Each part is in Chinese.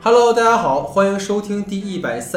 Hello， 大家好，欢迎收听第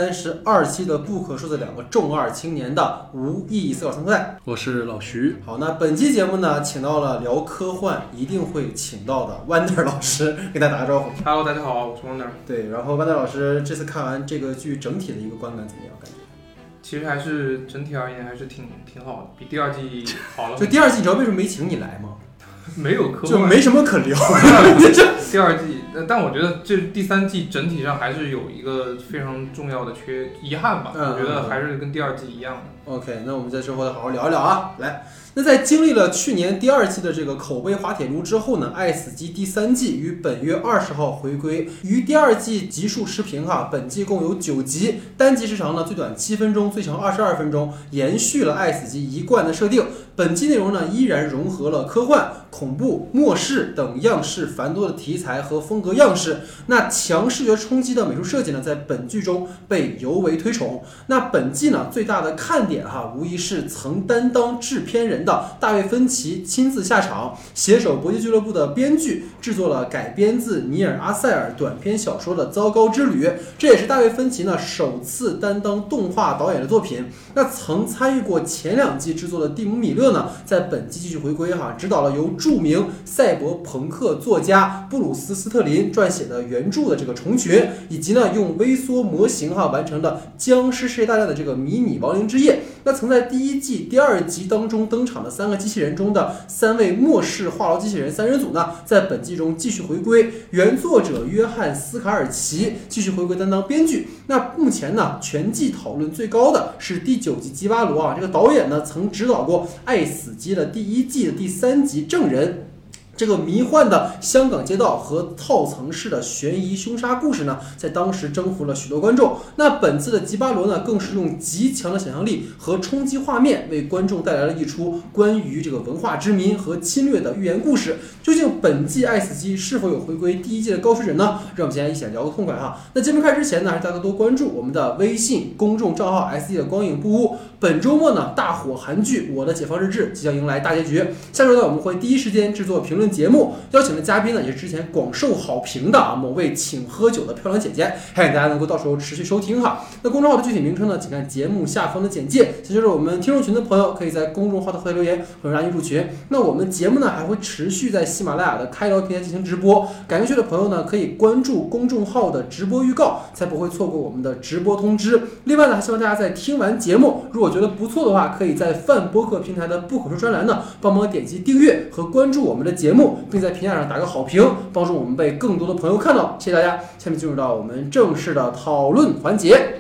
132期的不可说的两个重二青年的无意义思考参赛。 我是老徐。 好，那本期节目呢，请到了聊科幻一定会请到的 Wonder 老师，给大家打个招呼。 Hello， 大家好，我是 Wonder。 对，然后 Wonder 老师这次看完这个剧整体的一个观感怎么样？感觉？ 其实还是整体而言还是挺好的，比第二季好了。 就第二季，你知道为什么没请你来吗？ 没有科幻， 就没什么可聊。 第二季，但我觉得这第三季整体上还是有一个非常重要的遗憾吧。我觉得还是跟第二季一样的。 OK， 那我们在之后再好好聊一聊啊。来，那在经历了去年第二季的这个口碑滑铁卢之后呢，《爱死机》第三季于本月20号回归，于第二季集数持平哈，本季共有9集，单集时长呢最短7分钟，最长22分钟，延续了《爱死机》一贯的设定。本季内容呢依然融合了科幻、恐怖、末世等样式繁多的题材和风格样式。那强视觉冲击的美术设计呢，在本剧中被尤为推崇。那本季呢最大的看点无疑是曾担当制片人的大卫芬奇亲自下场，携手搏击俱乐部的编剧制作了改编自尼尔·阿塞尔短篇小说的《糟糕之旅》，这也是大卫芬奇呢首次担当动画导演的作品。那曾参与过前2季制作的蒂姆·米勒呢，在本季继续回归指导了由著名赛博朋克作家布鲁斯·斯特林撰写的原著的这个重群，以及呢用微缩模型完成的僵尸世界大战的这个迷你亡灵之夜。那曾在第1季第2集当中登场的3个机器人中的3位末世话痨机器人3人组呢，在本季中继续回归，原作者约翰·斯卡尔奇继续回归担当编剧。那目前呢全季讨论最高的是第9集吉巴罗这个导演呢曾指导过《爱死机》的第1季的第3集证人。这个迷幻的香港街道和套层式的悬疑凶杀故事呢，在当时征服了许多观众。那本次的吉巴罗呢，更是用极强的想象力和冲击画面，为观众带来了一出关于这个文化殖民和侵略的寓言故事。究竟本季《爱死机》是否有回归第1季的高水准呢？让我们先一起来聊个痛快哈。那节目开始之前呢，还是大家多关注我们的微信公众账号 SD 的光影不污。本周末呢，大火韩剧《我的解放日志》即将迎来大结局。下周呢，我们会第一时间制作评论节目，邀请的嘉宾呢，也是之前广受好评的某位请喝酒的漂亮姐姐，欢迎大家能够到时候持续收听哈。那公众号的具体名称呢，请看节目下方的简介。这就是我们听众群的朋友，可以在公众号的后台留言，或者拉进入群。那我们节目呢，还会持续在喜马拉雅的开聊平台进行直播，感兴趣的朋友呢，可以关注公众号的直播预告，才不会错过我们的直播通知。另外呢，希望大家在听完节目，如果觉得不错的话，可以在泛播客平台的不可说专栏呢，帮忙点击订阅和关注我们的节目，并在评价上打个好评，帮助我们被更多的朋友看到。谢谢大家。下面进入到我们正式的讨论环节。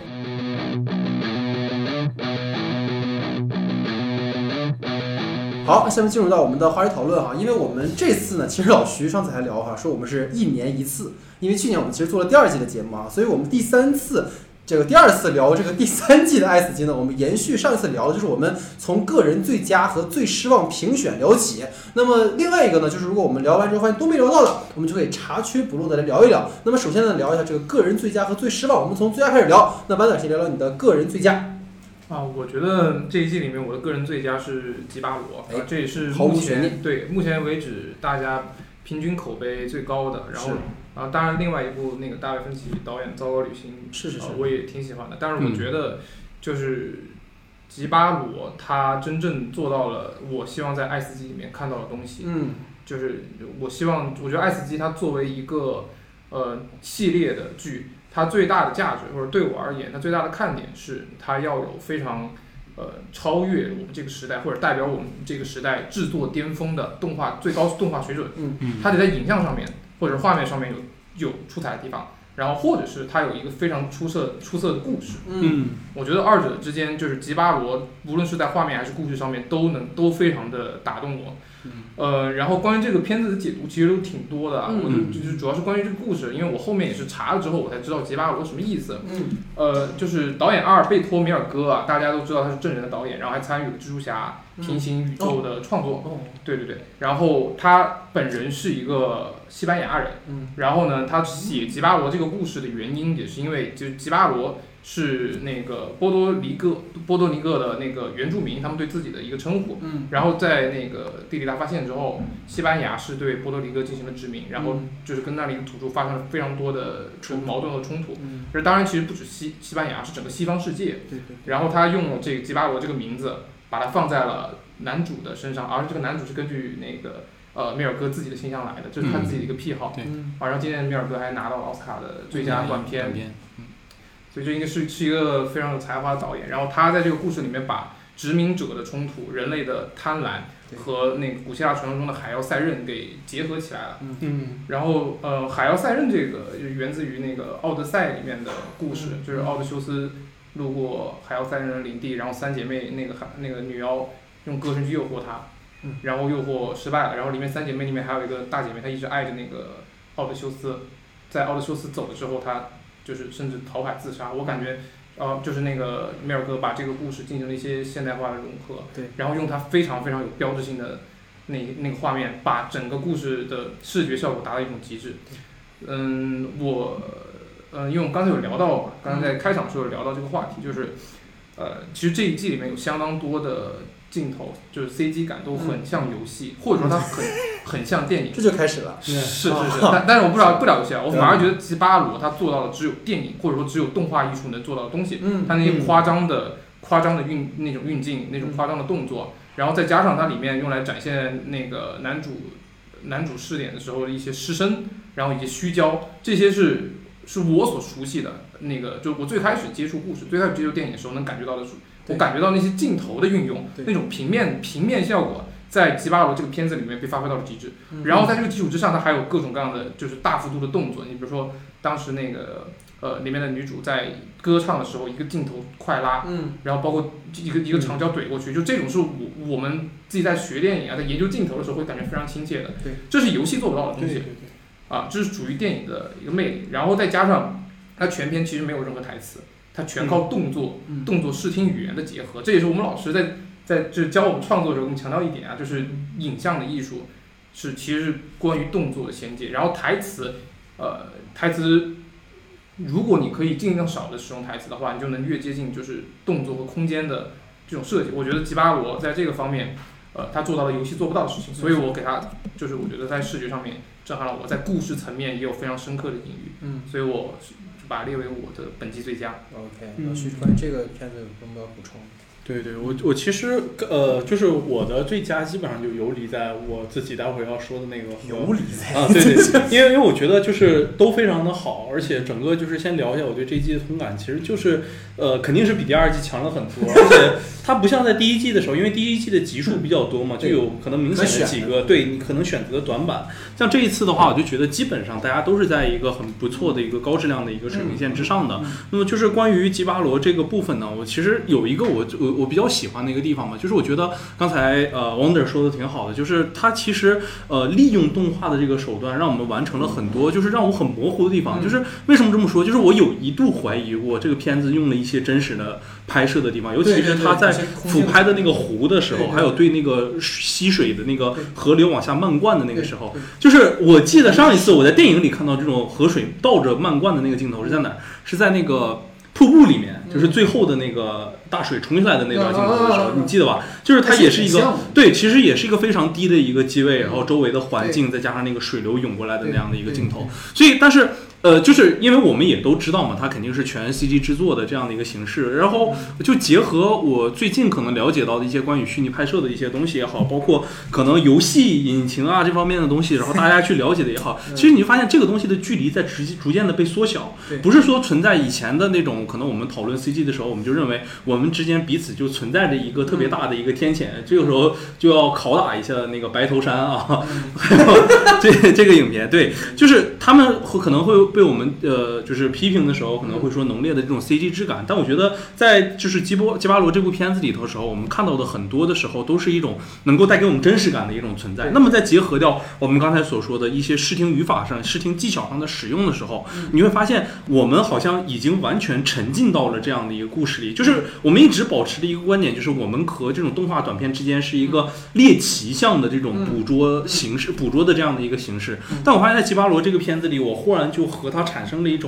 好，下面进入到我们的话题讨论因为我们这次呢，其实老徐上次还聊说我们是1年1次，因为去年我们其实做了第2季的节目所以我们第2次聊这个第3季的《爱死机》呢，我们延续上一次聊的就是我们从个人最佳和最失望评选聊起。那么另外一个呢，就是如果我们聊完之后发现都没聊到的，我们就可以查缺补漏的来聊一聊。那么首先呢，聊一下这个个人最佳和最失望，我们从最佳开始聊。那班长先聊聊你的个人最佳。 我觉得这一季里面我的个人最佳是吉巴罗，这也是目前为止大家平均口碑最高的。然后当然另外一部那个大卫芬奇导演《糟糕旅行》 是我也挺喜欢的。但是我觉得就是吉巴罗他真正做到了我希望在《爱死机》里面看到的东西。就是我觉得《爱死机》它作为一个系列的剧，它最大的价值或者对我而言，它最大的看点是它要有非常超越我们这个时代或者代表我们这个时代制作巅峰的最高动画水准。它得在影像上面或者画面上面有出彩的地方，然后或者是它有一个非常出色的故事。我觉得二者之间就是吉巴罗无论是在画面还是故事上面都非常的打动我。然后关于这个片子的解读其实都挺多的我就是主要是关于这个故事，因为我后面也是查了之后我才知道吉巴罗什么意思。就是导演阿尔贝托·米尔戈大家都知道他是证人的导演，然后还参与了蜘蛛侠平行宇宙的创作。对，然后他本人是一个西班牙人。然后呢，他写吉巴罗这个故事的原因也是因为就是吉巴罗是那个波多黎各的那个原住民他们对自己的一个称呼。然后在那个地理大发现之后，西班牙是对波多黎各进行了殖民，然后就是跟那里的土著发生了非常多的矛盾和冲突。这当然其实不止西班牙，是整个西方世界。然后他用了这个吉巴罗这个名字，把它放在了男主的身上，而这个男主是根据那个米尔戈自己的形象来的，这是他自己的一个癖好。然后今年米尔戈还拿到了奥斯卡的最佳短片。所以这应该是一个非常有才华的导演。然后他在这个故事里面把殖民者的冲突、人类的贪婪和那个古希腊传说中的海妖塞壬给结合起来了。然后海妖塞壬这个源自于那个《奥德赛》里面的故事，就是奥德修斯路过海妖塞壬的领地，然后三姐妹那个女妖用歌声去诱惑他，然后诱惑失败了。然后里面三姐妹里面还有一个大姐妹，她一直爱着那个奥德修斯，在奥德修斯走的时候，她就是甚至逃海自杀。我感觉就是那个梅尔戈把这个故事进行了一些现代化的融合，然后用它非常非常有标志性的那个画面，把整个故事的视觉效果达到一种极致。因为我们刚才有聊到，刚才在开场的时候有聊到这个话题，就是其实这一季里面有相当多的镜头，就是 CG 感都很像游戏，或者说它很像电影。 这就开始了。 是，但是我不了游戏啊，我反而觉得吉巴罗他做到了只有电影或者说只有动画艺术能做到的东西。他那些夸张的那种运镜，那种夸张的动作，然后再加上它里面用来展现那个男主试点的时候的一些失声，然后以及虚焦，这些是我所熟悉的那个，就我最开始接触电影的时候能感觉到的，我感觉到那些镜头的运用，那种平面效果，在吉巴罗这个片子里面被发挥到了极致。然后在这个基础之上，它还有各种各样的就是大幅度的动作。你比如说当时那个里面的女主在歌唱的时候，一个镜头快拉，然后包括一个长焦怼过去，就这种是我们自己在学电影啊，在研究镜头的时候会感觉非常亲切的。这是游戏做不到的东西。这是属于电影的一个魅力。然后再加上它全片其实没有任何台词，它全靠动作视听语言的结合。这也是我们老师在就是教我们创作的时候，我们强调一点啊，就是影像的艺术其实是关于动作的衔接。然后台词，如果你可以尽量少的使用台词的话，你就能越接近就是动作和空间的这种设计。我觉得吉巴罗在这个方面，他做到了游戏做不到的事情，所以我给他就是我觉得在视觉上面震撼了我，在故事层面也有非常深刻的隐喻。所以我就把它列为我的本季最佳。 OK， 那徐关于这个片子有什么要补充？ 对，我其实就是我的最佳基本上就游离在我自己待会要说的那个游离在对，因为我觉得就是都非常的好，而且整个就是先聊一下我对这一季的同感，其实就是肯定是比第二季强了很多，而且它不像在第一季的时候，因为第一季的集数比较多嘛，就有可能明显的几个对你可能选择的短板。像这一次的话，我就觉得基本上大家都是在一个很不错的一个高质量的一个水平线之上的。那么就是关于吉巴罗这个部分呢，我其实有一个我比较喜欢的一个地方嘛，就是我觉得刚才Wonder 说的挺好的，就是他其实利用动画的这个手段，让我们完成了很多就是让我很模糊的地方。就是为什么这么说？就是我有一度怀疑过这个片子用了一些真实的拍摄的地方，尤其是他在俯拍的那个湖的时候，还有对那个溪水的那个河流往下漫灌的那个时候，就是我记得上一次我在电影里看到这种河水倒着漫灌的那个镜头是在哪儿？是在那个瀑布里面，就是最后的那个大水冲下来的那段镜头的时候，你记得吧？就是它也是一个对，其实也是一个非常低的一个机位，然后周围的环境再加上那个水流涌过来的那样的一个镜头。所以，但是就是因为我们也都知道嘛，它肯定是全 CG 制作的这样的一个形式，然后就结合我最近可能了解到的一些关于虚拟拍摄的一些东西也好，包括可能游戏引擎啊这方面的东西，然后大家去了解的也好，其实你发现这个东西的距离在逐渐的被缩小，不是说存在以前的那种可能我们讨论 CG 的时候，我们就认为我们之间彼此就存在着一个特别大的一个天堑，这个时候就要拷打一下那个白头山啊，还有这个影片，对，就是他们可能会被我们就是批评的时候可能会说浓烈的这种 CG 质感，但我觉得在就是吉巴罗这部片子里头的时候，我们看到的很多的时候都是一种能够带给我们真实感的一种存在。那么再结合掉我们刚才所说的一些视听语法上、视听技巧上的使用的时候，你会发现我们好像已经完全沉浸到了这样的一个故事里。就是我们一直保持的一个观点，就是我们和这种动画短片之间是一个猎奇向的这种捕捉形式、捕捉的这样的一个形式。但我发现在吉巴罗这个片子里，我忽然就和它产生了一种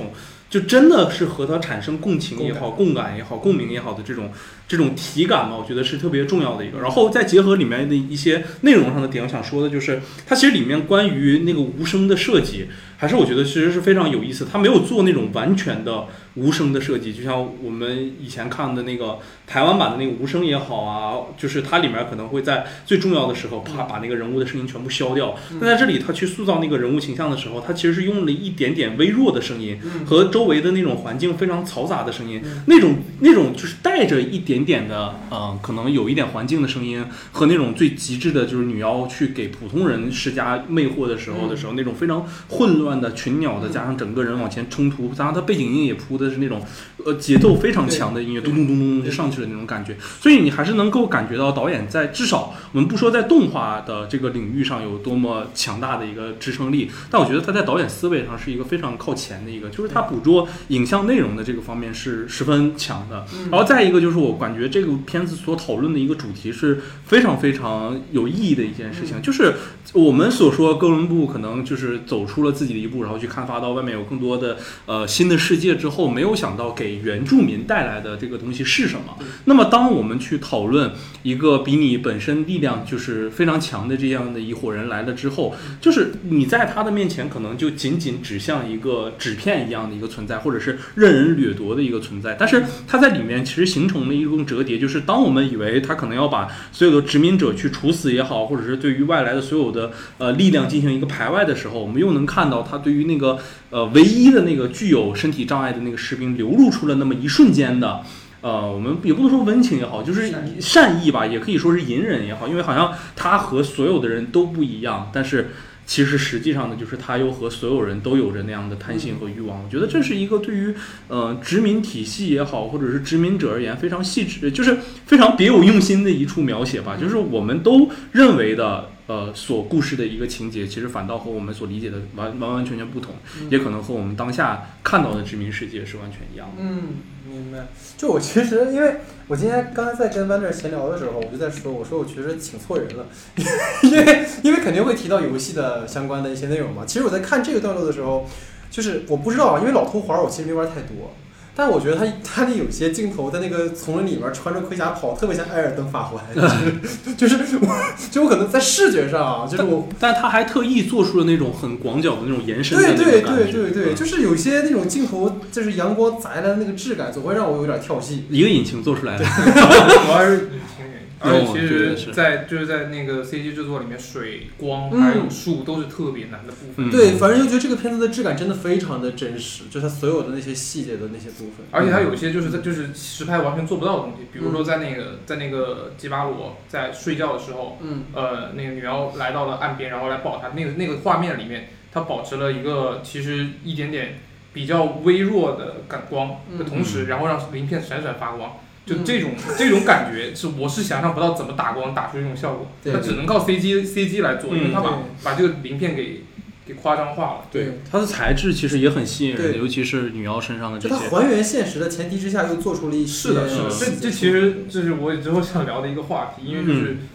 就真的是和他产生共情也好、共感也好、共鸣也好的这种体感嘛，我觉得是特别重要的一个。然后再结合里面的一些内容上的点，我想说的就是，它其实里面关于那个无声的设计，还是我觉得其实是非常有意思。它没有做那种完全的无声的设计，就像我们以前看的那个台湾版的那个无声也好啊，就是它里面可能会在最重要的时候，啪把那个人物的声音全部消掉。那在这里，他去塑造那个人物形象的时候，他其实是用了一点点微弱的声音和周围的那种环境非常嘈杂的声音，那种就是带着一点点的可能有一点环境的声音，和那种最极致的就是女妖去给普通人施加魅惑的时候那种非常混乱的群鸟的，加上整个人往前冲突，加上他背景音也铺的是那种节奏非常强的音乐，咚咚咚咚就上去了那种感觉。所以你还是能够感觉到导演在至少我们不说在动画的这个领域上有多么强大的一个支撑力，但我觉得他在导演思维上是一个非常靠前的一个，就是他捕捉影像内容的这个方面是十分强的。然后再一个就是我感觉这个片子所讨论的一个主题是非常非常有意义的一件事情，就是我们所说哥伦布可能就是走出了自己的一步，然后去开发到外面有更多的新的世界之后，没有想到给原住民带来的这个东西是什么。那么当我们去讨论一个比你本身力量就是非常强的这样的一伙人来了之后，就是你在他的面前可能就仅仅只像一个纸片一样的一个存在，或者是任人掠夺的一个存在。但是他在里面其实形成了一种折叠，就是当我们以为他可能要把所有的殖民者去处死也好，或者是对于外来的所有的力量进行一个排外的时候，我们又能看到他对于那个唯一的那个具有身体障碍的那个士兵流露出了那么一瞬间的我们也不能说温情也好，就是善意吧，也可以说是隐忍也好，因为好像他和所有的人都不一样，但是其实实际上呢，就是他又和所有人都有着那样的贪心和欲望。我觉得这是一个对于殖民体系也好，或者是殖民者而言非常细致，就是非常别有用心的一处描写吧。就是我们都认为的所故事的一个情节，其实反倒和我们所理解的完全不同，也可能和我们当下看到的殖民世界是完全一样的。 明白。就我其实，因为我今天刚才在跟Wander闲聊的时候，我就在说，我说我觉得请错人了，因为肯定会提到游戏的相关的一些内容嘛。其实我在看这个段落的时候，就是我不知道，因为老头环我其实没玩太多。但我觉得他的有些镜头在那个丛林里面穿着盔甲跑，特别像艾尔登法环，就是我可能在视觉上啊，就是但他还特意做出了那种很广角的那种延伸的那种感觉。 对，就是有些那种镜头，就是阳光砸来的那个质感，总会让我有点跳戏。 一个引擎做出来的， 主要是引擎原因。而且其实就是在那个 CG 制作里面，水光还有树都是特别难的部分。 对，反正就觉得这个片子的质感真的非常的真实，就是它所有的那些细节的那些部分。 而且它有一些就是实拍完全做不到的东西，比如说在那个吉巴罗在睡觉的时候，那个女妖来到了岸边，然后来抱他，那个画面里面，它保持了一个其实一点点比较微弱的感光的同时，然后让鳞片闪闪发光。就这种感觉我是想象不到怎么打光打出这种效果，它只能靠 CG 来做，因为它把这个鳞片给夸张化了。 对，它的材质其实也很吸引人，尤其是女妖身上的这些。 它还原现实的前提之下，又做出了一些。 是的，这其实这是我之后想聊的一个话题，因为就是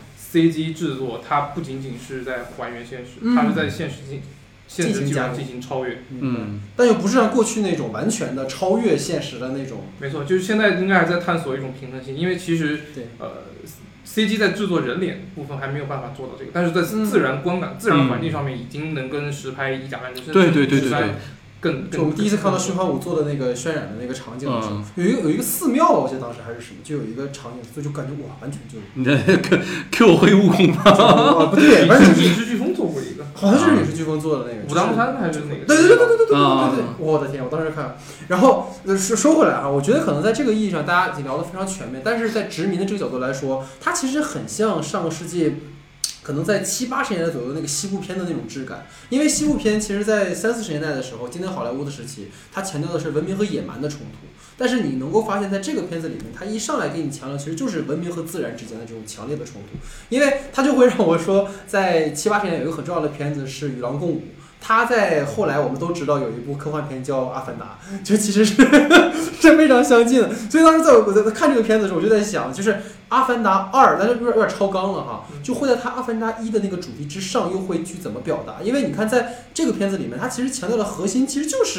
CG 制作，它不仅仅是在还原现实，它是在现实基本上进行超越， 但又不是像过去那种完全的超越现实的那种。 没错，就是现在应该还在探索一种平衡性，因为其实CG 在制作人脸部分还没有办法做到这个，但是在自然观感、自然环境上面已经能跟实拍以假乱真， 对。 就我们第一次看到虚幻五做的那个渲染的那个场景的时候，有一个寺庙，我记得当时还是什么，就有一个场景，所以就感觉哇，完全就你在 Q 黑悟空吗？不对， 反正影视飓风做过一个， 好像就是影视飓风做的那个武当山还是那个？ 对，我的天，我当时看，然后说回来啊，我觉得可能在这个意义上，大家已经聊得非常全面，但是在殖民的这个角度来说，它其实很像上个世纪。可能在70、80年代左右那个西部片的那种质感，因为西部片其实在30、40年代的时候，经典好莱坞的时期，它强调的是文明和野蛮的冲突。但是你能够发现，在这个片子里面，它一上来给你强调，其实就是文明和自然之间的这种强烈的冲突。因为它就会让我说，在70、80年代有一个很重要的片子是《与狼共舞》。他在后来我们都知道有一部科幻片叫《阿凡达》，就其实是非常相近的。所以当时我在看这个片子的时候，我就在想，就是《阿凡达2》，但是有点超纲了哈，就会在他《阿凡达1》的那个主题之上，又会去怎么表达？因为你看，在这个片子里面，它其实强调的核心其实就是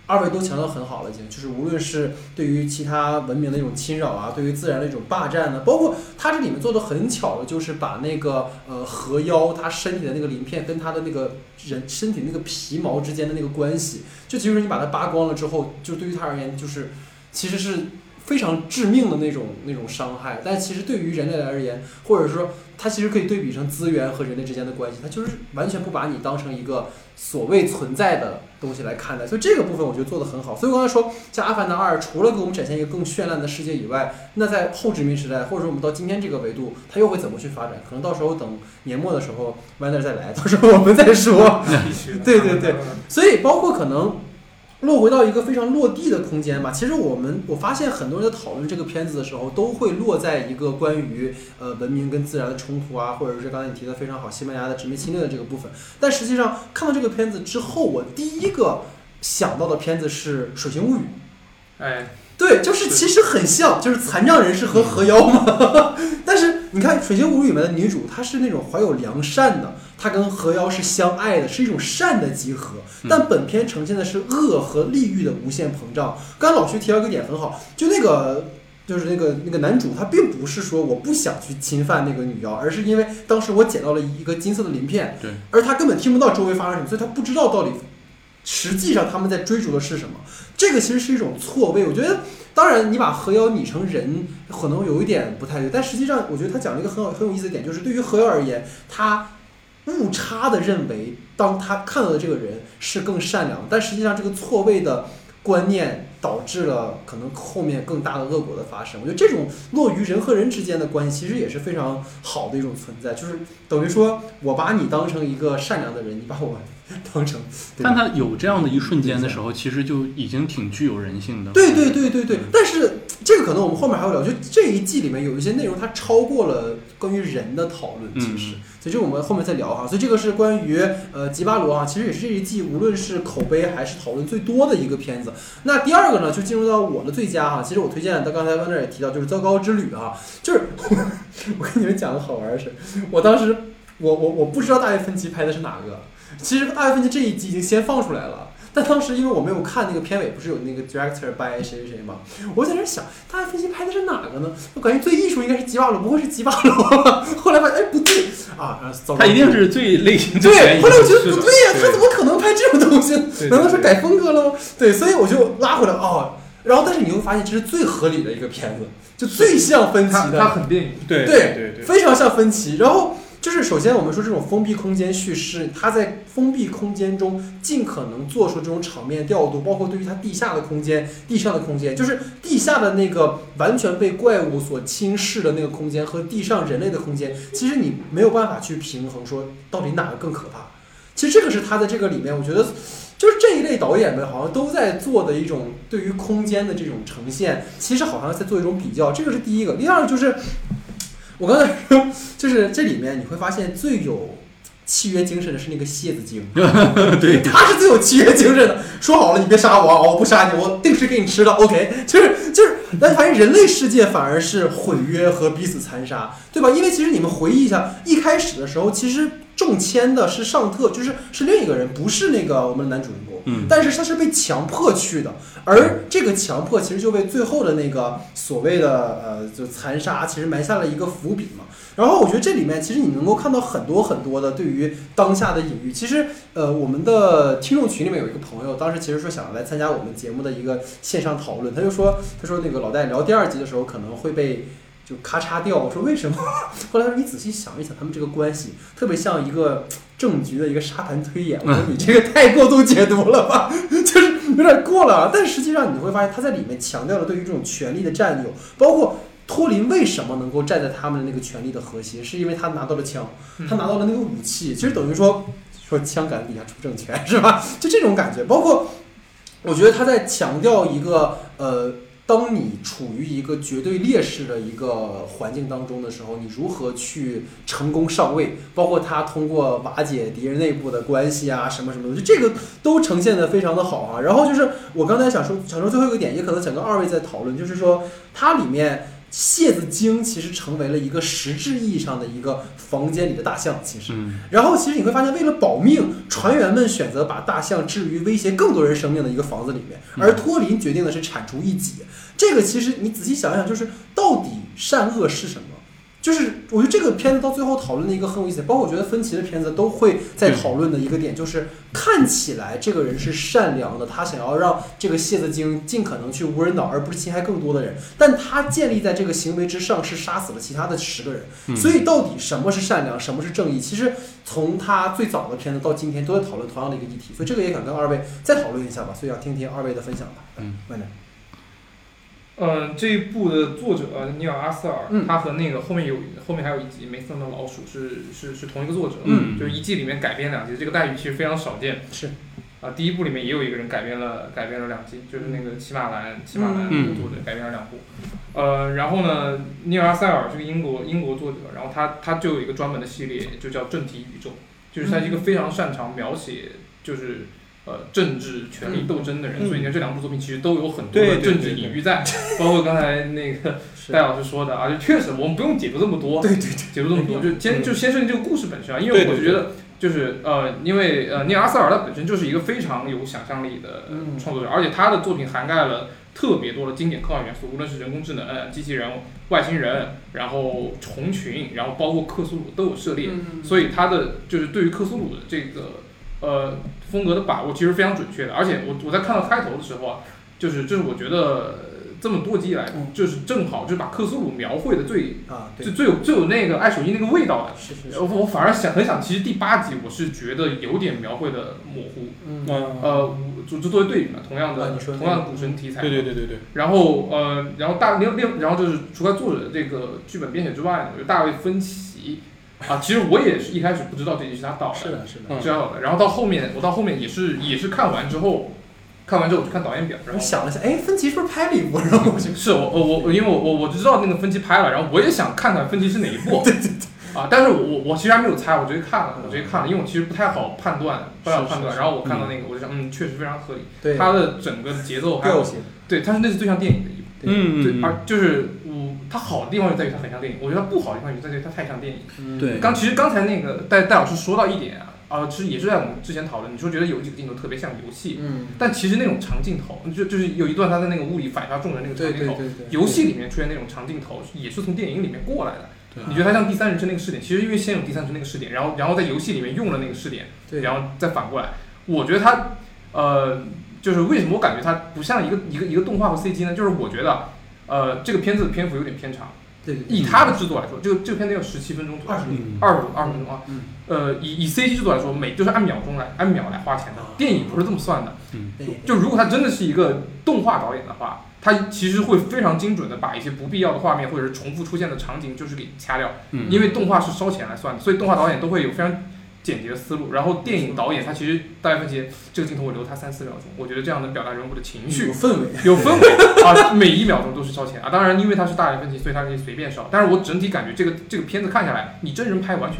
二位都强调很好了，已经就是无论是对于其他文明的一种侵扰啊，对于自然的一种霸占呢，包括它这里面做的很巧的，就是把那个河妖它身体的那个鳞片跟它的那个人身体那个皮毛之间的那个关系，就其实你把它扒光了之后，就对于它而言就是其实是非常致命的那种伤害，但其实对于人类而言，或者说它其实可以对比成资源和人类之间的关系，它就是完全不把你当成一个所谓存在的东西来看待，所以这个部分我觉得做得很好。所以我刚才说，像《阿凡达2》除了给我们展现一个更绚烂的世界以外，那在后殖民时代，或者说我们到今天这个维度，它又会怎么去发展？可能到时候等年末的时候 ，Wander 再来，到时候我们再说。对对对，所以包括可能。落回到一个非常落地的空间吧。其实我发现很多人在讨论这个片子的时候，都会落在一个关于文明跟自然的冲突啊，或者是刚才你提的非常好，西班牙的殖民侵略的这个部分。但实际上看到这个片子之后，我第一个想到的片子是《水形物语》。 哎， 对，就是其实很像，就是残障人士和河妖嘛。但是你看《水形物语》里面的女主，她是那种怀有良善的，她跟河妖是相爱的，是一种善的集合。但本片呈现的是恶和利欲的无限膨胀。刚才老徐提到一个点很好，就就是那个男主，他并不是说我不想去侵犯那个女妖，而是因为当时我捡到了一个金色的鳞片， 对， 而他根本听不到周围发生什么，所以他不知道到底实际上他们在追逐的是什么。这个其实是一种错位，我觉得。当然，你把河妖拟成人，可能有一点不太对，但实际上，我觉得他讲了一个很有意思的点，就是对于河妖而言，他误差的认为，当他看到的这个人是更善良，但实际上这个错位的观念导致了可能后面更大的恶果的发生。我觉得这种落于人和人之间的关系，其实也是非常好的一种存在，就是等于说我把你当成一个善良的人，你把我当成， 但他有这样的一瞬间的时候，其实就已经挺具有人性的。 对。但是这个可能我们后面还会聊，就这一季里面有一些内容它超过了关于人的讨论，其实，所以这我们后面再聊哈。所以这个是关于吉巴罗啊，其实也是这一季无论是口碑还是讨论最多的一个片子。那第二个呢，就进入到我的最佳哈。其实我推荐的，刚才Wander也提到，就是《糟糕之旅》哈，就是我跟你们讲个好玩的事，我当时我不知道大卫芬奇拍的是哪个。其实大卫芬奇这一集已经先放出来了，但当时因为我没有看那个片尾，不是有那个 director by 谁谁谁吗？我在那想，大卫芬奇拍的是哪个呢？我感觉最艺术应该是吉巴罗，不会是吉巴罗吧？后来发现，哎，不对啊， 他一定是最类型最对。后来我觉得不对呀，他怎么可能拍这种东西？难道是改风格了吗？对，所以我就拉回来哦。然后，但是你会发现，这是最合理的一个片子，就最像芬奇的， 他很电影， 对，非常像芬奇。然后。就是首先我们说这种封闭空间叙事，它在封闭空间中尽可能做出这种场面调度，包括对于它地下的空间、地上的空间，就是地下的那个完全被怪物所侵蚀的那个空间和地上人类的空间，其实你没有办法去平衡说到底哪个更可怕。其实这个是他在这个里面，我觉得就是这一类导演们好像都在做的一种对于空间的这种呈现，其实好像在做一种比较，这个是第一个。第二个就是我刚才说，就是这里面你会发现最有契约精神的是那个蝎子精， 对， 他是最有契约精神的。说好了，你别杀我，我不杀你，我定时给你吃了。OK， 就是，但发现人类世界反而是毁约和彼此残杀，对吧？因为其实你们回忆一下，一开始的时候，其实中签的是尚特，是另一个人，不是那个我们的男主人公。但是他是被强迫去的，而这个强迫其实就为最后的那个所谓的就残杀，其实埋下了一个伏笔嘛。然后我觉得这里面其实你能够看到很多很多的对于当下的隐喻。其实我们的听众群里面有一个朋友，当时其实说想来参加我们节目的一个线上讨论，他说那个老戴聊第二集的时候可能会被就咔嚓掉。我说为什么？后来他说你仔细想一想，他们这个关系特别像一个政局的一个沙盘推演。我说你这个太过度解读了吧，就是有点过了。但实际上你会发现他在里面强调了对于这种权力的占有，包括托林为什么能够站在他们的那个权力的核心，是因为他拿到了枪，他拿到了那个武器，其实等于说枪杆底下出政权，是吧？就这种感觉。包括我觉得他在强调一个当你处于一个绝对劣势的一个环境当中的时候，你如何去成功上位，包括他通过瓦解敌人内部的关系啊，什么什么的，就这个都呈现得非常的好啊。然后就是我刚才想说最后一个点，也可能想跟二位在讨论，就是说它里面蝎子精其实成为了一个实质意义上的一个房间里的大象，其实。然后其实你会发现，为了保命，船员们选择把大象置于威胁更多人生命的一个房子里面，而托林决定的是铲除异己。这个其实你仔细想想，就是到底善恶是什么？就是我觉得这个片子到最后讨论的一个很有意思，包括我觉得芬奇的片子都会在讨论的一个点，就是看起来这个人是善良的，他想要让这个蝎子精尽可能去无人岛，而不是侵害更多的人，但他建立在这个行为之上是杀死了其他的10个人。所以到底什么是善良，什么是正义？其实从他最早的片子到今天都在讨论同样的一个议题，所以这个也想跟二位再讨论一下吧，所以要听听二位的分享吧。慢点。 这一部的作者尼尔·阿瑟尔，他和那个后面还有一集《梅森的老鼠》是同一个作者，就是一季里面改编2集，这个待遇其实非常少见。 是第一部里面也有一个人改编了2集，就是那个齐马兰的作者改编了2部。然后呢，尼尔·阿塞尔是个英国作者，然后他就有一个专门的系列，就叫正题宇宙，就是他是一个非常擅长描写就是政治权力斗争的人，所以你看这2部作品其实都有很多的政治隐喻在，包括刚才那个戴老师说的啊，就确实我们不用解读这么多，解读这么多，就先说这个故事本身啊，因为我就觉得就是因为尼尔·阿瑟尔他本身就是一个非常有想象力的创作者，而且他的作品涵盖了特别多的经典科幻元素，无论是人工智能、机器人、外星人，然后虫群，然后包括克苏鲁都有涉猎，所以他的就是对于克苏鲁的这个风格的把握其实非常准确的，而且我在看到开头的时候啊，就是我觉得这么多集以来，就是正好就是把克苏鲁描绘的最有那个爱手艺那个味道的。是。我反而很想，其实第8集我是觉得有点描绘的模糊。就作为对比嘛，同样的古神题材。对。然后就是除了作者的这个剧本编写之外呢，我觉得大卫芬奇。其实我也是一开始不知道这集是他导的，是的，是他导的。然后我到后面也是看完之后我就看导演表，然后想了想，芬奇是不是拍了一部？然后我因为我知道那个芬奇拍了，然后我也想看看芬奇是哪一部。对。但是我其实还没有猜，我直接看了，因为我其实不太好判断。然后我看到那个，我就想，确实非常合理。对，他的整个节奏还有对，他是那是最像电影的一部。对，而就是它好的地方就在于它很像电影，我觉得它不好的地方就在于它太像电影。 对， 其实刚才那个戴老师说到一点其实也是在我们之前讨论，你说觉得有几个镜头特别像游戏，但其实那种长镜头，就是有一段他在那个屋里反杀众人那个长镜头，游戏里面出现那种长镜头也是从电影里面过来的。你觉得它像第三人称那个视点，其实因为先有第三人称那个视点，然后在游戏里面用了那个视点，然后再反过来，我觉得它就是为什么我感觉它不像一个动画和 CG 呢？就是我觉得这个片子的篇幅有点偏长。对，以它的制作来说，这个片子有17分钟左右，20分钟啊。以 CG 制作来说，就是按秒来花钱的，电影不是这么算的。就如果它真的是一个动画导演的话，他其实会非常精准的把一些不必要的画面或者是重复出现的场景就是给掐掉，因为动画是烧钱来算的，所以动画导演都会有非常简洁的思路。然后电影导演他其实大概分析这个镜头我留他3-4秒钟，我觉得这样能表达人物的情绪，有氛围每1秒钟都是烧钱当然因为他是大卫芬奇，所以他可以随便烧。但是我整体感觉这个片子看下来，你真人拍完全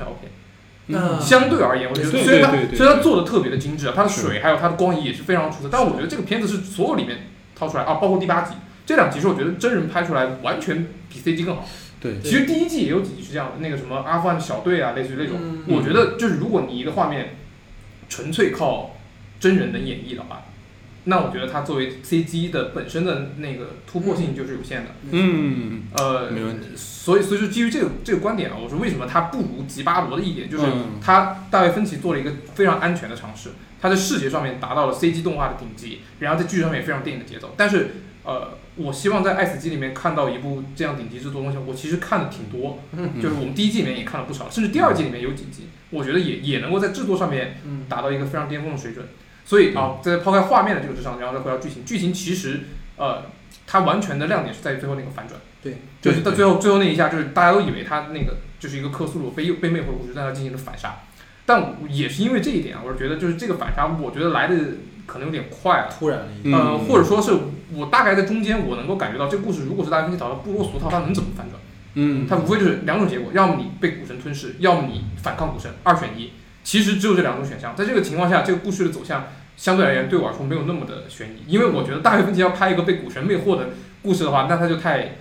OK。相对而言，我觉得虽然他做的特别的精致他的水还有他的光影也是非常出色，但我觉得这个片子是所有里面掏出来包括第8集这2集是我觉得真人拍出来完全比 CG 更好。 对， 其实第1季也有几集是这样的，那个什么阿富汗小队类似于那种，我觉得就是如果你一个画面纯粹靠真人的演绎的话，那我觉得它作为 CG 的本身的那个突破性就是有限的。 没问题。 所以就基于这个观点我说为什么它不如吉巴罗的一点，就是大卫芬奇做了一个非常安全的尝试，他在视觉上面达到了 CG 动画的顶级，然后在剧上面也非常电影的节奏。但是我希望在爱死机里面看到一部这样顶级制作的东西，我其实看的挺多，就是我们第1季里面也看了不少，甚至第2季里面有几集，我觉得也能够在制作上面达到一个非常巅峰的水准。所以在抛开画面的这个之上，然后再回到剧情其实它完全的亮点是在于最后那个反转。对，就是到最后那一下，就是大家都以为他那个就是一个克苏鲁被魅惑的故事，在那进行了反杀。但也是因为这一点我是觉得就是这个反杀，我觉得来的可能有点快了， 突然了或者说是我大概在中间我能够感觉到这个故事如果是大家分析找到部落俗套，它能怎么反转？它无非就是2种结果，要么你被古神吞噬，要么你反抗古神，2选1。其实只有这2种选项。在这个情况下，这个故事的走向相对而言对我来说没有那么的悬疑，因为我觉得大卫芬奇要拍一个被古神魅惑的故事的话，那他就太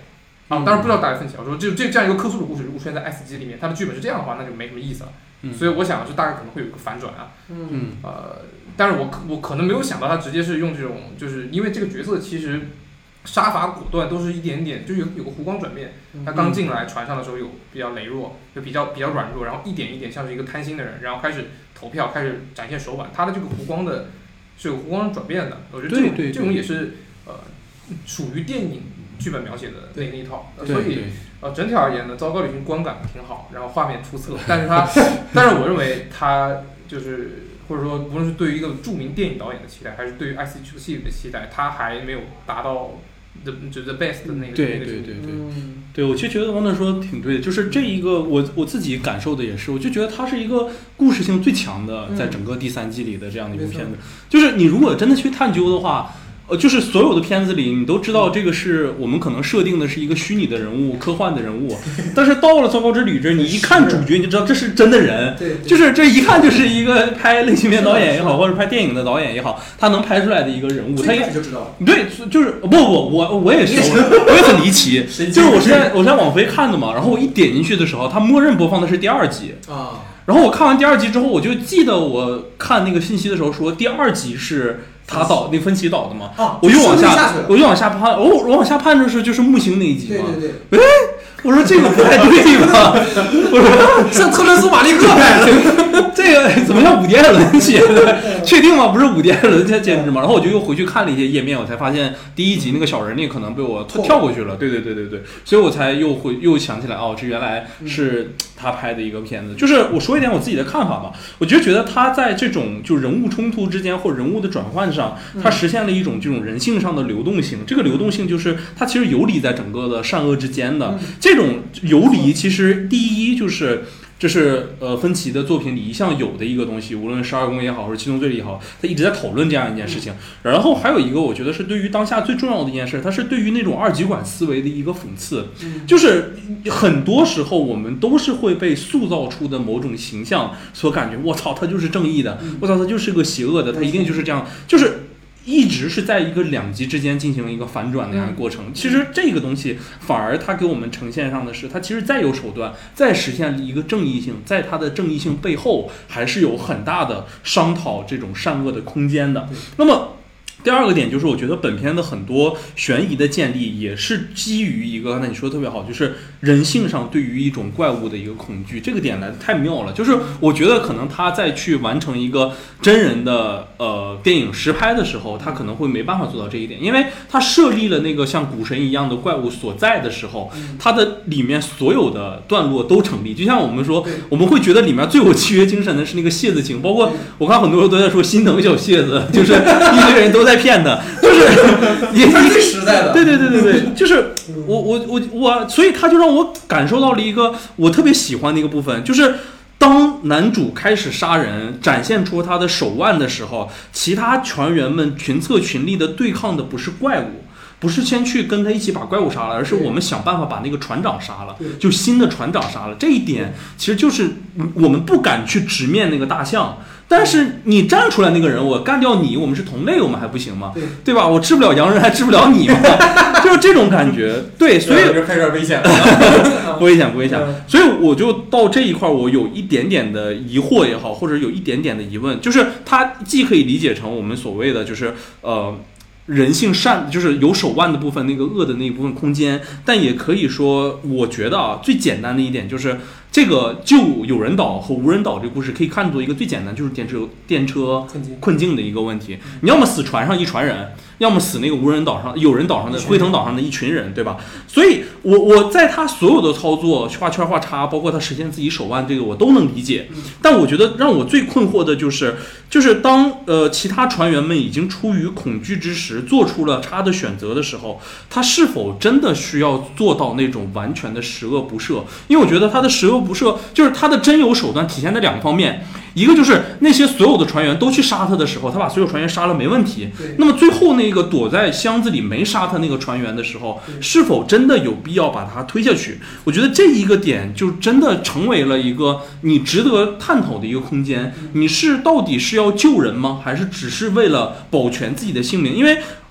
啊，当然不知道大家分歧。我说这样一个克苏鲁故事如果出现在 S 级里面，它的剧本是这样的话，那就没什么意思了。所以我想是大概可能会有一个反转啊。但是我可能没有想到他直接是用这种，就是因为这个角色其实杀伐果断，都是一点点，就有个弧光转变。他刚进来船上的时候有比较羸弱，就比较软弱，然后一点一点像是一个贪心的人，然后开始投票，开始展现手腕。他的这个弧光的是有弧光转变的。我觉得这种也是属于电影剧本描写的那一套。所以整体而言呢，《糟糕旅行》观感挺好，然后画面出色，但是我认为他就是或者说无论是对于一个著名电影导演的期待，还是对于 IC 这个系列的期待，他还没有达到the best 的那个。 对，我就觉得王导说的挺对的，就是这一个我自己感受的也是，我就觉得它是一个故事性最强的，在整个第3季里的这样的一部片子。就是你如果真的去探究的话。就是所有的片子里，你都知道这个是我们可能设定的是一个虚拟的人物、科幻的人物，但是到了《糟糕之旅》这，你一看主角，你就知道这是真的人，就是这一看就是一个拍类型片导演也好，或者拍电影的导演也好，他能拍出来的一个人物，他一就知道了。 对，就是我也是，我也很离奇，就是我是在网飞看的嘛，然后我一点进去的时候，他默认播放的是第2集啊，然后我看完第2集之后，我就记得我看那个信息的时候说第2集是。他导那芬奇导的嘛，我就往下攀，我往下攀的是就是木星那一集嘛，对，我说这个不太对吧？我说像特伦苏马利克拍的， 这个怎么像伍迪·艾伦写的？确定吗？不是伍迪·艾伦在监制吗？然后我就又回去看了一些页面，我才发现第1集那个小人那可能被我跳过去了。对，所以我才又想起来，这原来是他拍的一个片子。就是我说一点我自己的看法吧，我就觉得他在这种就人物冲突之间或者人物的转换上，他实现了一种这种人性上的流动性。这个流动性就是它其实游离在整个的善恶之间的。这种游离其实第一就是这是芬奇的作品里一向有的一个东西，无论是12宫也好，或者七宗罪也好，他一直在讨论这样一件事情。然后还有一个，我觉得是对于当下最重要的一件事，它是对于那种二极管思维的一个讽刺。就是很多时候我们都是会被塑造出的某种形象所感觉，我操，他就是正义的，我操，他就是个邪恶的，他一定就是这样，就是一直是在一个两极之间进行一个反转的样的过程。其实这个东西反而它给我们呈现上的是，它其实再有手段，再实现一个正义性，在它的正义性背后还是有很大的商讨这种善恶的空间的。那么第二个点就是，我觉得本片的很多悬疑的建立也是基于一个，刚才你说的特别好，就是人性上对于一种怪物的一个恐惧，这个点来的太妙了。就是我觉得可能他在去完成一个真人的电影实拍的时候，他可能会没办法做到这一点，因为他设立了那个像古神一样的怪物所在的时候，他的里面所有的段落都成立。就像我们说，我们会觉得里面最有契约精神的是那个蝎子精，包括我看很多人都在说心疼小蝎子，就是一堆人都在骗的，就是也最实在的。 对，就是我，所以他就让我感受到了一个我特别喜欢的一个部分，就是当男主开始杀人，展现出他的手腕的时候，其他船员们群策群力的对抗的不是怪物，不是先去跟他一起把怪物杀了，而是我们想办法把那个船长杀了，就新的船长杀了。这一点其实就是我们不敢去直面那个大象，但是你站出来那个人，我干掉你，我们是同类，我们还不行吗？对吧？我治不了洋人，还治不了你吗？就是这种感觉。对，所以就开始有点危险了。 不危险。所以我就到这一块，我有一点点的疑惑也好，或者有一点点的疑问，就是它既可以理解成我们所谓的就是人性善，就是有手腕的部分，那个恶的那一部分空间，但也可以说，我觉得最简单的一点就是这个就有人岛和无人岛这个故事可以看作一个最简单，就是电车困境的一个问题。你要么死船上一船人，要么死那个无人岛上有人岛上的灰藤岛上的一群人，对吧？所以我在他所有的操作画圈画叉，包括他实现自己手腕这个我都能理解，但我觉得让我最困惑的就是当其他船员们已经出于恐惧之时做出了他的选择的时候，他是否真的需要做到那种完全的十恶不赦？因为我觉得他的十恶不赦就是他的真有手段体现在两个方面，一个就是那些所有的船员都去杀他的时候，他把所有船员杀了没问题，那么最后那个躲在箱子里没杀他那个船员的时候，是否真的有必要把他推下去？我觉得这一个点就真的成为了一个你值得探讨的一个空间。你是到底是要救人吗？还是只是为了保全自己的性命？因为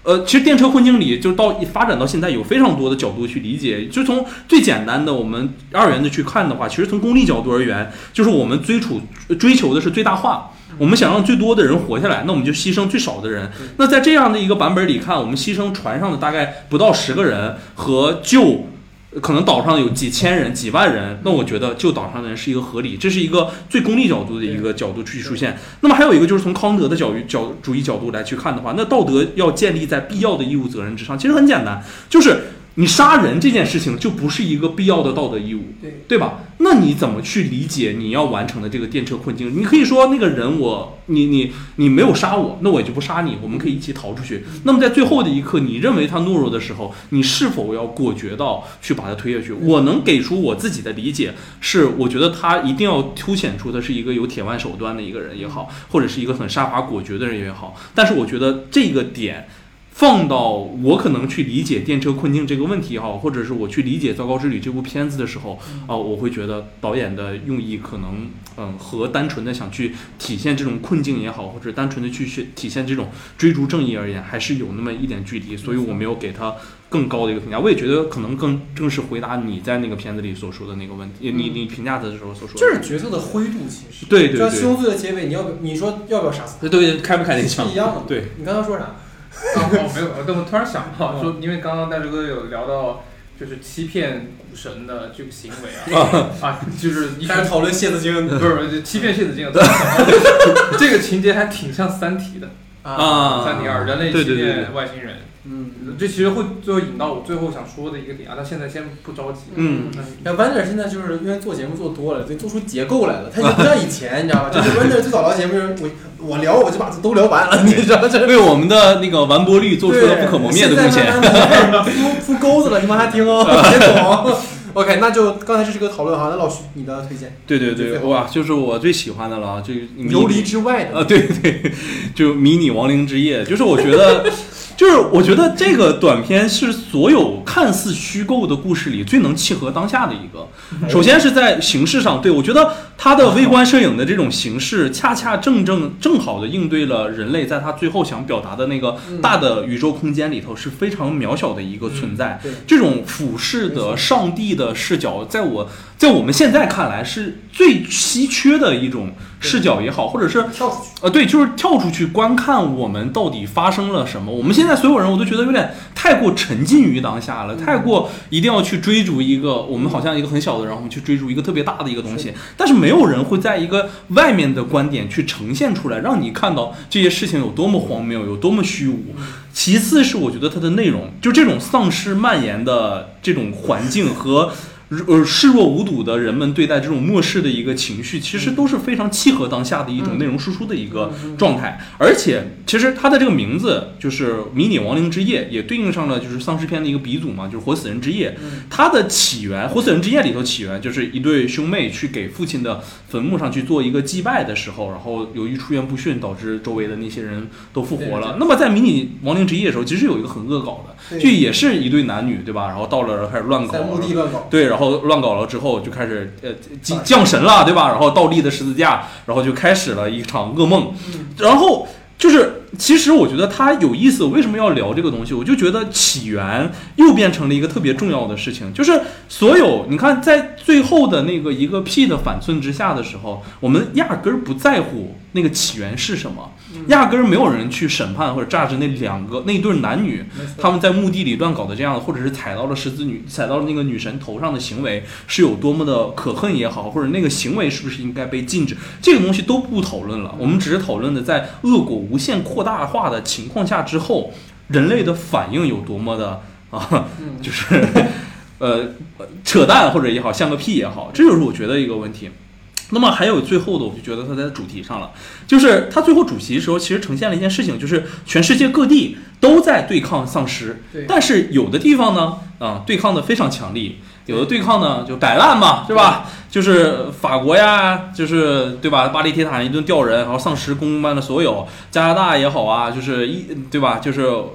其实电车困境里就发展到现在有非常多的角度去理解，就从最简单的我们2元的去看的话，其实从功利角度而言，就是我们追求的是最大化，我们想让最多的人活下来，那我们就牺牲最少的人。那在这样的一个版本里看，我们牺牲船上的大概不到10个人和救可能岛上有几千人几万人，那我觉得救岛上的人是一个合理，这是一个最功利角度的一个角度去出现。那么还有一个就是从康德的主义角度来去看的话，那道德要建立在必要的义务责任之上，其实很简单，就是你杀人这件事情就不是一个必要的道德义务，对吧？那你怎么去理解你要完成的这个电车困境？你可以说那个人你没有杀我，那我也就不杀你，我们可以一起逃出去。那么在最后的一刻，你认为他懦弱的时候，你是否要果决到去把他推下去？我能给出我自己的理解是，我觉得他一定要凸显出他是一个有铁腕手段的一个人也好，或者是一个很杀伐果决的人也好。但是我觉得这个点放到我可能去理解电车困境这个问题也好，或者是我去理解《糟糕之旅》这部片子的时候，我会觉得导演的用意可能和单纯的想去体现这种困境也好，或者单纯的去体现这种追逐正义而言，还是有那么一点距离，所以我没有给他更高的一个评价。我也觉得可能正是回答你在那个片子里所说的那个问题，你评价的时候所说的， 这是角色的灰度，其实对， 像《凶罪的结尾》，你说要不要杀死他？ 对，开不开那枪是一样的。 对， 你刚刚说啥？ 没有，但我突然想到说，因为刚刚戴哲哥有聊到，就是欺骗股神的这个行为就是一开始讨论蝎子精， 不是欺骗蝎子精，这个情节还挺像《三体》的三体2人类欺骗外星人。这其实会最后引到我最后想说的一个点但现在先不着急。 Wender 现在就是因为做节目做多了，所以做出结构来了。他就不像以前，你知道吧？就是 Wender 最早聊节目就是我聊我就把都聊完了，你知道吗？为我们的那个完播率做出了不可磨灭的贡献。 铺钩子了，你们还听哦？别懂。OK， 那就刚才这是个讨论哈，那老徐你的推荐？ 对，哇，就是我最喜欢的了，就游离之外的对，就迷你亡灵之夜，就是我觉得。就是我觉得这个短片是所有看似虚构的故事里最能契合当下的一个。首先是在形式上，对，我觉得它的微观摄影的这种形式，恰恰正好的应对了人类在他最后想表达的那个大的宇宙空间里头是非常渺小的一个存在。这种俯视的上帝的视角，在我们现在看来是最稀缺的一种视角也好，或者是跳出去， 对，就是跳出去观看我们到底发生了什么。我们现在所有人，我都觉得有点太过沉浸于当下了，太过一定要去追逐一个我们好像一个很小的人，我们去追逐一个特别大的一个东西，但是没有人会在一个外面的观点去呈现出来，让你看到这些事情有多么荒谬，有多么虚无。其次是我觉得它的内容，就这种丧尸蔓延的这种环境和视若无睹的人们对待这种末世的一个情绪，其实都是非常契合当下的一种内容输出的一个状态。而且其实它的这个名字就是迷你亡灵之夜，也对应上了就是丧尸片的一个鼻祖嘛，就是活死人之夜。它的起源，活死人之夜里头起源就是一对兄妹去给父亲的坟墓上去做一个祭拜的时候，然后由于出现不逊，导致周围的那些人都复活了。那么在迷你亡灵之夜的时候，其实有一个很恶搞的，就也是一对男女，对吧？然后到了开始乱搞， 在墓地乱搞， 对，然后乱搞了之后就开始降神了，对吧？然后倒立的十字架，然后就开始了一场噩梦。然后就是其实我觉得它有意思，为什么要聊这个东西？我就觉得起源又变成了一个特别重要的事情，就是所有你看在最后的那个一个屁的反寸之下的时候，我们压根儿不在乎那个起源是什么，压根儿没有人去审判或者榨汁那对男女他们在墓地里乱搞的这样的，或者是踩到了那个女神头上的行为是有多么的可恨也好，或者那个行为是不是应该被禁止，这个东西都不讨论了。我们只是讨论的在恶果无限扩大化的情况下之后，人类的反应有多么的就是扯淡或者也好，像个屁也好，这就是我觉得一个问题。那么还有最后的，我就觉得它在主题上了，就是它最后主题的时候，其实呈现了一件事情，就是全世界各地都在对抗丧尸，但是有的地方呢，对抗的非常强力，有的对抗呢就摆烂嘛，对吧？就是法国呀，就是对吧？巴黎铁塔一顿吊人，然后丧尸公般的所有，加拿大也好啊，就是对吧？就是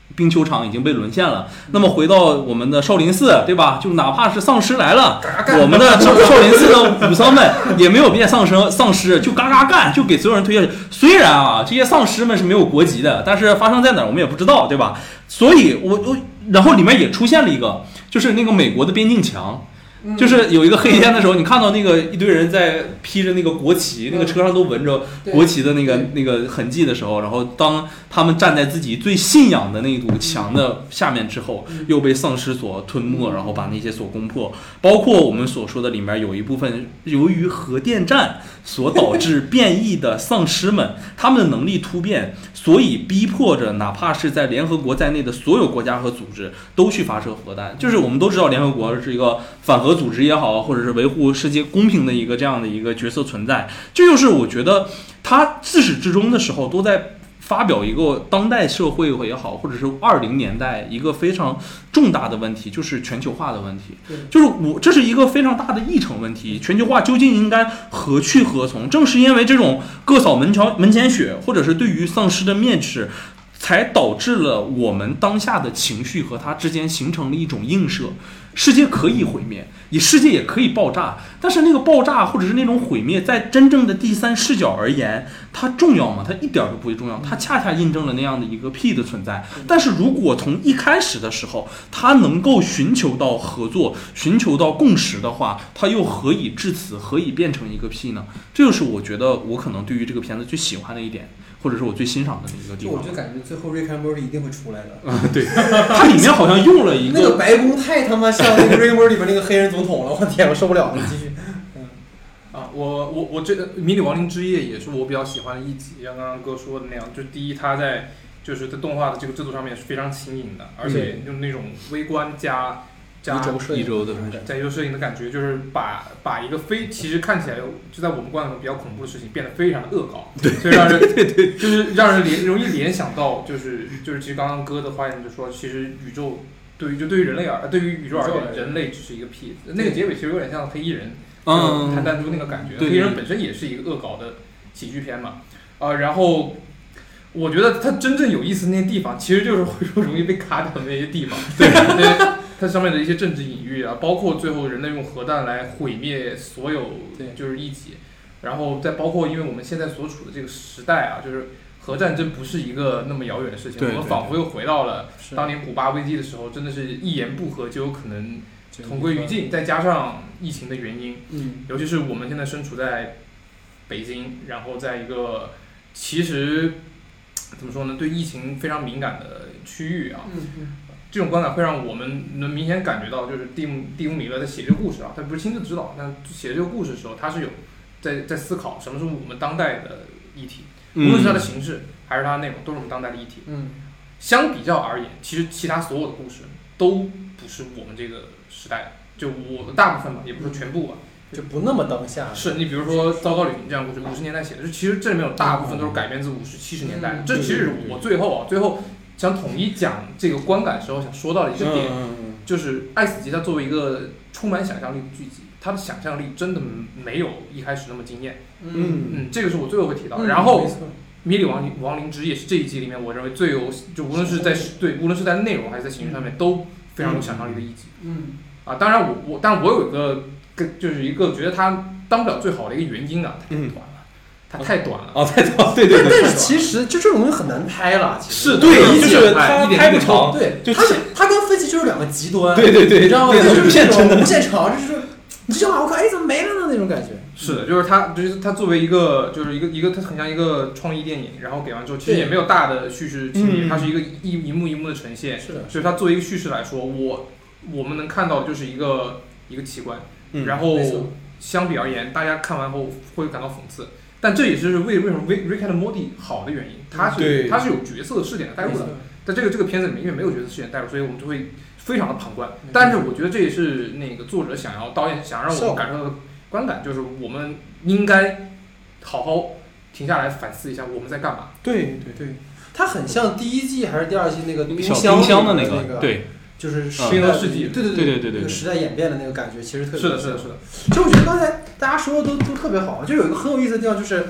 冰球场已经被沦陷了。那么回到我们的少林寺，对吧？就哪怕是丧尸来了，我们的少林寺的武僧们也没有变丧尸，就嘎嘎干，就给所有人推下去。虽然啊，这些丧尸们是没有国籍的，但是发生在哪儿我们也不知道，对吧？所以然后里面也出现了一个，就是那个美国的边境墙。就是有一个黑天的时候，你看到那个一堆人在披着那个国旗，那个车上都纹着国旗的那个痕迹的时候，然后当他们站在自己最信仰的那堵墙的下面之后，又被丧尸所吞没，然后把那些所攻破。包括我们所说的里面有一部分由于核电站所导致变异的丧尸们，他们的能力突变，所以逼迫着哪怕是在联合国在内的所有国家和组织都去发射核弹。就是我们都知道联合国是一个反核组织也好，或者是维护世界公平的一个这样的一个角色存在。这就是我觉得他自始至终的时候都在发表一个当代社会也好，或者是20年代一个非常重大的问题，就是全球化的问题。就是这是一个非常大的议程问题，全球化究竟应该何去何从？正是因为这种各扫门前雪，或者是对于丧尸的蔑视，才导致了我们当下的情绪和它之间形成了一种映射。世界可以毁灭，世界也可以爆炸，但是那个爆炸或者是那种毁灭，在真正的第三视角而言，它重要吗？它一点都不会重要，它恰恰印证了那样的一个屁的存在。但是如果从一开始的时候，它能够寻求到合作，寻求到共识的话，它又何以至此，何以变成一个屁呢？这就是我觉得我可能对于这个片子最喜欢的一点，或者是我最欣赏的一个地方。 我就感觉最后Rick and Morty一定会出来的。 对，它里面好像用了一个那个白宫太他妈像那个Rick and Morty里面那个黑人总统了，我天，我受不了了。继续。 我这《迷你亡灵之夜》也是我比较喜欢的一集，像刚刚哥说的那样，就是第一，它在动画的这个制作上面是非常新颖的，而且用那种微观加一周的在一周摄影的感觉，就是把一个其实看起来就在我们观点中比较恐怖的事情变得非常的恶搞， 对， 所以让人对，就是让人容易联想到，就是其实刚刚哥的话言就说，其实宇宙对于人类对于宇宙而言，人类只是一个屁。那个结尾其实有点像黑衣人，弹弹珠那个感觉。黑衣人本身也是一个恶搞的喜剧片嘛，然后我觉得它真正有意思的那些地方，其实就是会容易被卡掉的那些地方。对。它上面的一些政治隐喻啊，包括最后人类用核弹来毁灭所有就是异己，然后再包括因为我们现在所处的这个时代啊，就是核战争不是一个那么遥远的事情，我们仿佛又回到了当年古巴危机的时候，真的是一言不合就有可能同归于尽，再加上疫情的原因，尤其是我们现在身处在北京，然后在一个其实怎么说呢，对疫情非常敏感的区域啊。这种观感会让我们能明显感觉到，就是蒂姆·米勒在写这个故事啊，他不是亲自指导，但写这个故事的时候，他是有在思考什么是我们当代的议题，无论是它的形式还是它的内容，都是我们当代的议题。相比较而言，其实其他所有的故事都不是我们这个时代的，就我的大部分吧，也不是全部吧， 就不那么当下。 是你比如说《糟糕旅行》这样的故事，50年代写的，其实这里面有大部分都是改编自50、70年代的。这其实是我最后想统一讲这个观感的时候想说到的一个点，就是《爱死机》它作为一个充满想象力的剧集，它的想象力真的没有一开始那么惊艳。这个是我最后会提到。然后《迷你亡灵之夜》是这一集里面我认为最有，就无论是在内容还是在形式上面都非常有想象力的一集。当然但我有就是一个觉得它当不了最好的一个原因啊，它太短了。 太短，对。 但是其实就这种东西很难拍了，其实是对，就是它拍不长， 对，它跟分析就是两个极端， 对， 你知道吗？就是无限长， 就是你这马我靠，怎么没了呢？那种感觉。 是的，就是它作为一个它很像一个创意电影，然后给完之后其实也没有大的叙事情节，它是一个一幕一幕的呈现。 是的， 所以它作为一个叙事来说，我们能看到的就是一个奇观，然后相比而言，大家看完后会感到讽刺。但这也是为什么 Rick and Morty 好的原因，它是有角色视点的带入的，在这个片子里面因为没有角色视点带入，所以我们就会非常的旁观。但是我觉得这也是那个作者导演想让我们感受到的观感，就是我们应该好好停下来反思一下我们在干嘛。 对， 它很像第一季还是第二季那个冰箱的那个，对。 就是冰河世纪， 对，时代演变的那个感觉，其实特别是的。 其实我觉得刚才大家说的都特别好，就有一个很有意思的地方，就是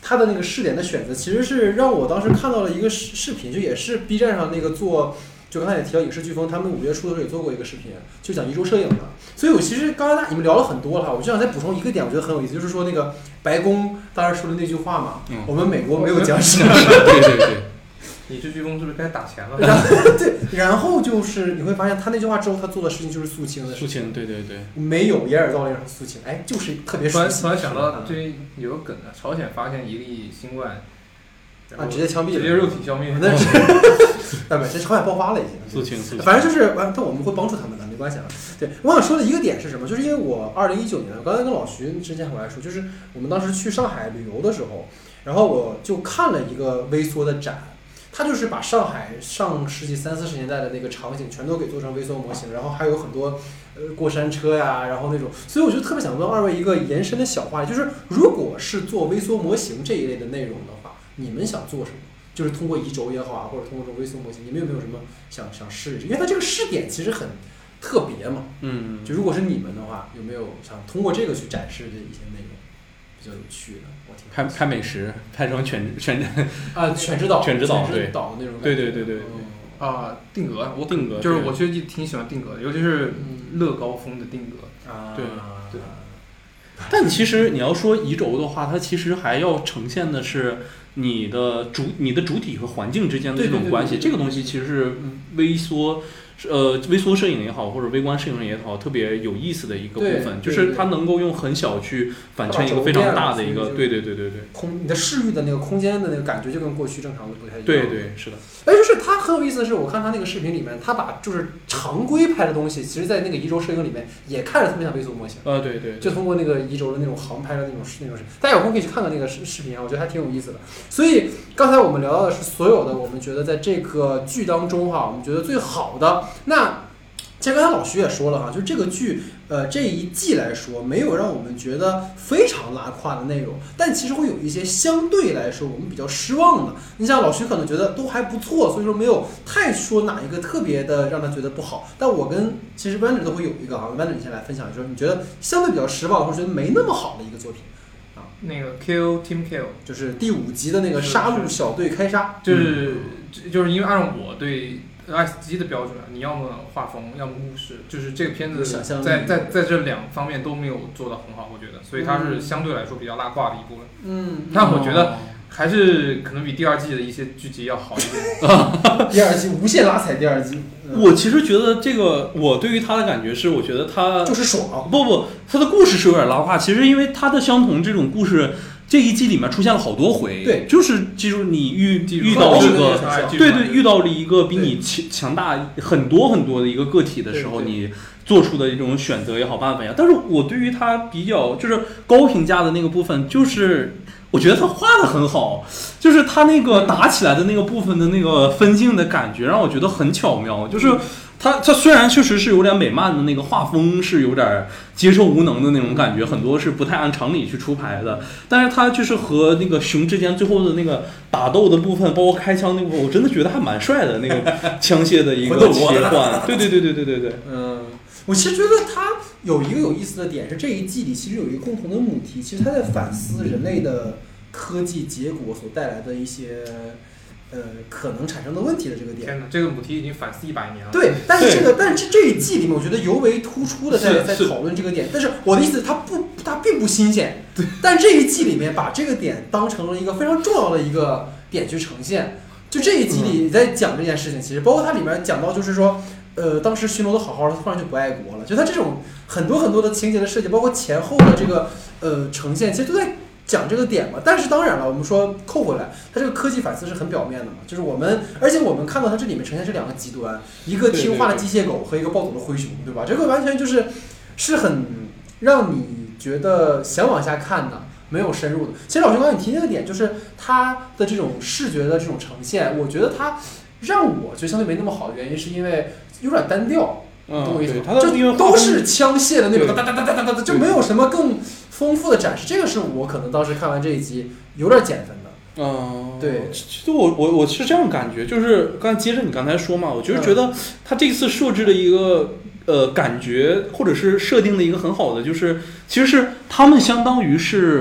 它的那个试点的选择，其实是让我当时看到了一个视频，就也是 B 站上那个做。就刚才也提到影视飓风，他们5月初的时候也做过一个视频，就讲一周摄影的。所以我其实刚才你们聊了很多了，我就想再补充一个点，我觉得很有意思，就是说那个白宫当时说的那句话嘛，我们美国没有僵尸。 对。 影视飓风是不是该打钱了？ 对，然后就是你会发现他那句话之后，他做的事情就是肃清的事情。 肃清，对。 没有掩耳盗铃上肃清，哎，就是特别熟悉。 突然想到，这有个梗啊，朝鲜发现1例新冠。 直接枪毙了， 直接肉体消灭。 那是，不，这朝鲜爆发了已经。 肃清。 反正就是，但我们会帮助他们的，没关系啊。对，我想说的一个点是什么？就是因为我2019年，我刚才跟老徐之前我来说，就是我们当时去上海旅游的时候，然后我就看了一个微缩的展，它就是把上海上世纪30、40年代的那个场景全都给做成微缩模型，然后还有很多过山车呀，然后那种，所以我就特别想问2位一个延伸的小话题，就是如果是做微缩模型这一类的内容的话，你们想做什么？就是通过移轴也好啊，或者通过这种微缩模型，你们有没有什么想试？因为它这个试点其实很特别嘛。就如果是你们的话，有没有想通过这个去展示的一些内容比较有趣的？我挺拍美食，拍成全指导对的那种感觉。 对。 定格， 定格就是我其实挺喜欢定格的，尤其是乐高风的定格。 对。但其实你要说移轴的话，它其实还要呈现的是你的主体和环境之间的这种关系。这个东西其实是微缩摄影也好，或者微观摄影也好，特别有意思的一个部分，就是它能够用很小去反衬一个非常大的一个，对。 你的视域的那个空间的那个感觉就跟过去正常的不太一样。 对，是的。 就是它很有意思的是，我看他那个视频里面，他把就是常规拍的东西，其实在那个移轴摄影里面也看着特别像微缩模型。 对。 就通过那个移轴的那种航拍的那种，大家有空可以去看看那个视频啊，我觉得还挺有意思的。所以刚才我们聊到的是所有的我们觉得在这个剧当中哈，我们觉得最好的。那其实刚才老徐也说了哈，就是这个剧这一季来说，没有让我们觉得非常拉胯的内容，但其实会有一些相对来说我们比较失望的。你像老徐可能觉得都还不错，所以说没有太说哪一个特别的让他觉得不好。但我跟其实 Wander 都会有一个哈，Wander 你先来分享一下，你觉得相对比较失望或者觉得没那么好的一个作品啊？ 那个 Team Kill 就是第5集的那个杀戮小队开杀， 就是因为按照我对ISG 的标准，你要么画风，要么故事，就是这个片子在这2方面都没有做到很好，我觉得，所以它是相对来说比较拉胯的一部分。但我觉得还是可能比第2季的一些剧集要好一点。 第2季无限拉踩，第2季。 我其实觉得这个，我对于他的感觉是，我觉得他就是爽。 不，他的故事是有点拉胯。其实因为他的相同这种故事。这一季里面出现了好多回， 对， 就是你遇到一个，对，遇到了一个比你强大很多的一个个体的时候，你做出的一种选择也好，办法呀。但是我对于他比较就是高评价的那个部分，就是我觉得他画的很好，就是他那个打起来的那个部分的那个分镜的感觉，让我觉得很巧妙，就是。它虽然确实是有点美漫的那个画风是有点接受无能的那种感觉，很多是不太按常理去出牌的，但是它就是和那个熊之间最后的那个打斗的部分，包括开枪那部分，我真的觉得还蛮帅的，那个枪械的一个切换。对。 我其实觉得它有一个有意思的点是，这一季里其实有一个共同的母题，其实它在反思人类的科技结果所带来的一些。可能产生的问题的这个点， 天哪，这个母题已经反思100年了。 对，但是这一季里面，我觉得尤为突出的在讨论这个点。但是我的意思，它并不新鲜。 对， 但这一季里面把这个点当成了一个非常重要的一个点去呈现。就这一季里在讲这件事情，其实包括它里面讲到，就是说，当时巡逻的好好的，他突然就不爱国了。就它这种很多的情节的设计，包括前后的这个呈现，其实都在。讲这个点嘛，但是当然了，我们说扣回来，它这个科技反思是很表面的嘛，就是而且我们看到它这里面呈现是2个极端，一个听话的机械狗和一个暴走的灰熊，对吧？这个完全是很让你觉得想往下看的，没有深入的。其实老师刚才你提那个点，就是它的这种视觉的这种呈现，我觉得它让我觉得相对没那么好的原因，是因为有点单调。懂我意思吗？就都是枪械的那种哒哒哒哒哒哒，就没有什么更丰富的展示。这个是我可能当时看完这一集有点减分的。对， 其实我是这样感觉，就是刚才接着你刚才说嘛，我就是觉得他这次设置的一个感觉或者是设定的一个很好的，就是其实是他们相当于是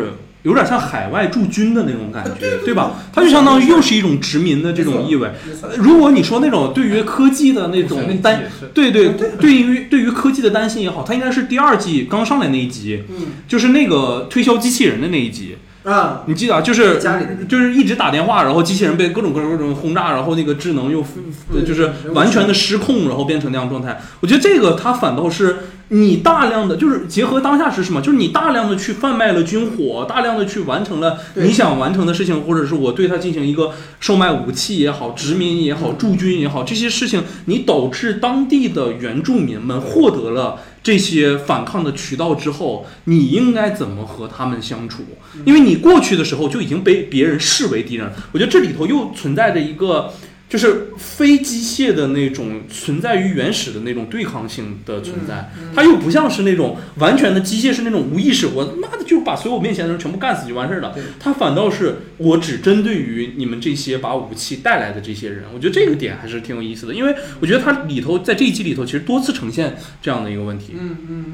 有点像海外驻军的那种感觉，对吧？它就相当于又是一种殖民的这种意味。如果你说那种对于科技的那种对于科技的担心也好，它应该是第2季刚上来那一集，就是那个推销机器人的那一集。你记得就是一直打电话，然后机器人被各种轰炸，然后那个智能又就是完全的失控，然后变成那样状态。我觉得这个它反倒是你大量的就是结合当下是什么，就是你大量的去贩卖了军火，大量的去完成了你想完成的事情，或者是我对它进行一个售卖武器也好，殖民也好，驻军也好，这些事情你导致当地的原住民们获得了这些反抗的渠道之后，你应该怎么和他们相处？因为你过去的时候就已经被别人视为敌人。我觉得这里头又存在着一个就是非机械的那种存在于原始的那种对抗性的存在，它又不像是那种完全的机械，是那种无意识，我妈的就把所有面前的人全部干死就完事了。它反倒是我只针对于你们这些把武器带来的这些人。我觉得这个点还是挺有意思的，因为我觉得它里头在这一季里头其实多次呈现这样的一个问题。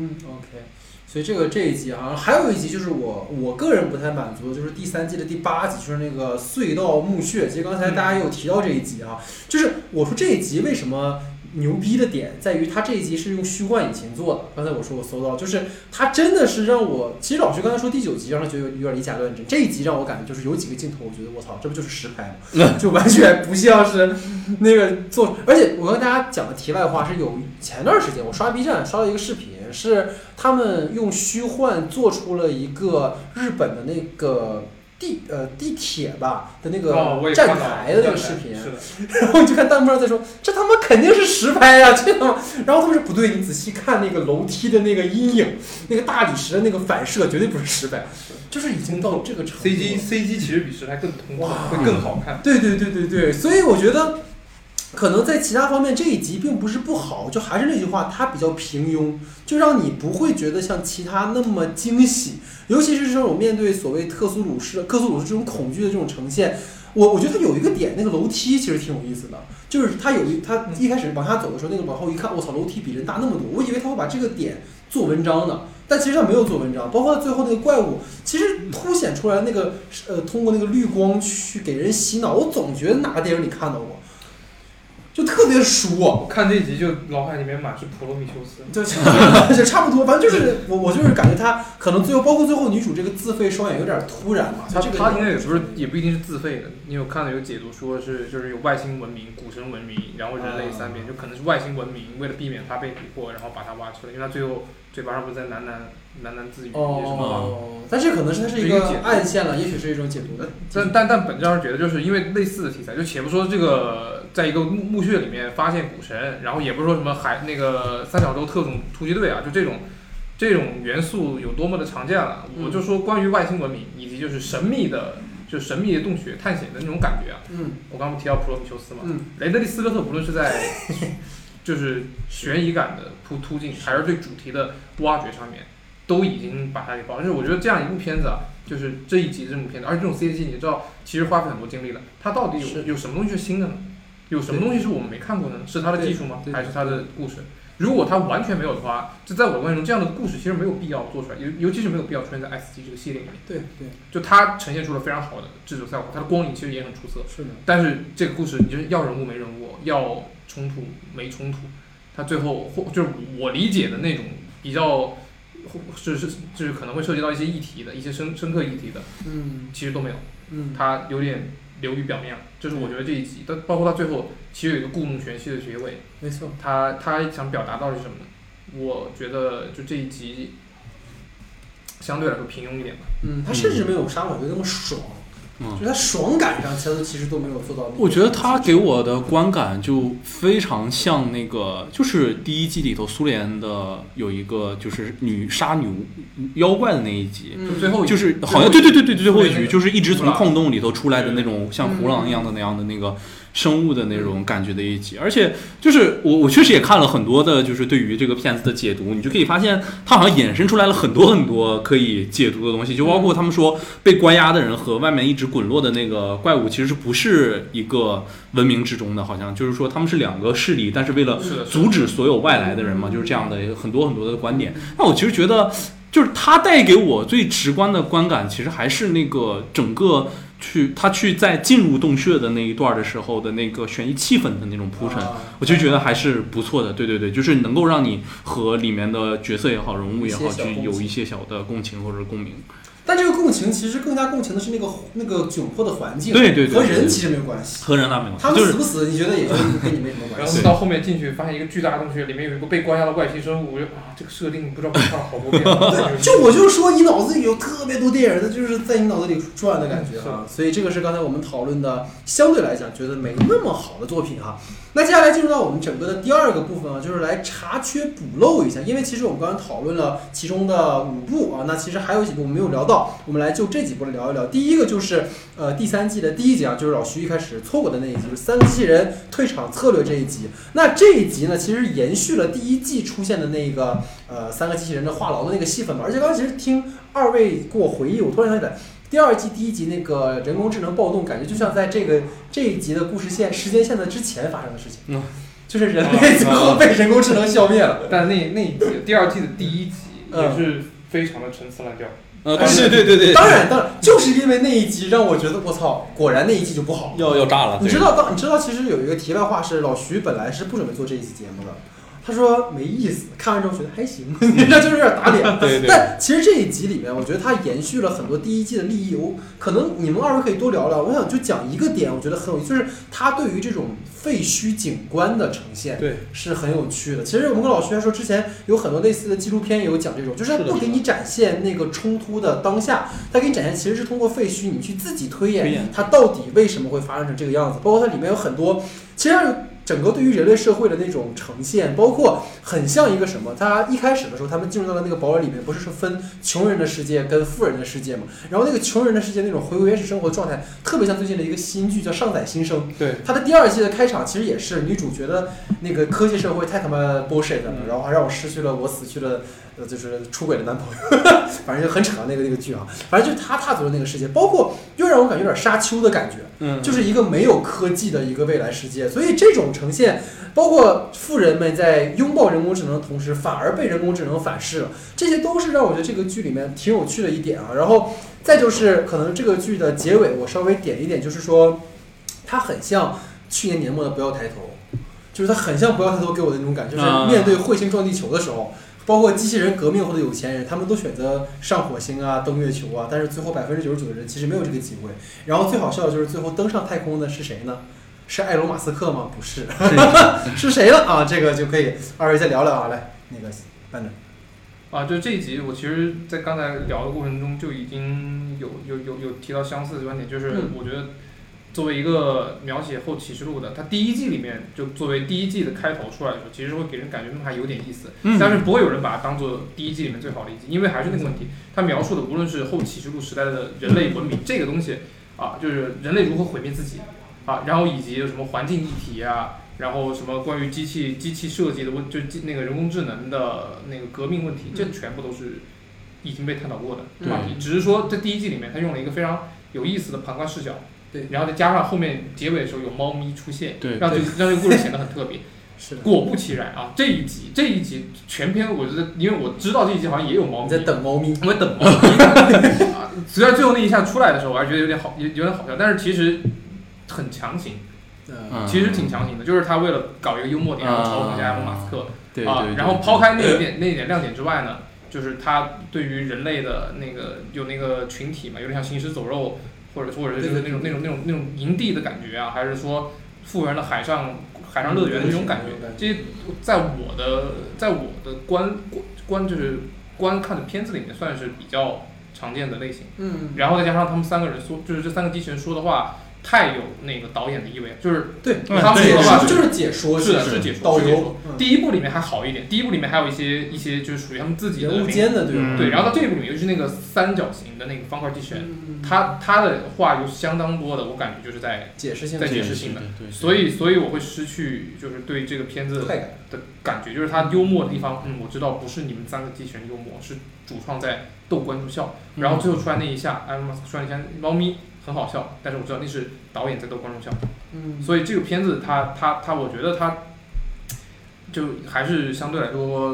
OK。所以这一集啊，还有一集就是我个人不太满足，就是第3季的第8集，就是那个隧道墓穴。其实刚才大家也有提到这一集啊，就是我说这一集为什么牛逼的点在于它这一集是用虚幻引擎做的。刚才我说我搜到，就是它真的是让我，其实老师刚才说第9集让他觉得有点以假乱真，这一集让我感觉就是有几个镜头，我觉得我操，这不就是实拍吗？就完全不像是那个做。而且我跟大家讲的题外话是，有前段时间我刷 B 站刷到一个视频，是他们用虚幻做出了一个日本的那个地铁吧的那个站台的那个视频，然后你就看弹幕上在说这他妈肯定是实拍啊，这他妈，然后他们说不对，你仔细看那个楼梯的那个阴影，那个大理石的那个反射绝对不是实拍，就是已经到这个程度。 CG 其实比实拍更通透，会更好看。 对，所以我觉得可能在其他方面这一集并不是不好，就还是那句话，它比较平庸，就让你不会觉得像其他那么惊喜。尤其是这种面对所谓克苏鲁式这种恐惧的这种呈现，我觉得它有一个点，那个楼梯其实挺有意思的，就是它一开始往下走的时候，那个往后一看，我操，楼梯比人大那么多，我以为他会把这个点做文章呢，但其实他没有做文章。包括最后那个怪物，其实凸显出来那个通过那个绿光去给人洗脑，我总觉得哪个电影里看到过。就特别熟， 我看这一集就脑海里面满是普罗米修斯， 就差不多，反正就是我就是感觉他可能包括最后女主这个自费双眼有点突然嘛， 他应该也不一定是自费的，你有看到有解读说是就是有外星文明、古神文明，然后人类3边，就可能是外星文明为了避免他被迷惑，然后把他挖出来，因为他最后嘴巴上不是在喃喃自语什么但这可能是它是一个暗线了，也许是一种解读的。 但本质上觉得就是因为类似的题材，就且不说这个在一个墓穴里面发现古神，然后也不是说什么那个三角洲特种突击队啊，就这种元素有多么的常见了。我就说关于外星文明以及就是神秘的洞穴探险的那种感觉啊。我刚刚不提到普罗米修斯嘛，雷德利·斯科特不论是在就是悬疑感的突进，还是对主题的挖掘上面，都已经把它给包了。就是我觉得这样一部片子啊，就是这一集这部片子，而且这种 CG 你知道，其实花费很多精力的。它到底有什么东西是新的呢？有什么东西是我们没看过的呢？是它的技术吗？还是它的故事？如果它完全没有的话，就在我的观点中，这样的故事其实没有必要做出来，尤其是没有必要出现在 SG 这个系列里面。 对， 就它呈现出了非常好的制作效果，它的光影其实也很出色。 是的。 但是这个故事，你就是要人物没人物，要冲突没冲突，它最后就是我理解的那种比较，就是可能会涉及到一些议题的一些深刻议题的，其实都没有。它有点流于表面了。这是我觉得这一集，包括它最后其实有一个故弄玄虚的结尾。 没错。 他想表达到的是什么呢？我觉得就这一集相对来说平庸一点吧。 他甚至没有杀戮队那么爽。就它爽感上，其实都没有做到。 我觉得它给我的观感就非常像那个，就是第一季里头苏联的有一个就是杀女妖怪的那一集， 最后就是好像对，最后一局就是一直从矿洞里头出来的那种像胡狼一样的那样的那个生物的那种感觉的一集。而且就是我确实也看了很多的，就是对于这个片子的解读，你就可以发现它好像衍生出来了很多可以解读的东西，就包括他们说被关押的人和外面一直滚落的那个怪物其实不是一个文明之中的，好像就是说他们是两个势力，但是为了阻止所有外来的人嘛，就是这样的很多的观点。那我其实觉得就是它带给我最直观的观感，其实还是那个整个他去在进入洞穴的那一段的时候的那个悬疑气氛的那种铺陈，我就觉得还是不错的。对对对，就是能够让你和里面的角色也好，人物也好，去有一些小的共情或者共鸣。 但这个共情其实更加共情的是那个窘迫的环境， 对对对， 和人其实没有关系， 和人那没关系， 他们死不死，你觉得也就跟你没什么关系。 然后到后面进去发现一个巨大的洞穴，里面有一个被关押的外星生物，我就这个设定不知道看了好多遍。 对，就我就说你脑子里有特别多电影，它就是在你脑子里转的感觉啊。所以这个是刚才我们讨论的，相对来讲觉得没那么好的作品哈。那接下来进入到我们整个的第二个部分啊，就是来查缺补漏一下，因为其实我们刚才讨论了其中的5部啊，那其实还有几部我们没有聊到，我们来就这几部来聊一聊。第一个就是第3季的第1集啊，就是老徐一开始错过的那一集，就是3个机器人退场策略这一集。那这一集呢，其实延续了第1季出现的那个3个机器人的话痨的那个戏份嘛，而且刚才其实听2位给我回忆，我突然想起来。第2季第1集那个人工智能暴动，感觉就像在这一集的故事线时间线的之前发生的事情，就是人类最后被人工智能消灭了。 但那一集第2季的第1集也是非常的陈词滥调。 对， 当然，就是因为那一集让我觉得我操，果然那一集就不好， 要炸了。 你知道，其实有一个题外话是，老徐本来是不准备做这一期节目的。他说没意思，看完之后觉得还行，那就是有点打脸。 对。 但其实这一集里面，我觉得它延续了很多第1季的立意。可能你们2位可以多聊聊。我想就讲一个点，我觉得很有意思，就是它对于这种废墟景观的呈现， 对， 是很有趣的。其实我们跟老徐还说，之前有很多类似的纪录片也有讲这种，就是它不给你展现那个冲突的当下，它给你展现其实是通过废墟，你去自己推演它到底为什么会发生成这个样子。包括它里面有很多，其实整个对于人类社会的那种呈现，包括很像一个什么，他一开始的时候，他们进入到了那个堡垒里面，不是说分穷人的世界跟富人的世界嘛？然后那个穷人的世界那种回归原始生活的状态，特别像最近的一个新剧叫《上载新生》。 对， 它的第2季的开场其实也是女主觉得那个科技社会太他妈 bullshit 了，然后还让我失去了我死去了就是出轨的男朋友，反正就很扯那个剧啊，反正就是他踏足了那个世界，包括又让我感觉有点沙丘的感觉，就是一个没有科技的一个未来世界，所以这种呈现，包括富人们在拥抱人工智能的同时，反而被人工智能反噬了，这些都是让我觉得这个剧里面挺有趣的一点啊。然后再就是可能这个剧的结尾，我稍微点一点，就是说它很像去年年末的《不要抬头》，就是它很像《不要抬头》给我的那种感觉，就是面对彗星撞地球的时候。包括机器人革命后的有钱人，他们都选择上火星啊、登月球啊，但是最后99%的人其实没有这个机会。然后最好笑的就是最后登上太空的是谁呢？是埃隆·马斯克吗？不是，是谁了啊？这个就可以2位再聊聊啊，来，那个班长。 啊，就这一集，我其实，在刚才聊的过程中就已经有提到相似的观点，就是我觉得作为一个描写后启示录的，它第1季里面就作为第1季的开头出来的时候，其实会给人感觉还有点意思，但是不会有人把它当做第1季里面最好的一集，因为还是那个问题，它描述的无论是后启示录时代的人类文明这个东西啊，就是人类如何毁灭自己啊，然后以及什么环境议题啊。然后什么关于机器设计的就那个人工智能的那个革命问题，这全部都是已经被探讨过的话题。只是说在第1季里面，他用了一个非常有意思的旁观视角， 对， 然后再加上后面结尾的时候有猫咪出现， 对， 让这个故事显得很特别。 是的。 果不其然啊，这一集全篇，我觉得，因为我知道这一集好像也有猫咪， 在等猫咪， 我在等猫咪。虽然最后那一下出来的时候，我还觉得有点好笑，但是其实很强行。其实挺强行的，就是他为了搞一个幽默点，然后嘲讽一下埃隆·马斯克然后抛开那一点亮点之外呢，就是他对于人类的有那个群体嘛，有点像行尸走肉，或者是就是那种营地的感觉啊，还是说富人的海上乐园的那种感觉，这些在我的就是观看的片子里面算是比较常见的类型。然后再加上他们3个人就是这3个机器人说的话。太有那个导演的意味，就是对他们说的话就是解说， 是解说， 导游。 第1部里面还好一点，第1部里面还有一些就是属于他们自己的人物间的对，然后到这一部里面，尤其是那个3角形的那个方块机器人，他的话有相当多的，我感觉就是在解释性的，所以我会失去就是对这个片子的感觉，就是它幽默的地方，我知道不是你们3个机器人幽默，是主创在逗观众笑，然后最后出来那一下，埃隆·马斯克出来一下猫咪。很好笑，但是我知道那是导演在逗观众笑，所以这个片子它，我觉得它就还是相对来说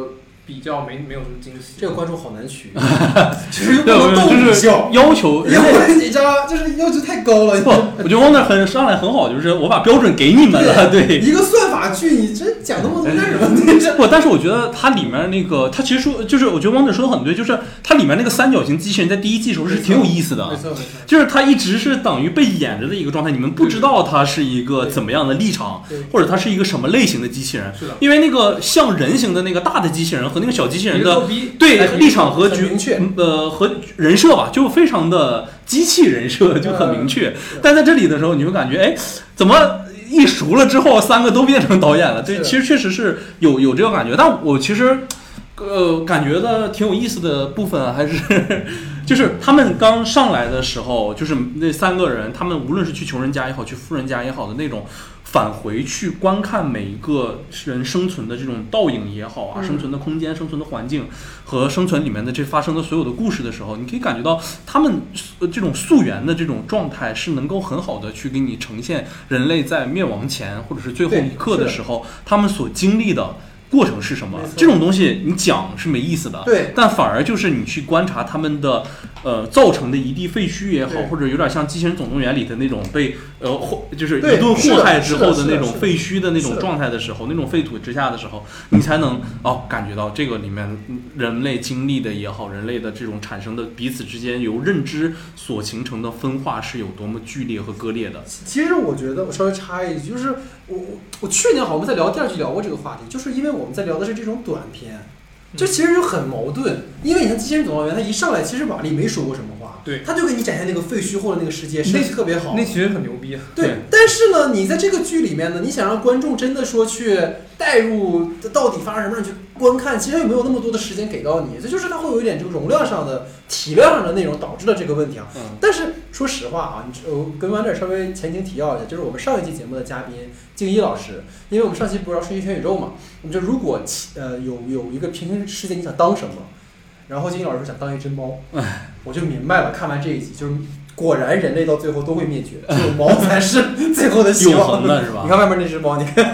比较没有什么惊喜。 这个观众好难取，就是不能逗你笑， 要求你知道，就是要求太高了。 不，我觉得汪德上来很好，就是我把标准给你们了，对。 一个算法剧，你这讲那么多干什么？ 不，但是我觉得它里面那个，它其实说就是，我觉得汪德说的很对，就是它里面那个三角形机器人在第一季时候是挺有意思的， 没错， 就是它一直是等于被演着的一个状态，你们不知道它是一个怎么样的立场，或者它是一个什么类型的机器人， 是的， 因为那个像人形的那个大的机器人和那个小机器人的对立场和和人设吧，就非常的机器人设就很明确，但在这里的时候你会感觉，哎，怎么一熟了之后三个都变成导演了？对，其实确实是有这个感觉，但我其实感觉的挺有意思的部分还是就是他们刚上来的时候，就是那三个人，他们无论是去穷人家也好，去富人家也好的那种返回去观看每一个人生存的这种倒影也好啊，生存的空间、生存的环境和生存里面的这发生的所有的故事的时候，你可以感觉到他们这种溯源的这种状态是能够很好的去给你呈现人类在灭亡前或者是最后一刻的时候他们所经历的过程是什么？这种东西你讲是没意思的， 对， 但反而就是你去观察他们的造成的一地废墟也好，或者有点像《机器人总动员》里的那种被就是一顿祸害之后的那种废墟的那种状态的时候，那种废土之下的时候，你才能感觉到这个里面人类经历的也好，人类的这种产生的彼此之间由认知所形成的分化是有多么剧烈和割裂的。 其实我觉得我稍微插一句，就是我去年好像我们在聊第二季聊过这个话题，就是因为我们在聊的是这种短片。就其实就很矛盾，因为你看《机器人总动员》，他一上来其实瓦力没说过什么话， 对， 他就给你展现那个废墟后的那个世界，设计特别好， 那其实很牛逼。 对，但是呢，你在这个剧里面呢，你想让观众真的说去带入到底发生什么，让你去观看，其实也没有那么多的时间给到你，这就是它会有一点这个容量上的、体量上的内容导致了这个问题啊。但是说实话啊，跟完这稍微前情提要一下，就是我们上一期节目的嘉宾静一老师，因为我们上期不是要瞬息全宇宙嘛，我们就如果有一个平行世界你想当什么，然后静一老师说想当一只猫，我就明白了，看完这一集就是。果然，人类到最后都会灭绝，只有猫才是最后的希望。 永恒的是吧？ 你看外面那只猫，你看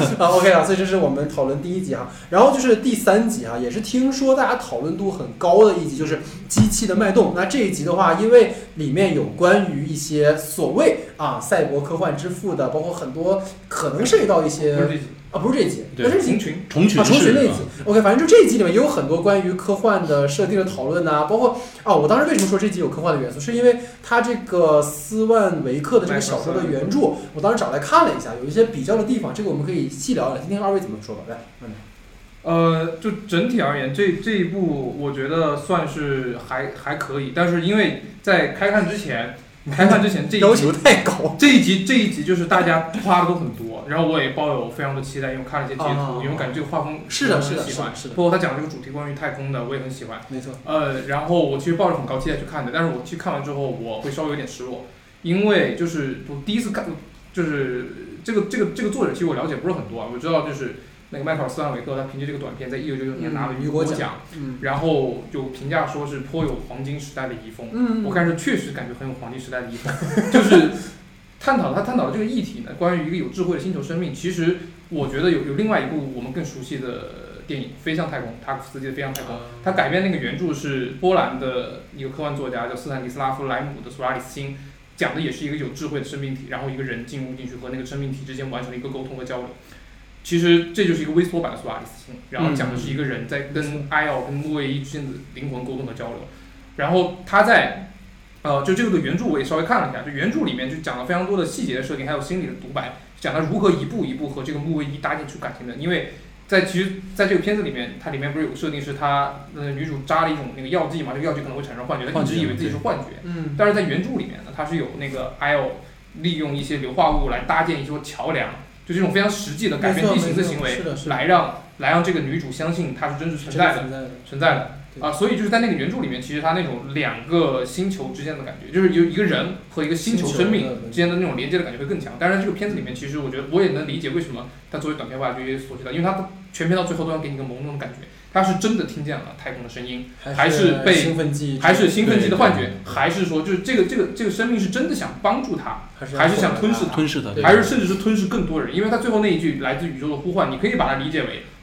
OK 啊，所以这是我们讨论第一集哈。然后就是第三集哈，也是听说大家讨论度很高的一集，就是机器的脉动。那这一集的话，因为里面有关于一些所谓赛博科幻之父的，包括很多可能涉及到一些。不是这一集，那是虫群那一集。OK， 反正就这一集里面也有很多关于科幻的设定的讨论呐，包括我当时为什么说这集有科幻的元素，是因为它这个斯万维克的这个小说的原著，我当时找来看了一下，有一些比较的地方，这个我们可以细聊聊，听听二位怎么说吧。 来，就整体而言，这一部我觉得算是还可以，但是因为在开看之前这一集要求太高， 这一集就是大家夸的都很多，然后我也抱有非常的期待，因为看了一些截图，因为感觉这个画风是的， 喜欢，包括他讲这个主题关于太空的，我也很喜欢， 没错。 然后我其实抱着很高期待去看的，但是我去看完之后，我会稍微有点失落，因为就是我第一次看，就是这个作者其实我了解不是很多啊，我知道就是那个迈克尔·斯万维克，他凭借这个短片在1999年拿了雨果奖，然后就评价说是颇有黄金时代的遗风。我看是确实感觉很有黄金时代的遗风，就是他探讨的这个议题呢，关于一个有智慧的星球生命。其实我觉得有另外一部我们更熟悉的电影《飞向太空》，塔可夫斯基的《飞向太空》，他改编那个原著是波兰的一个科幻作家叫斯坦尼斯拉夫·莱姆的《索拉里斯星》，讲的也是一个有智慧的生命体，然后一个人进入进去和那个生命体之间完成了一个沟通和交流。其实这就是一个微缩版的索拉里斯星，然后讲的是一个人在跟埃奥跟木卫一之间的灵魂沟通和交流。然后他在就这个的原著我也稍微看了一下，就原著里面就讲了非常多的细节的设定，还有心理的独白，讲他如何一步一步和这个木卫一搭建出感情的。因为其实在这个片子里面，它里面不是有个设定是他女主扎了一种那个药剂嘛，这个药剂可能会产生幻觉，她一直以为自己是幻觉。但是在原著里面呢，它是有那个埃奥利用一些硫化物来搭建一座桥梁。就这种非常实际的改变地形的行为，来让这个女主相信她是真实存在的所以就是在那个原著里面，其实它那种两个星球之间的感觉，就是有一个人和一个星球生命之间的那种连接的感觉会更强。当然，这个片子里面其实我觉得我也能理解为什么它作为短片化就所知道，因为它全片到最后都要给你一个朦胧的感觉。他是真的听见了太空的声音，还是被兴奋剂的幻觉，还是说就是这个生命是真的想帮助他，还是想吞噬他，还是甚至是吞噬更多人？因为他最后那一句来自宇宙的呼唤，你可以把它理解为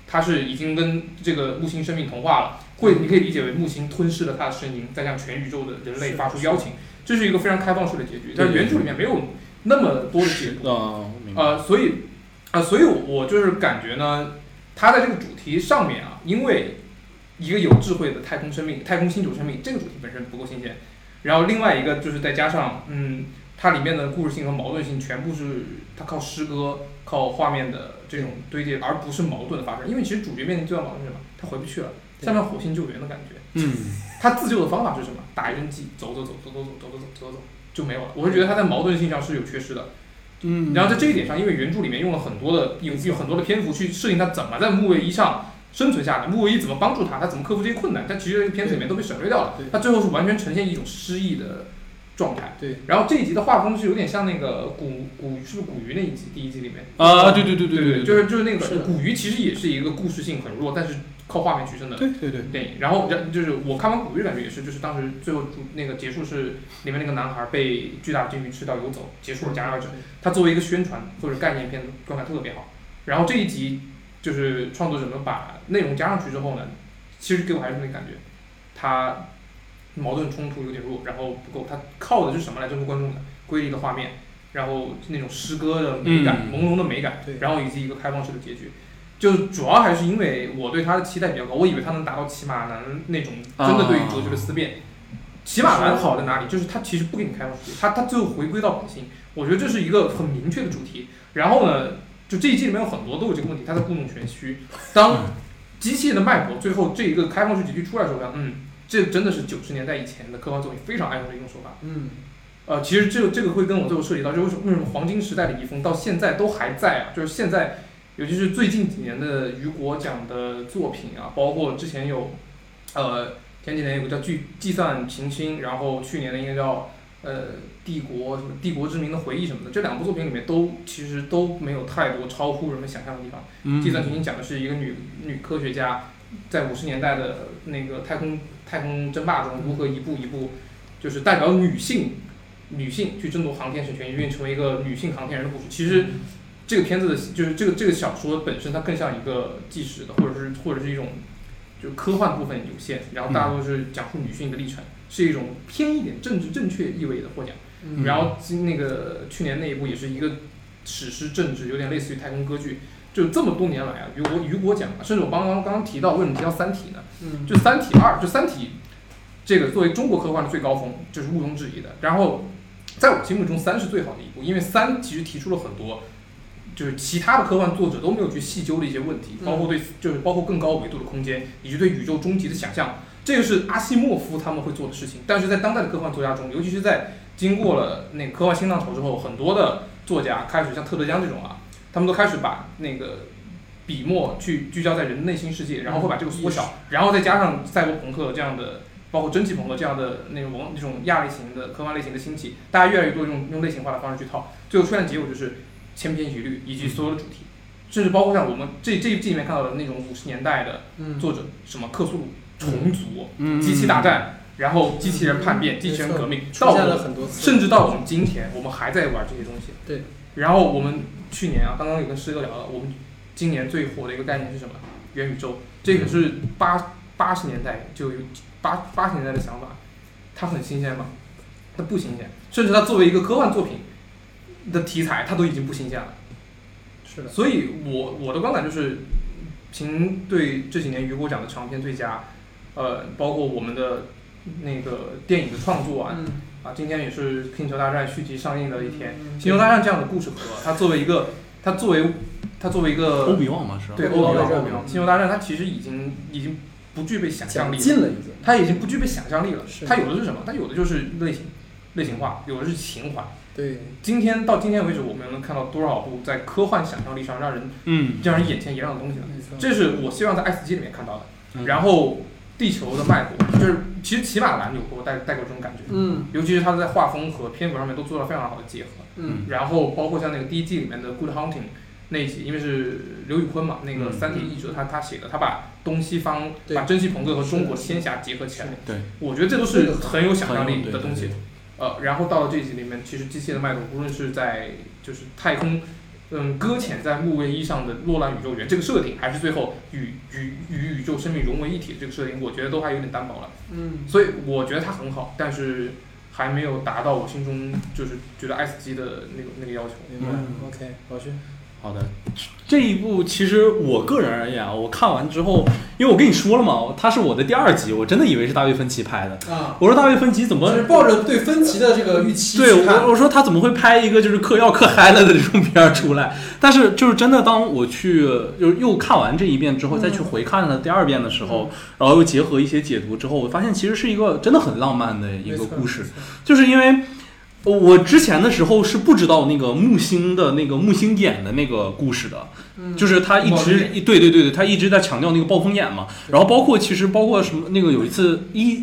它是已经跟这个木星生命同化了，你可以理解为木星吞噬了它的声音，再向全宇宙的人类发出邀请，这是一个非常开放式的结局。但原著里面没有那么多的解读，所以我就是感觉呢，它在这个主题上面啊，因为一个有智慧的太空生命、太空星球生命这个主题本身不够新鲜，然后另外一个就是再加上它里面的故事性和矛盾性全部是它靠诗歌、靠画面的这种堆叠，而不是矛盾的发生。因为其实主角面临最大矛盾是什么？他回不去了，像不像火星救援的感觉？他自救的方法是什么？打一针剂，走，就没有了。我是觉得他在矛盾性上是有缺失的。然后在这一点上，因为原著里面用了很多的篇幅去设定他怎么在木卫一上生存下来，木卫一怎么帮助他，他怎么克服这些困难，但其实这个片子里面都被省略掉了。他最后是完全呈现一种失忆的状态。 对。 然后这一集的画风是有点像那个是不是古鱼那一集第一集里面对， 就是那个古鱼其实也是一个故事性很弱，但是靠画面取胜的电影。然后就是我看完古鱼感觉也是，就是当时最后那个结束是里面那个男孩被巨大的鲸鱼吃到游走，结束了戛然而止。他作为一个宣传或者概念片状态特别好。然后这一集就是创作者们把内容加上去之后呢，其实给我还是那感觉，他矛盾冲突有点弱，然后不够。他靠的是什么来征服观众的？瑰丽的画面，然后那种诗歌的美感，朦胧的美感，然后以及一个开放式的结局。就主要还是因为我对他的期待比较高，我以为他能达到骑马男那种真的对于哲学的思辨。骑马男好在哪里？就是他其实不给你开放世界，他最后回归到本心。我觉得这是一个很明确的主题。然后呢，就这一季里面有很多都有这个问题，他在故弄玄虚。当机器人的脉搏最后这一个开放式结局出来的时候，这真的是90年代以前的科幻作品非常爱用的一种手法。其实这个会跟我最后涉及到，就是为什么黄金时代的遗风到现在都还在啊？就是现在，尤其是最近几年的雨果奖的作品啊，包括之前有，前几年有个叫计算行星，然后去年的应该叫帝国之名的回忆什么的，这两部作品里面其实都没有太多超乎人们想象的地方。计算行星讲的是一个女科学家在50年代的那个太空争霸中如何一步一步，就是代表女性去争夺航天神权，愿意成为一个女性航天人的故事。其实这个片子的就是这个小说本身它更像一个纪实的，或者是一种就科幻部分有限，然后大多是讲述女性的历程，是一种偏一点政治正确意味的获奖。然后那个去年那一部也是一个史诗政治，有点类似于太空歌剧。就这么多年来啊，雨果奖啊，甚至我刚刚提到，为什么提到《三体》呢？就《三体2》，就《三体》这个作为中国科幻的最高峰，就是毋庸置疑的。然后在我心目中，3是最好的一部，因为3其实提出了很多，就是其他的科幻作者都没有去细究的一些问题，包括更高维度的空间，以及对宇宙终极的想象。这个是阿西莫夫他们会做的事情，但是在当代的科幻作家中，尤其是在经过了那个科幻新浪潮之后，很多的作家开始像特德·江这种啊，他们都开始把那个笔墨去聚焦在人的内心世界，然后会把这个缩小，然后再加上赛博朋克这样的，包括蒸汽朋克这样的那种亚类型的科幻类型的兴起，大家越来越多用类型化的方式去套，最后出现的结果就是千篇一律，以及所有的主题，甚至包括像我们这一季里面看到的那种50年代的作者，什么克苏鲁、虫族、机器大战，然后机器人叛变、机器人革命，甚至到我们今天，我们还在玩这些东西。 对。 然后我们去年啊，刚刚有跟师哥聊了，我们今年最火的一个概念是什么？元宇宙。这个是80年代就有80年代的想法，它很新鲜吗？它不新鲜，甚至它作为一个科幻作品的题材，它都已经不新鲜了。 是的。所以我的观感就是，凭对这几年雨果奖的长篇最佳，包括我们的那个电影的创作啊，今天也是《星球大战》续集上映的一天。星球大战这样的故事盒，它作为一个欧比旺嘛，是吧？ 对，欧比旺。星球大战它其实已经不具备想象力了， 它已经不具备想象力了。它有的是什么？它有的就是类型化，有的是情怀。 对， 到今天为止，我们能看到多少部在科幻想象力上让人眼前一亮的东西呢？这是我希望在《爱死机》里面看到的。然后，地球的脉搏，就是其实骑马男有给我带过这种感觉。尤其是他在画风和篇幅上面都做了非常好的结合。然后包括像那个第一季里面的《Good Hunting》那一集，因为是刘宇昆嘛，那个三体译者他写的，他把东西方把蒸汽朋克和中国仙侠结合起来。 对， 我觉得这都是很有想象力的东西。然后到了这一集里面，其实机械的脉动，无论是在就是太空搁浅在木卫一上的洛兰宇宙源这个设定，还是最后与宇宙生命融为一体的这个设定，我觉得都还有点单薄了。所以我觉得它很好，但是还没有达到我心中就是觉得 S 级的那个要求。 OK， 老徐。 好的，这一部其实我个人而言啊，我看完之后，因为我跟你说了嘛，他是我的第2集，我真的以为是大卫芬奇拍的啊。我说大卫芬奇怎么是抱着对芬奇的这个预期？ 对，我说他怎么会拍一个就是嗑药嗑嗨了的这种片出来？但是就是真的，当我去就是又看完这一遍之后，再去回看了第2遍的时候，然后又结合一些解读之后，我发现其实是一个真的很浪漫的一个故事，就是因为。我之前的时候是不知道那个木星的那个木星眼的那个故事的，就是他一直对，他一直在强调那个暴风眼嘛。然后包括什么那个有一次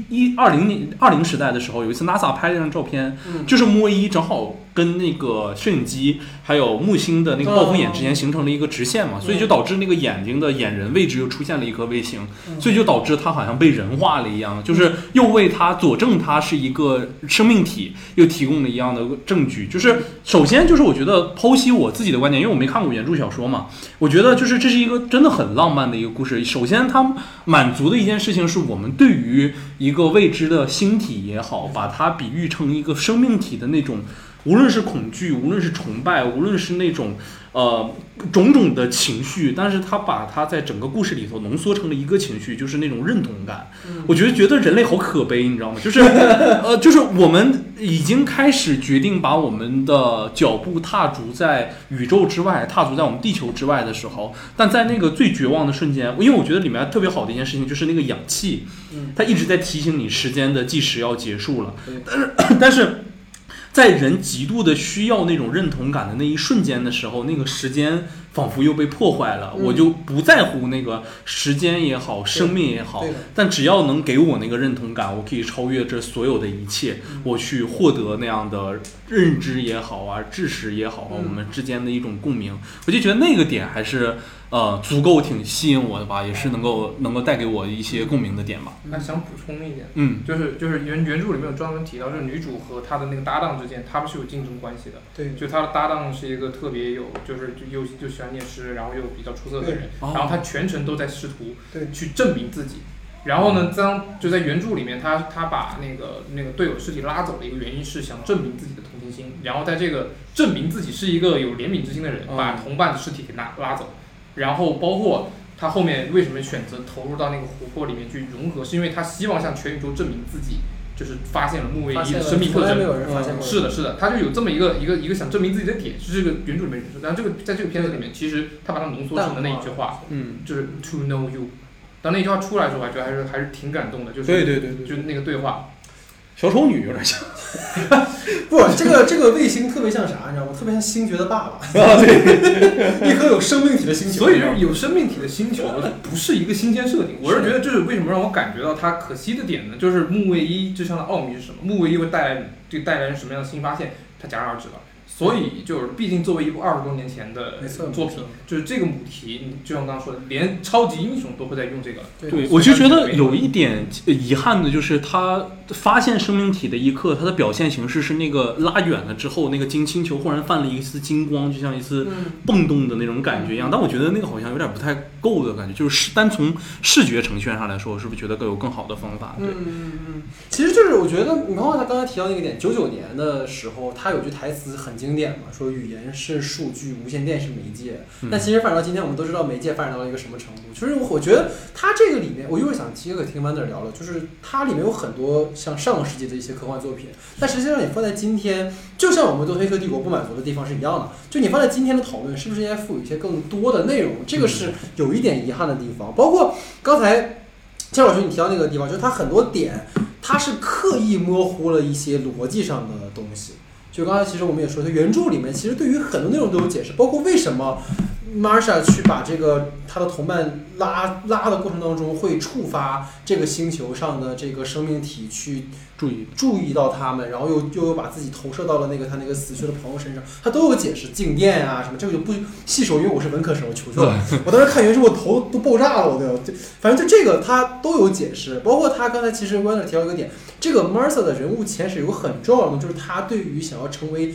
20时代的时候，有一次 NASA 拍了一张照片，就是木卫一正好跟那个摄影机还有木星的那个暴风眼之间形成了一个直线嘛，所以就导致那个眼睛的眼仁位置又出现了一颗卫星，所以就导致它好像被人化了一样，就是又为它佐证它是一个生命体，又提供了一样的证据。就是首先就是我觉得剖析我自己的观点，因为我没看过原著小说嘛，我觉得就是这是一个真的很浪漫的一个故事。首先它满足的一件事情是我们对于一个未知的星体也好，把它比喻成一个生命体的那种，无论是恐惧，无论是崇拜，无论是那种种种的情绪，但是他把它在整个故事里头浓缩成了一个情绪，就是那种认同感。我觉得人类好可悲，你知道吗？就是就是我们已经开始决定把我们的脚步踏足在宇宙之外，踏足在我们地球之外的时候，但在那个最绝望的瞬间，因为我觉得里面特别好的一件事情就是那个氧气，它一直在提醒你时间的计时要结束了，但是在人极度的需要那种认同感的那一瞬间的时候，那个时间仿佛又被破坏了，我就不在乎那个时间也好，生命也好，但只要能给我那个认同感，我可以超越这所有的一切，我去获得那样的认知也好啊，知识也好啊，我们之间的一种共鸣，我就觉得那个点还是足够挺吸引我的吧，也是能够带给我一些共鸣的点吧。 那想补充一点，就是原著里面有专门提到，就是女主和她的那个搭档之间，他们是有竞争关系的。 对， 就她的搭档是一个特别有，就是又喜欢念诗，然后又比较出色的人，然后她全程都在试图去证明自己。然后呢，就在原著里面，他把那个队友尸体拉走的一个原因是想证明自己的同情心，然后在这个证明自己是一个有怜悯之心的人，把同伴的尸体给拉走。然后包括他后面为什么选择投入到那个湖泊里面去融合，是因为他希望向全宇宙证明自己就是发现了木卫一的生命特征。是的，他就有这么一个想证明自己的点，是这个原著里面人说。然后在这个片子里面，其实他把它浓缩成的那一句话，就是 to know you。当那句话出来的时候，我觉得还是挺感动的，就是对， 就是那个对话。 小丑女有点像， 不，这个卫星特别像啥，你知道吗？特别像星爵的爸爸。对，一颗有生命体的星球。 所以就是有生命体的星球不是一个新鲜设定。我是觉得这是为什么让我感觉到它可惜的点呢？就是木卫一这项的奥秘是什么？木卫一会带来人什么样的新发现？它戛然而止了。所以就是，毕竟作为一部20多年前的作品，就是这个母题，就像刚刚说的，连超级英雄都会在用这个。 对，我就觉得有一点遗憾的就是，他发现生命体的一刻，他的表现形式是那个拉远了之后，那个金星球忽然泛了一丝金光，就像一丝蹦动的那种感觉一样。但我觉得那个好像有点不太够的感觉，就是单从视觉呈现上来说，我是不是觉得有更好的方法？对， 其实就是我觉得，你包括他刚才提到那个点，99年的时候，他有句台词很经典嘛，说语言是数据，无线电是媒介。但其实发展到今天，我们都知道媒介发展到了一个什么程度。就是我觉得他这个里面，我一会儿想接着听 Wander 聊了，就是它里面有很多像上个世纪的一些科幻作品，但实际上你放在今天，就像我们对《黑客帝国》不满足的地方是一样的，就你放在今天的讨论，是不是应该赋予一些更多的内容？这个是有一点遗憾的地方。包括刚才姜老师你提到那个地方，就是它很多点，它是刻意模糊了一些逻辑上的东西。就刚才其实我们也说，它原著里面其实对于很多内容都有解释，包括为什么 Marsha 去把这个他的同伴拉的过程当中会触发这个星球上的这个生命体去注意到他们，然后又把自己投射到了他那个死去的朋友身上，他都有解释，静电啊什么，这个就不细说，因为我是文科生，我求求了。我当时看原著我头都爆炸了，反正就这个他都有解释，包括他刚才其实 Wander 提到一个点，这个 Mercer 的人物前史有个很重要的，就是他对于想要成为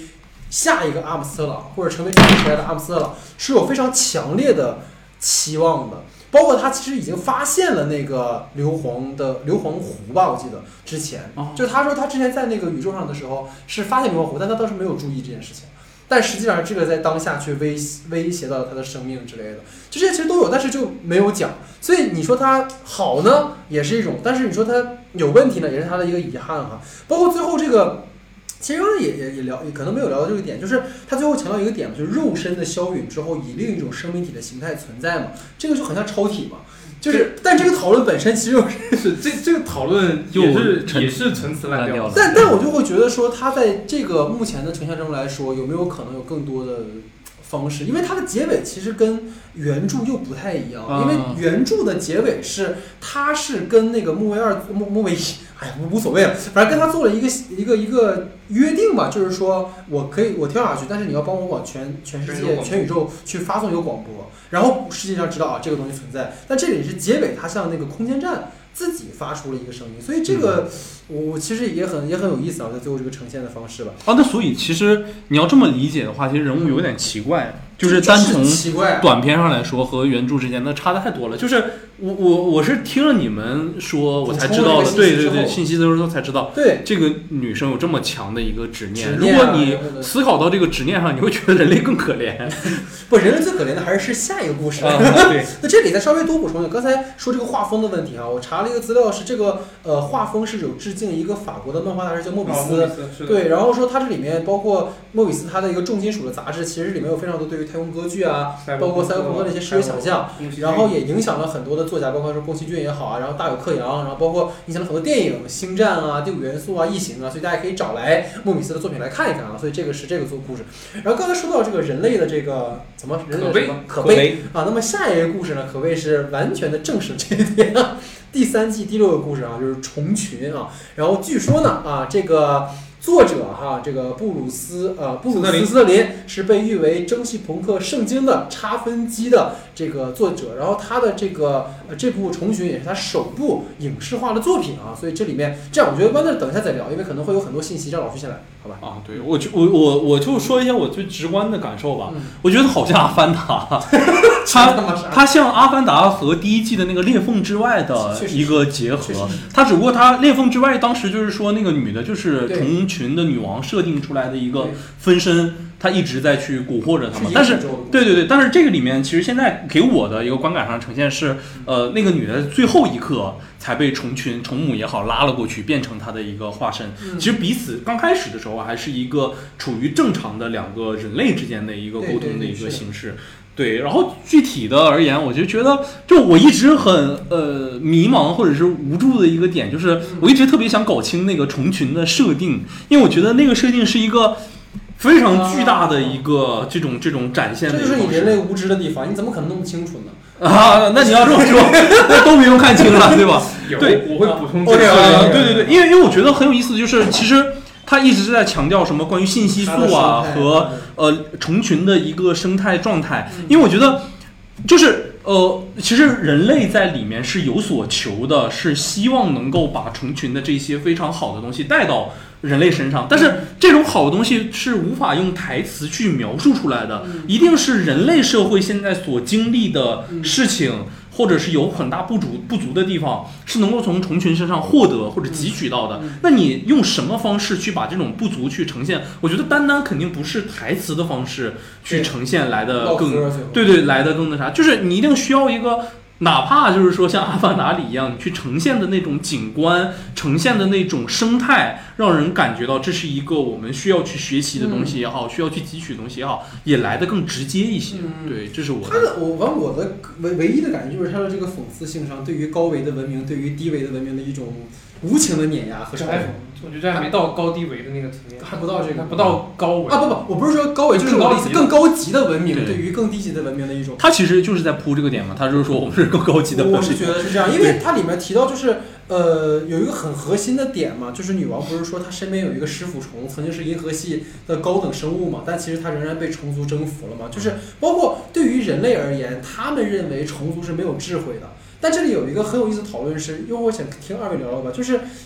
下一个阿姆斯特朗，或者成为传奇时代的阿姆斯特朗，是有非常强烈的期望的。包括他其实已经发现了那个硫磺湖吧，我记得之前，就是他说他之前在那个宇宙上的时候是发现硫磺湖，但他当时没有注意这件事情。但实际上这个在当下却威胁到了他的生命之类的，这些其实都有，但是就没有讲。所以你说他好呢，也是一种；但是你说他有问题呢，也是他的一个遗憾哈。包括最后这个。其实刚才也聊，也可能没有聊到这个点，就是他最后强调一个点嘛，就是肉身的消陨之后，以另一种生命体的形态存在嘛，这个就很像超体嘛，就是，但这个讨论本身其实是这个讨论也是陈词滥调的， 但我就会觉得说，他在这个目前的呈现中来说，有没有可能有更多的方式？因为它的结尾其实跟原著又不太一样，因为原著的结尾是他是跟那个木卫一。哎呀，无所谓了，反正跟他做了一个约定吧，就是说我跳下去，但是你要帮我往全世界、全宇宙去发送一个广播，然后世界上知道啊这个东西存在。但这里是结尾，它像那个空间站自己发出了一个声音，所以这个我其实也很有意思啊，在最后这个呈现的方式吧。 那所以其实你要这么理解的话，其实人物有点奇怪，就是单从短片上来说和原著之间那差的太多了，就是。我是听了你们说，我才知道的，对，信息的时候才知道， 对这个女生有这么强的一个执念。如果你思考到这个执念上，你会觉得人类更可怜。 不，人类最可怜的还是下一个故事。 对， 那这里再稍微多补充一下，刚才说这个画风的问题啊，我查了一个资料，是这个画风是有致敬一个法国的漫画大师叫莫比斯，对，然后说他这里面包括莫比斯他的一个重金属的杂志，其实里面有非常多对于太空歌剧啊，包括赛博朋克的一些视觉想象，然后也影响了很多的作家，包括说宫崎骏也好啊，然后大有克洋，然后包括影响了很多电影，星战啊、第五元素啊、异形啊，所以大家可以找来莫比斯的作品来看一看啊。所以这个是这个做故事。然后刚才说到这个人类的这个怎么人类的可悲啊，那么下一个故事呢，可谓是完全的证实这一点啊。第3季第6个故事啊，就是虫群啊。然后据说呢啊，这个。作者哈，这个布鲁斯斯特林是被誉为蒸汽朋克圣经的插分机的这个作者，然后他的这部虫群也是他首部影视化的作品啊，所以这里面这样，我觉得等一下再聊，因为可能会有很多信息，让老徐先来，好吧？ 啊，对，我就说一下我最直观的感受吧，我觉得好像阿凡达，它像阿凡达和第1季的那个裂缝之外的一个结合，它只不过它裂缝之外当时就是说那个女的就是虫群的女王设定出来的一个分身，她一直在去蛊惑着他们。但是，对，但是这个里面其实现在给我的一个观感上呈现是，那个女的最后一刻才被虫母也好拉了过去，变成她的一个化身。其实彼此刚开始的时候还是一个处于正常的2个人类之间的一个沟通的一个形式。对，然后具体的而言，我就觉得，就我一直很迷茫或者是无助的一个点，就是我一直特别想搞清那个虫群的设定，因为我觉得那个设定是一个非常巨大的一个这种展现的一个方式。 这就是你人类无知的地方，你怎么可能弄不清楚呢？ 啊，那你要这么说，都不用看清了，对吧？ 对，我会补充这个。对，因为我觉得很有意思，就是其实。他一直是在强调什么关于信息素啊和虫群的一个生态状态，因为我觉得就是其实人类在里面是有所求的，是希望能够把虫群的这些非常好的东西带到人类身上，但是这种好的东西是无法用台词去描述出来的，一定是人类社会现在所经历的事情。或者是有很大不足的地方，是能够从虫群身上获得或者汲取到的。那你用什么方式去把这种不足去呈现？我觉得单肯定不是台词的方式去呈现来的更对来的更那啥，就是你一定需要一个。哪怕就是说像阿凡达里一样，你去呈现的那种景观，呈现的那种生态，让人感觉到这是一个我们需要去学习的东西也好，需要去汲取的东西也好，也来得更直接一些。对，这是我的。 我的唯一的感觉就是它的这个讽刺性上，对于高维的文明，对于低维的文明的一种无情的碾压和嘲讽。 我觉得这还没到高低维的那个层面， 还不到这个， 不到高维啊！不，我不是说高维，就是我的意思，更高级的文明对于更低级的文明的一种。 他其实就是在铺这个点嘛，他就是说我们是更高级的文明。 我是觉得是这样，因为它里面提到就是有一个很核心的点嘛，就是女王不是说她身边有一个食腐虫，曾经是银河系的高等生物嘛，但其实她仍然被虫族征服了嘛。就是包括对于人类而言，他们认为虫族是没有智慧的。但这里有一个很有意思的讨论是，因为我想听二位聊聊吧，就是他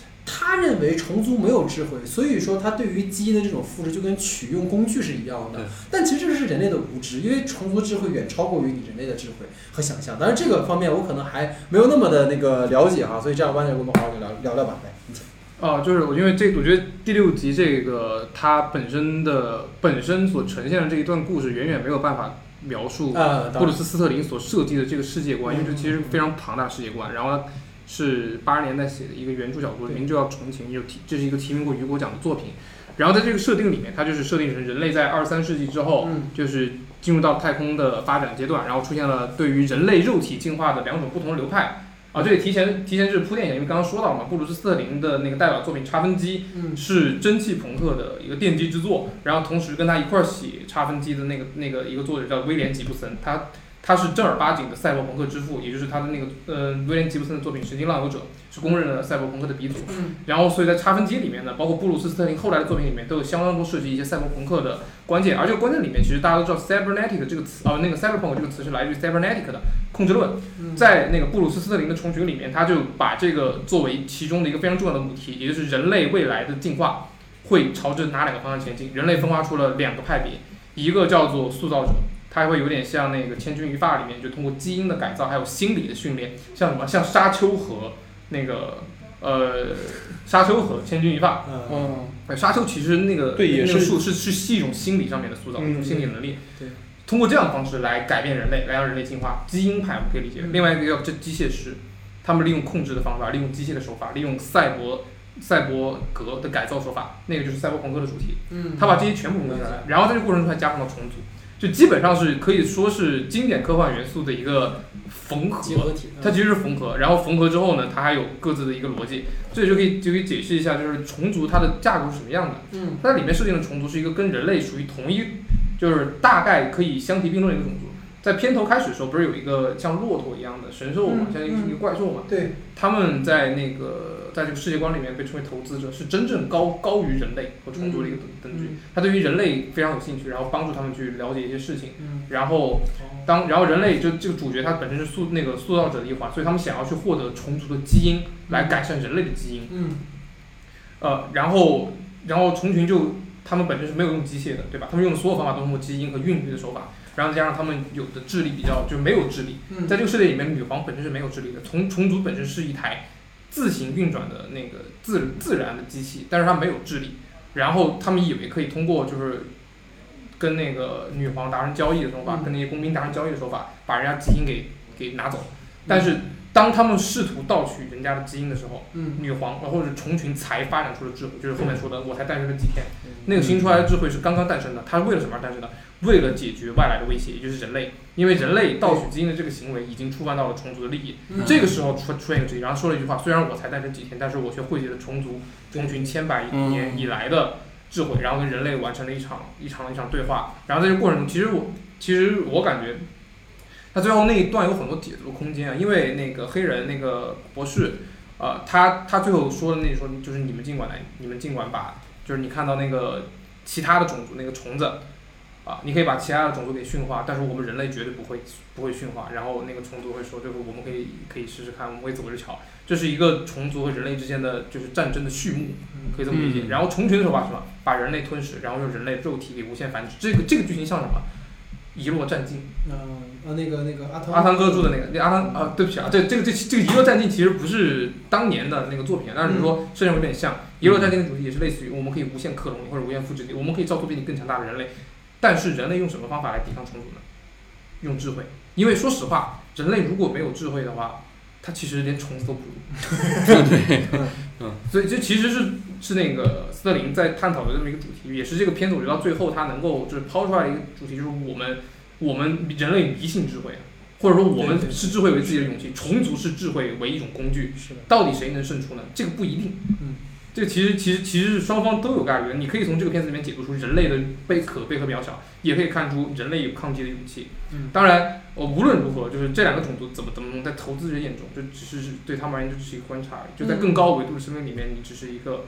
他认为虫族没有智慧，所以说他对于基因的这种复制就跟取用工具是一样的。但其实这是人类的无知，因为虫族智慧远超过于你人类的智慧和想象。当然这个方面我可能还没有那么的那个了解哈，所以这样晚点我们好好聊聊吧。 就是因为我觉得第6集这个它本身所呈现的这一段故事远远没有办法描述布鲁斯·斯特林所设计的这个世界观，因为这其实非常庞大的世界观。然后是80年代写的一个原著小说，名就叫《重庆》，这是一个提名过雨果奖的作品。然后在这个设定里面，它就是设定成人类在23世纪之后，就是进入到太空的发展阶段，然后出现了对于人类肉体进化的2种不同的流派。这里提前就是铺垫一下，因为刚刚说到了嘛，布鲁斯·斯特林的那个代表作品《差分机》是蒸汽朋克的一个奠基之作，然后同时跟他一块写差分机的那个一个作者叫威廉·吉布森，他是正儿八经的赛博朋克之父，也就是他的那个威廉·吉布森的作品《神经浪游者》是公认的赛博朋克的鼻祖。然后所以在差分机里面呢，包括布鲁斯·斯特林后来的作品里面都有相当多涉及一些赛博朋克的关键，而这个关键里面其实大家都知道 cybernetic 这个词那个 cyberpunk 这个词是来自于 cybernetic 的控制论。在那个布鲁斯·斯特林的虫群里面，他就把这个作为其中的一个非常重要的母题，也就是人类未来的进化会朝着哪2个方向前进。人类分化出了2个派别，一个叫做塑造者，它会有点像那个《千钧一发》里面，就通过基因的改造还有心理的训练，像什么像沙丘和那个沙丘和千钧一发。沙丘其实那个那个术是一种心理上面的塑造，一种心理能力。 对， 通过这样的方式来改变人类，来让人类进化。基因派我们可以理解。另外一个叫机械师，他们利用控制的方法，利用机械的手法，利用赛博格的改造手法，那个就是赛博朋克的主题。他把这些全部融合起来，然后在这个过程中还加上了重组。就基本上是可以说是经典科幻元素的一个缝合，它其实是缝合，然后缝合之后呢，它还有各自的一个逻辑，所以就可以解释一下，就是虫族它的架构是什么样的。它在里面设定的虫族是一个跟人类属于同一，就是大概可以相提并论的一个种族。在片头开始的时候，不是有一个像骆驼一样的神兽嘛，像一个怪兽嘛？ 对， 他们在这个世界观里面被称为投资者，是真正高于人类和虫族的一个等级。他对于人类非常有兴趣，然后帮助他们去了解一些事情。然后人类就这个主角他本身是塑造者的一环，所以他们想要去获得虫族的基因来改善人类的基因。然后虫群他们本身是没有用机械的，对吧？他们用的所有方法都通过基因和韵律的手法。然后再加上他们有的智力比较就没有智力，在这个世界里面，女皇本身是没有智力的。虫族本身是一台自行运转的那个自然的机器，但是它没有智力。然后他们以为可以通过就是跟那个女皇达成交易的手法，跟那些工兵达成交易的手法，把人家基因给拿走。但是当他们试图盗取人家的基因的时候，女皇或者虫群才发展出了智慧，就是后面说的我才诞生了几天，那个新出来的智慧是刚刚诞生的。它是为了什么而诞生的？为了解决外来的威胁，也就是人类，因为人类盗取基因的这个行为已经触犯到了虫族的利益。这个时候出现一个质疑，然后说了一句话：虽然我才诞生几天，但是我却汇集了虫群千百亿年以来的智慧，然后跟人类完成了一场对话。然后在这个过程中，其实我感觉，他最后那一段有很多解读空间啊，因为那个黑人那个博士，他最后说的就是你们尽管把，就是你看到那个其他的种族那个虫子。你可以把其他的种族给驯化，但是我们人类绝对不会驯化。然后那个虫族会说，就是我们可以试试看，我们会走着瞧。这是一个虫族和人类之间的就是战争的序幕，可以这么理解。然后虫群的手法是什么？把人类吞噬，然后用人类肉体给无限繁殖。这个剧情像什么？遗落战境。 那个阿汤哥住的那个对不起啊，这个遗落战境其实不是当年的那个作品，但是说设定有点像。遗落战境的主题也是类似于我们可以无限克隆你或者无限复制你，我们可以造出比你更强大的人类。但是人类用什么方法来抵抗虫族呢？用智慧。因为说实话，人类如果没有智慧的话，他其实连虫子都不如。 对， 所以这其实是那个斯特林在探讨的这么一个主题，也是这个片子我觉得到最后他能够就是抛出来的一个主题，就是我们人类迷信智慧，或者说我们视智慧为自己的勇气，虫族视智慧为一种工具。到底谁能胜出呢？这个不一定。这个其实是双方都有概率的。你可以从这个片子里面解读出人类的可悲和渺小，也可以看出人类有抗击的勇气。当然，无论如何，就是这2个种族怎么能在投资者眼中，就只是对他们而言就只是一个观察，就在更高维度的生命里面，你只是一个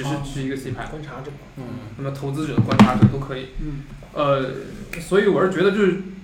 C 盘观察者。 那么投资者、观察者都可以。所以我是觉得就是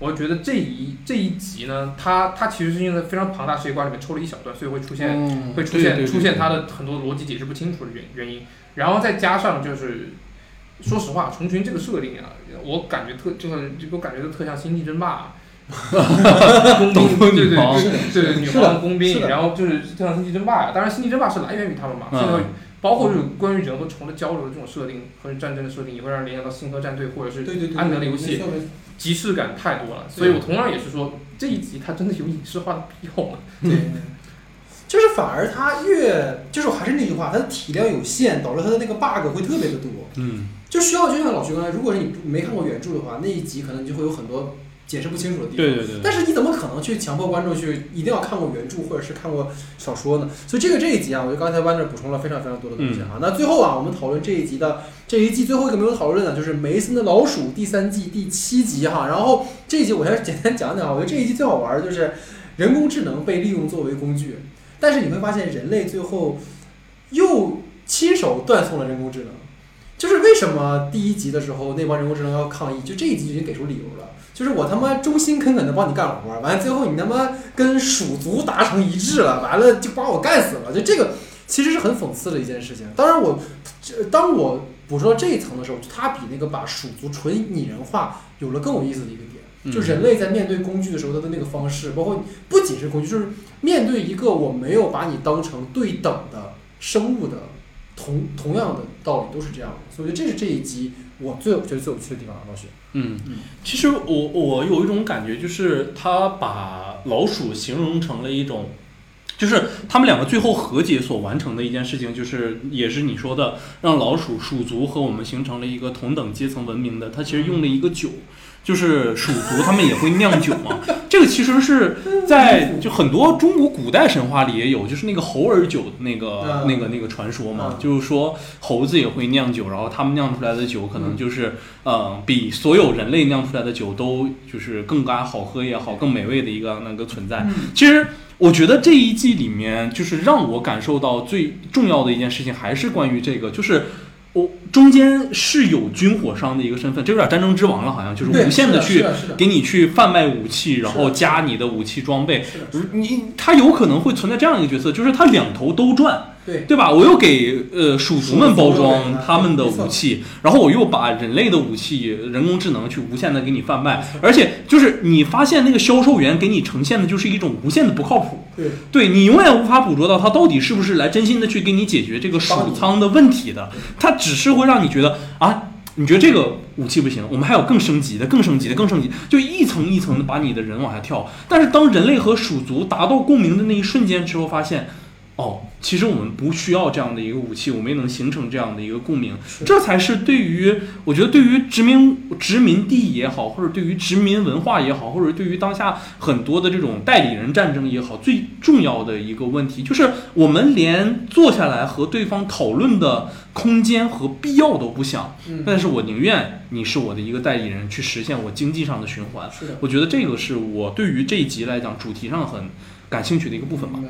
我觉得这一集呢，它其实是因为非常庞大世界观里面抽了一小段，所以会出现它的很多逻辑解释不清楚的原因，然后再加上就是说实话，虫群这个设定啊，我感觉特像星际争霸。工兵对女皇工兵，然后就是特像星际争霸呀。当然，星际争霸是来源于他们嘛，包括就是关于人和虫的交流的这种设定和战争的设定，也会让人联想到星河战队或者是安德的游戏，即视感太多了。所以我同样也是说，这一集它真的有影视化的必要吗？ 对，就是反而它就是还是那句话，它的体量有限，导致它的那个 bug 会特别的多。就需要就像老徐刚才，如果是你没看过原著的话，那一集可能就会有很多解释不清楚的地方。 对。 但是你怎么可能去强迫观众去一定要看过原著或者是看过小说呢？所以这一集啊，我就刚才湾这补充了非常非常多的东西啊。那最后啊，我们讨论这一季最后一个没有讨论的，就是梅森的老鼠第3季第7集哈。然后这一集我先简单讲讲，我觉得这一集最好玩的就是人工智能被利用作为工具，但是你会发现人类最后又亲手断送了人工智能。就是为什么第1集的时候那帮人工智能要抗议，就这一集就已经给出理由了。就是我他妈忠心恳恳的帮你干活，完了最后你他妈跟鼠族达成一致了，完了就把我干死了。就这个其实是很讽刺的一件事情。当然当我捕捉到这一层的时候，它比那个把鼠族纯拟人化有了更有意思的一个点。就人类在面对工具的时候，它的那个方式，包括不仅是工具，就是面对一个我没有把你当成对等的生物的同样的道理都是这样的。所以我觉得这是这一集我觉得最有趣的地方。老许， 其实我有一种感觉，就是他把老鼠形容成了一种，就是他们两个最后和解所完成的一件事情，就是也是你说的，让鼠族和我们形成了一个同等阶层文明的。他其实用了一个酒，就是鼠族他们也会酿酒嘛。这个其实是在就很多中国古代神话里也有，就是那个猴儿酒的那个传说嘛，就是说猴子也会酿酒，然后他们酿出来的酒可能就是比所有人类酿出来的酒都就是更加好喝也好，更美味的一个那个存在。其实我觉得这一季里面就是让我感受到最重要的一件事情，还是关于这个，就是中间是有军火商的一个身份，这有点战争之王了，好像就是无限的去给你去贩卖武器，然后加你的武器装备。他有可能会存在这样一个角色，就是他两头都赚。对吧？我又给鼠族们包装他们的武器，然后我又把人类的武器、人工智能去无限的给你贩卖，而且就是你发现那个销售员给你呈现的就是一种无限的不靠谱。对你永远无法捕捉到他到底是不是来真心的去给你解决这个鼠仓的问题的，他只是会让你觉得啊。你觉得这个武器不行，我们还有更升级的，就一层一层的把你的人往下跳。但是当人类和鼠族达到共鸣的那一瞬间之后，发现其实我们不需要这样的一个武器，我们也能形成这样的一个共鸣。这才是我觉得对于殖民地也好，或者对于殖民文化也好，或者对于当下很多的这种代理人战争也好，最重要的一个问题就是我们连坐下来和对方讨论的空间和必要都不想。但是我宁愿你是我的一个代理人，去实现我经济上的循环。我觉得这个是我对于这一集来讲主题上很感兴趣的一个部分吧。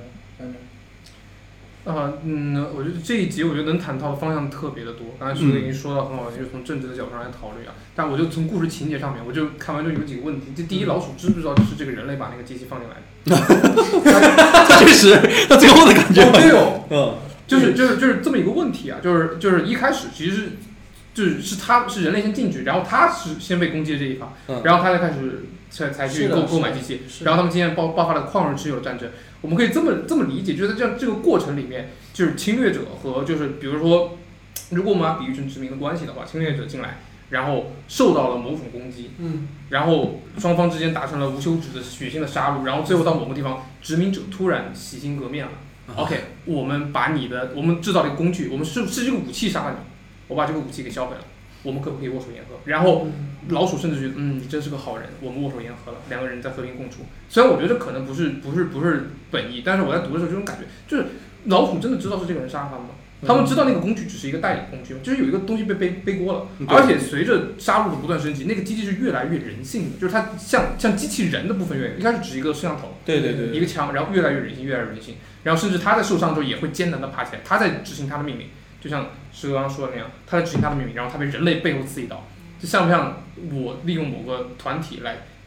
我觉得这一集我觉得能探讨的方向特别的多。刚才徐哥已经说到很好，就是从政治的角度上来考虑啊。但我就从故事情节上面，我就看完之后有几个问题。就第一，老鼠知不知道是这个人类把那个机器放进来的？ 确实，他最后的感觉。 就是这么一个问题啊。就是一开始其实是人类先进去，然后他是先被攻击的这一方，然后他才开始才去购买机器，然后他们今天爆发了旷日持久的战争。我们可以这么理解，就是在这个过程里面，就是侵略者和就是比如说，如果我们把它比喻成殖民的关系的话，侵略者进来，然后受到了某种攻击，然后双方之间达成了无休止的血腥的杀戮，然后最后到某个地方，殖民者突然洗心革面了。OK， 我们制造了一个工具，我们是这个武器杀了你，我把这个武器给销毁了。我们可不可以握手言和？然后老鼠甚至觉得，你真是个好人，我们握手言和了，两个人在和平共处。虽然我觉得这可能不是本意，但是我在读的时候这种感觉，就是老鼠真的知道是这个人杀了他们吗？他们知道那个工具只是一个代理工具吗？就是有一个东西被背锅了，而且随着杀戮的不断升级，那个机器是越来越人性的，就是它像机器人的部分一开始只是一个摄像头， 对， 一个枪，然后越来越人性，然后甚至他在受伤之后也会艰难的爬起来，他在执行他的命令。就像石哥刚刚说的那样，他在执行他的命令，然后他被人类背后刺一刀，就像不像我利用某个团体来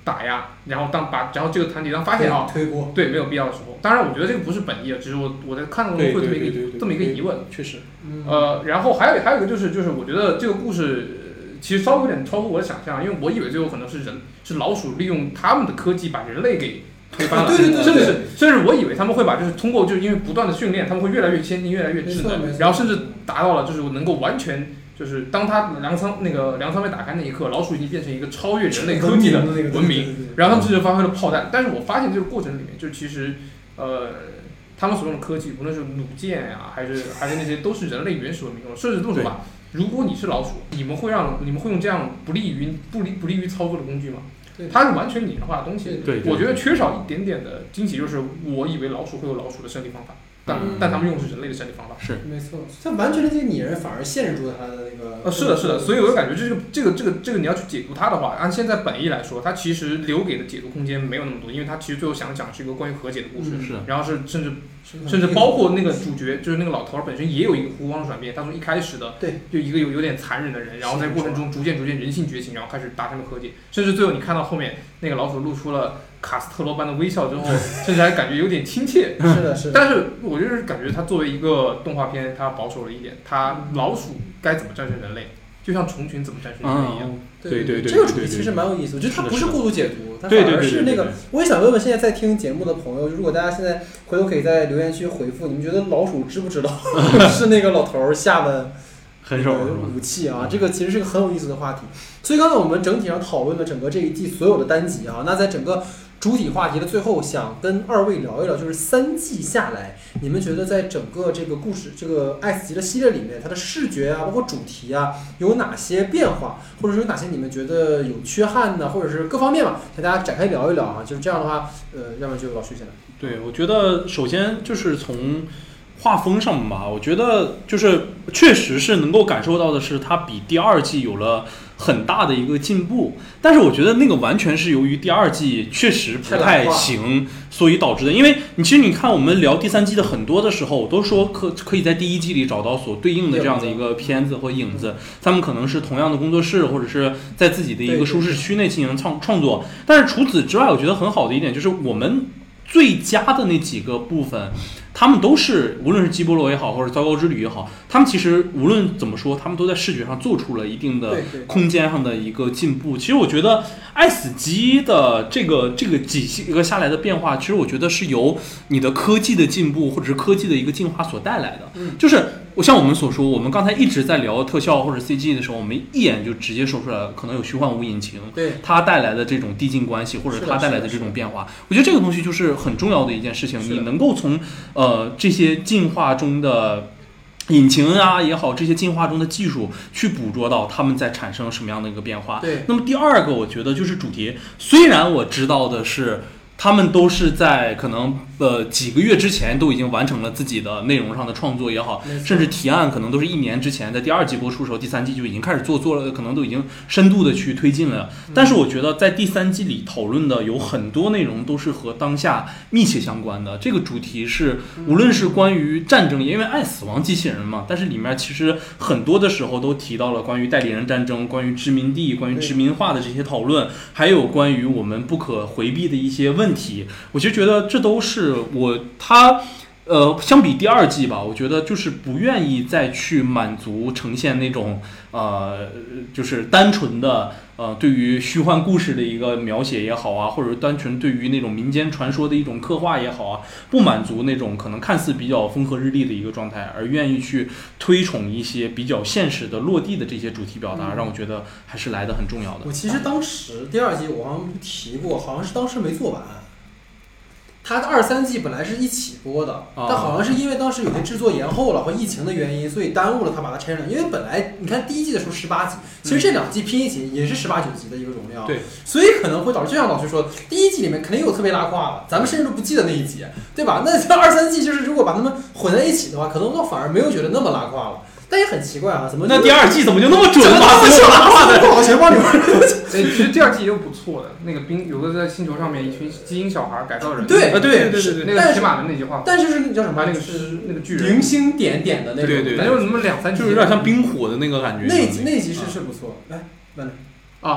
打压，然后这个团体当发现啊推锅， 对，没有必要的时候。当然，我觉得这个不是本意啊，只是我在看的时候会这么一个疑问。 确实。 然后还有一个就是我觉得这个故事其实稍微有点超乎我的想象，因为我以为最后可能是老鼠利用他们的科技把人类给推翻了，甚至我以为他们会把就是通过就是因为不断的训练，他们会越来越先进，越来越智能，然后甚至达到了就是能够完全就是当他粮仓被打开那一刻，老鼠已经变成一个超越人类科技的文明，然后他们甚至发挥了炮弹。但是我发现这个过程里面，就其实他们所用的科技，无论是弩箭呀，还是那些，都是人类原始文明用的。甚至这么说吧，如果你是老鼠，你们会用这样不利于操作的工具吗？它是完全拟人化的东西。 对， 我觉得缺少一点点的惊喜，就是我以为老鼠会有老鼠的胜利方法。但他们用的是人类的胜利方法， 是没错。它完全的这个拟人反而限制住了它的那个。 是的，所以我就感觉这个你要去解读它的话，按现在本意来说，它其实留给的解读空间没有那么多，因为它其实最后想讲是一个关于和解的故事，然后甚至包括那个主角就是那个老头本身也有一个弧光转变，他从一开始的就一个有点残忍的人，然后在过程中逐渐人性觉醒，然后开始达成了和解，甚至最后你看到后面那个老鼠露出了卡斯特罗般的微笑之后，甚至还感觉有点亲切。 是的。 但是我就是感觉它作为一个动画片，它保守了一点，它老鼠该怎么战胜人类，就像虫群怎么战胜人类一样。 对， 这个主题其实蛮有意思。我觉得它不是过度解读，它反而是那个。我也想问问现在在听节目的朋友，如果大家现在回头可以在留言区回复，你们觉得老鼠知不知道是那个老头下的武器啊？这个其实是个很有意思的话题。所以刚才我们整体上讨论了整个这一季所有的单集啊，那在整个主体话题的最后，想跟二位聊一聊，就是3季下来，你们觉得在整个这个故事、这个爱死机的系列里面，它的视觉啊，包括主题啊，有哪些变化，或者说有哪些你们觉得有缺憾呢，或者是各方面吧，跟大家展开聊一聊啊。就是这样的话，要么就老徐先来。 对，我觉得首先就是从画风上面吧，我觉得就是确实是能够感受到的是，它比第2季有了很大的一个进步，但是我觉得那个完全是由于第2季确实不太行，所以导致的。因为其实你看我们聊第3季的很多的时候，都说可以在第1季里找到所对应的这样的一个片子或影子，他们可能是同样的工作室，或者是在自己的一个舒适区内进行创作。但是除此之外，我觉得很好的一点就是我们最佳的那几个部分，他们都是无论是基波罗也好，或者糟糕之旅也好，他们其实无论怎么说，他们都在视觉上做出了一定的空间上的一个进步。其实我觉得爱死机的这个几个下来的变化，其实我觉得是由你的科技的进步或者是科技的一个进化所带来的。就是像我们所说，我们刚才一直在聊特效或者 CG 的时候，我们一眼就直接说出来了，可能有虚幻五引擎，它带来的这种递进关系，或者它带来的这种变化，我觉得这个东西就是很重要的一件事情。你能够从这些进化中的引擎啊也好，这些进化中的技术去捕捉到他们在产生什么样的一个变化。那么第2个我觉得就是主题，虽然我知道的是他们都是在可能几个月之前都已经完成了自己的内容上的创作也好，甚至提案可能都是1年之前，在第2季播出的时候，第3季就已经开始做了，可能都已经深度的去推进了。但是我觉得在第3季里讨论的有很多内容都是和当下密切相关的。这个主题是无论是关于战争，因为爱死亡机器人嘛，但是里面其实很多的时候都提到了关于代理人战争、关于殖民地、关于殖民化的这些讨论，还有关于我们不可回避的一些问题。我就觉得这都是相比第2季吧，我觉得就是不愿意再去满足呈现那种就是单纯的对于虚幻故事的一个描写也好啊，或者单纯对于那种民间传说的一种刻画也好啊，不满足那种可能看似比较风和日丽的一个状态，而愿意去推崇一些比较现实的落地的这些主题表达，让我觉得还是来得很重要的。 我其实当时第2季我好像提过，好像是当时没做完。它的2、3季本来是一起播的，但好像是因为当时有些制作延后了或疫情的原因，所以耽误了它把它拆上。因为本来你看第1季的时候18集，其实这2季拼一起也是18、9集的一个容量， 对， 所以可能会导致就像老徐说，第1季里面肯定有特别拉胯的，咱们甚至都不记得那一集，对吧？那2、3季就是如果把它们混在一起的话，可能倒反而没有觉得那么拉胯了。但也很奇怪啊，怎么那第2季怎么就那么准了？拉胯的， 不好全帮你们。 其实第2季也有不错的，那个有个在星球上面一群基因小孩改造人， 对， 那个骑马的那句话， 但是叫什么？ 那个是那个巨人， 零星点点的那种， 对， 咱就是那么2、3集， 就是有点像冰火的那个感觉。 那集是不错。来，慢点。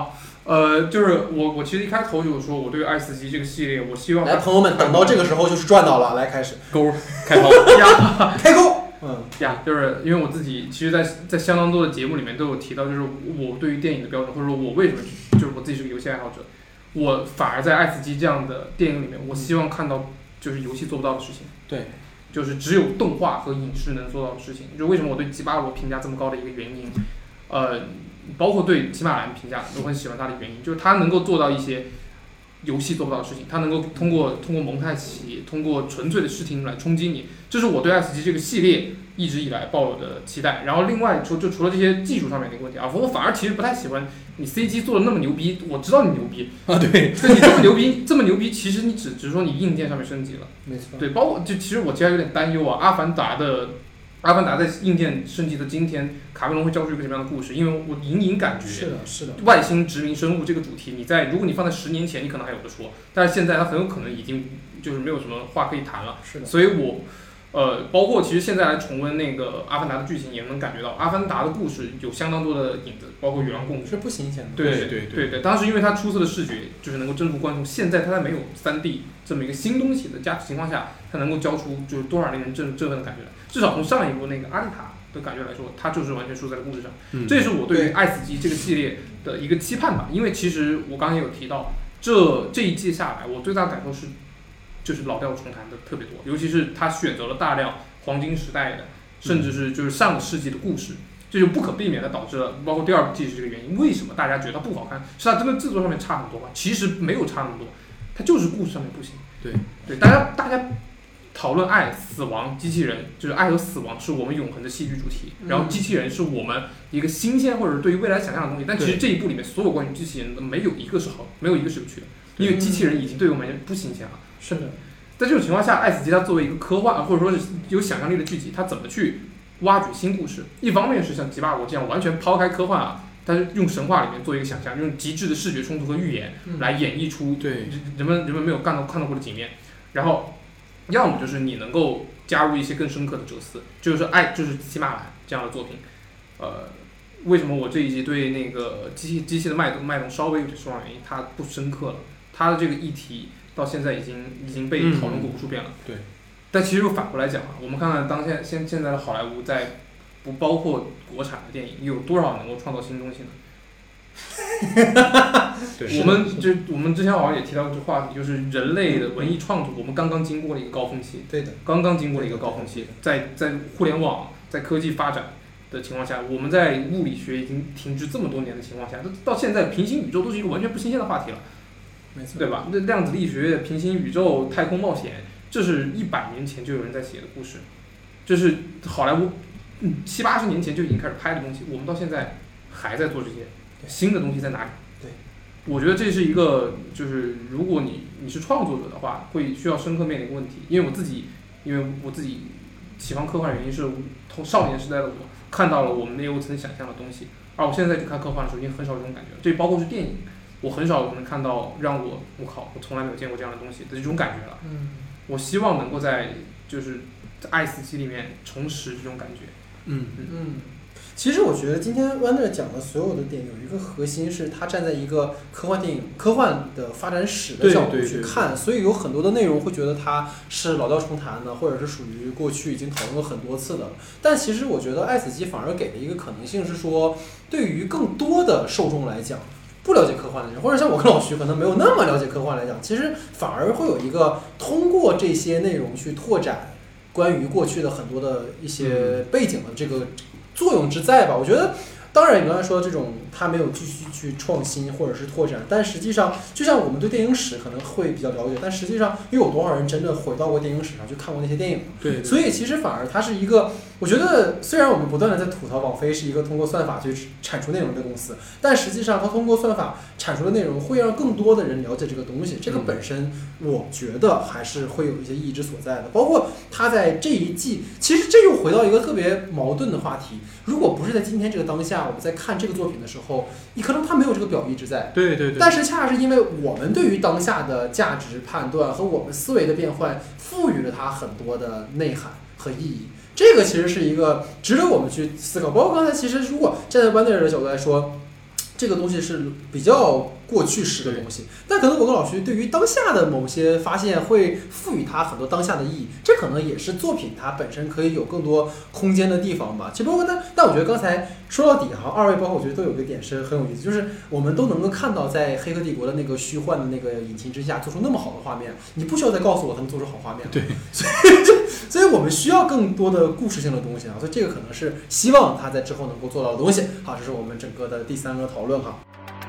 就是我其实一开头就说，我对爱死机这个系列，我希望来，朋友们，等到这个时候就是赚到了，来开始勾开头呀， 开钩。 呀，就是因为我自己其实在相当多的节目里面都有提到，就是我对于电影的标准，或者说我为什么就是我自己是个游戏爱好者，我反而在爱死机这样的电影里面，我希望看到就是游戏做不到的事情。 对。 就是只有动画和影视能做到的事情，就为什么我对吉巴罗评价这么高的一个原因，包括对吉马兰评价我很喜欢他的原因，就是他能够做到一些游戏做不到的事情，他能够通过蒙太奇，通过纯粹的视听来冲击你，这是我对 S 级这个系列一直以来抱有的期待。然后另外除了这些技术上面的一个问题啊，我反而其实不太喜欢你 CG 做的那么牛逼，我知道你牛逼啊，对， 你这么牛逼，其实你只是说你硬件上面升级了， 没错， 对，包括其实我其实有点担忧啊，阿凡达在硬件升级的今天，卡梅隆会交出一个什么样的故事？因为我隐隐感觉， 是的， 外星殖民生物这个主题，如果你放在10年前，你可能还有的说，但是现在它很有可能已经就是没有什么话可以谈了。 是的， 所以包括其实现在来重温那个《阿凡达》的剧情，也能感觉到《阿凡达》的故事有相当多的影子，包括远洋共舞是不新鲜的。 对，当时因为它出色的视觉，就是能够征服观众。现在它在没有3D 这么一个新东西的情况下，它能够交出就是多少令人振奋的感觉来。至少从上一部那个阿丽塔的感觉来说，它就是完全输在了故事上。这也是我对于《爱死机》这个系列的一个期盼吧。因为其实我刚刚也有提到，这一季下来，我最大的感受是，就是老调重弹的特别多，尤其是他选择了大量黄金时代的，甚至是就是上个世纪的故事，这就不可避免的导致了，包括第2季是这个原因。为什么大家觉得它不好看？是它真的制作上面差很多吗？其实没有差那么多，它就是故事上面不行。对，大家讨论爱、死亡、机器人，就是爱和死亡是我们永恒的戏剧主题，然后机器人是我们一个新鲜或者对于未来想象的东西。但其实这一部里面所有关于机器人的没有一个是好，没有一个是有趣的，因为机器人已经对我们不新鲜了。 是的。 在这种情况下，爱死机它作为一个科幻或者说是有想象力的剧集，它怎么去挖掘新故事？一方面是像吉巴罗这样完全抛开科幻啊，但是用神话里面做一个想象，用极致的视觉冲突和预言来演绎出人们没有看到过的景面。然后，要么就是你能够加入一些更深刻的哲思，就是骑马兰这样的作品。为什么我这一集对那个机器的脉动稍微有点失望？原因它不深刻了，它的这个议题到现在已经被讨论过无数遍了。 对。 但其实又反过来讲啊，我们看看现在的好莱坞，在不包括国产的电影，有多少能够创造新东西呢？ 对， 我们之前好像也提到过这个话题，就是人类的文艺创作，我们刚刚经过了一个高峰期。 对的， 刚刚经过了一个高峰期，在互联网、在科技发展的情况下，我们在物理学已经停滞这么多年的情况下，到现在平行宇宙都是一个完全不新鲜的话题了， 没错， 对吧？那量子力学、平行宇宙、太空冒险，这是100年前就有人在写的故事，这是好莱坞70、80年前就已经开始拍的东西，我们到现在还在做这些新的东西在哪里？ 对， 我觉得这是一个，就是如果你是创作者的话，会需要深刻面临一个问题。因为我自己喜欢科幻的原因是，从少年时代的我看到了我们没有曾想象的东西，而我现在去看科幻的时候，已经很少有这种感觉了。这包括是电影，我很少能看到让我靠，我从来没有见过这样的东西的这种感觉了。我希望能够在爱死机里面重拾这种感觉。 其实我觉得今天 Wander 讲的所有的电影有一个核心是，他站在一个科幻的发展史的角度去看，所以有很多的内容会觉得它是老调重弹的，或者是属于过去已经讨论过很多次的。但其实我觉得爱死机反而给了一个可能性是说，对于更多的受众来讲，不了解科幻的人，或者像我跟老徐可能没有那么了解科幻来讲，其实反而会有一个通过这些内容去拓展关于过去的很多的一些背景的这个作用之在吧。我觉得当然你刚才说这种他没有继续去创新或者是拓展，但实际上就像我们对电影史可能会比较了解，但实际上又有多少人真的回到过电影史上去看过那些电影？ 对， 所以其实反而它是一个，我觉得虽然我们不断的在吐槽网飞是一个通过算法去产出内容的公司，但实际上它通过算法产出的内容会让更多的人了解这个东西，这个本身我觉得还是会有一些意义之所在的。包括它在这一季，其实这又回到一个特别矛盾的话题，如果不是在今天这个当下我们在看这个作品的时候，你可能它没有这个表意之在， 对， 但是恰恰是因为我们对于当下的价值判断和我们思维的变换，赋予了它很多的内涵和意义。这个其实是一个值得我们去思考。包括刚才其实如果站在Wander的角度来说，这个东西是比较过去式的东西，但可能我跟老徐对于当下的某些发现会赋予它很多当下的意义，这可能也是作品它本身可以有更多空间的地方吧。只不过但我觉得刚才说到底哈，二位包括我觉得都有个点是很有意思，就是我们都能够看到在《黑客帝国》的那个虚幻的那个引擎之下做出那么好的画面，你不需要再告诉我他们做出好画面， 对， 所以我们需要更多的故事性的东西啊，所以这个可能是希望他在之后能够做到的东西。好，这是我们整个的第3个讨论哈。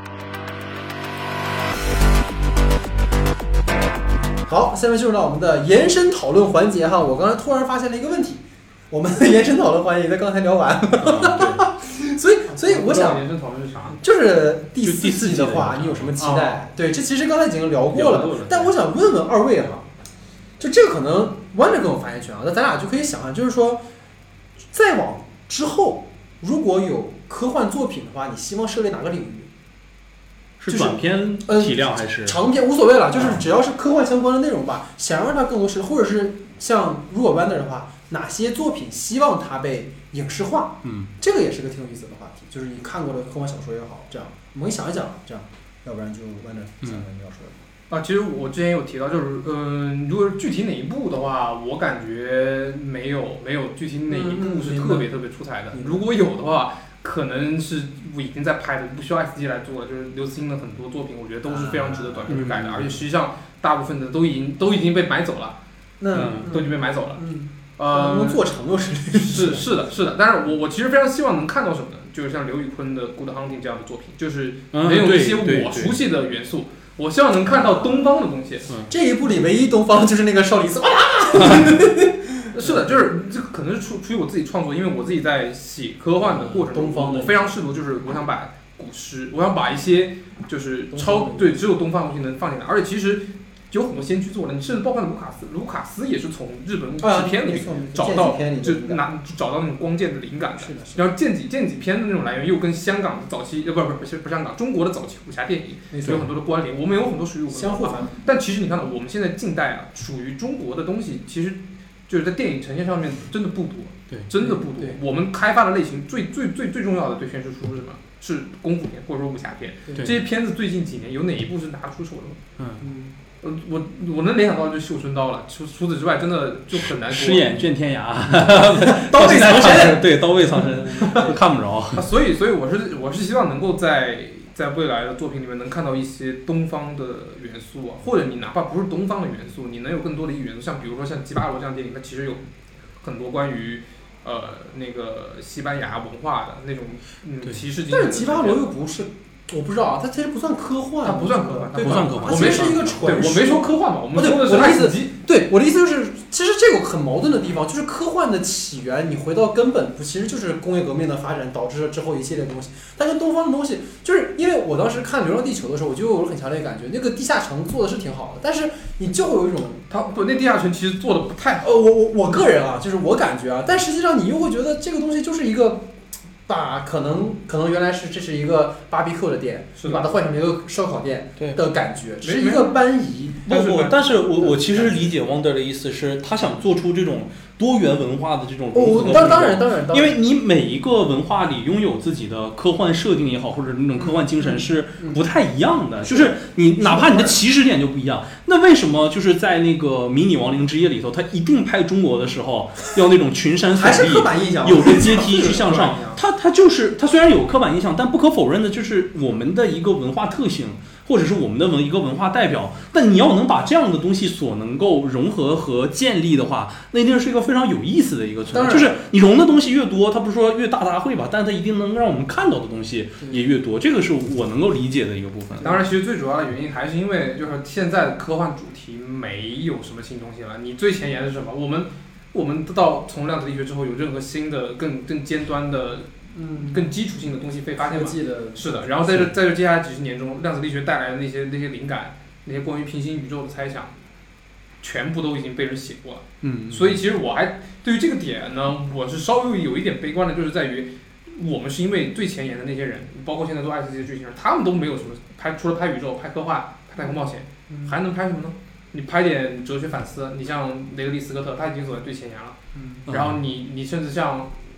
好，下面进入到我们的延伸讨论环节哈。我刚才突然发现了一个问题，我们的延伸讨论环节在刚才聊完，所以我想延伸讨论是啥？ 就是第4季的话，你有什么期待？对，这其实刚才已经聊过了，但我想问问二位哈，就这个可能弯着更有发言权啊，那咱俩就可以想象，就是说再往之后，如果有科幻作品的话，你希望涉猎哪个领域？ 是短篇体量还是长篇无所谓了，就是只要是科幻相关的内容吧，想让它更多是，或者是像如果 Wander 的话，哪些作品希望它被影视化？这个也是个挺有意思的话题，就是你看过的科幻小说也好，这样我们想一想，这样，要不然就 Wander 想想你要说的。 其实我之前有提到，就是如果具体哪一部的话，我感觉没有具体哪一部是特别出彩的。如果有的话，可能是已经在拍的，不需要 SG 来做了。就是刘慈欣的很多作品，我觉得都是非常值得短片去改的，而且实际上大部分的都已经被买走了，都已经被买走了。 能做成就是是的。但是我其实非常希望能看到什么呢？就是像刘宇昆的《Good Hunting》这样的作品，就是能有一些我熟悉的元素。我希望能看到东方的东西。 这一部里唯一东方就是那个少林寺。 是的，就是这个可能是出于我自己创作，因为我自己在写科幻的过程中，我非常试图就是我想把古诗，我想把一些就是只有东方的东西能放进来，而且其实有很多先驱做了，你甚至包括卢卡斯也是从日本制片里面找到那种光剑的灵感的。然后剑戟片的那种来源又跟香港的早期不是香港，中国的早期武侠电影有很多的关联，我们有很多属于我们相互反哺。 但其实你看到我们现在近代啊，属于中国的东西，其实就是在电影呈现上面真的不多，真的不多。我们开发的类型最重要的对宣示出是什么？是功夫片或者说武侠片。这些片子最近几年有哪一部是拿出手的吗？我能联想到就是《绣春刀》了，除此之外真的就很难说。 狮眼卷天涯， 刀背藏身， 对，刀背藏身，看不着。 所以我是希望能够在未来的作品里面能看到一些东方的元素啊，或者你哪怕不是东方的元素，你能有更多的元素，像比如说像《吉巴罗》这样的电影，它其实有很多关于那个西班牙文化的那种骑士精神。 但是《吉巴罗》又不是。我不知道啊，它其实不算科幻， 它不算科幻， 它其实是一个传说。 我没说科幻嘛，我们说的是爱斯基。 对，我的意思就是，其实这个很矛盾的地方，就是科幻的起源，你回到根本，其实就是工业革命的发展导致了之后一系列东西。但跟东方的东西，就是因为我当时看《流浪地球》的时候，我就有很强烈的感觉，那个地下城做的是挺好的，但是你就会有一种， 那地下城其实做的不太好。 我个人啊，就是我感觉啊，但实际上你又会觉得这个东西就是一个。可能原来这是一个BBQ的店，你把它换成一个烧烤店的感觉，只是一个搬移。 但是我其实理解 Wander 的意思是，他想做出这种多元文化的这种融合。 当然， 因为你每一个文化里拥有自己的科幻设定也好，或者那种科幻精神是不太一样的。就是你哪怕你的起始点就不一样，那为什么就是在那个迷你亡灵之夜里头，他一定拍中国的时候要那种群山耸立，有个阶梯去向上？它就是它虽然有刻板印象，但不可否认的就是我们的一个文化特性，或者是我们的一个文化代表。但你要能把这样的东西所能够融合和建立的话，那一定是一个非常有意思的一个存在。就是你融的东西越多，它不是说越大杂烩吧，但它一定能让我们看到的东西也越多。这个是我能够理解的一个部分。 当然，其实最主要的原因还是因为就是现在的科幻主题没有什么新东西了。你最前沿的是什么？我们到从量子力学之后，有任何新的更尖端的。更基础性的东西被发现吗？是的，然后在这接下来几十年中，量子力学带来的那些灵感，那些关于平行宇宙的猜想，全部都已经被人写过了。所以其实我还对于这个点呢，我是稍微有一点悲观的，就是在于我们是因为最前沿的那些人，包括现在做爱斯基的剧情人，他们都没有什么除了拍宇宙、拍科幻、拍太空冒险，还能拍什么呢？你拍点哲学反思，你像雷德利·斯科特，他已经走在最前沿了。然后你甚至像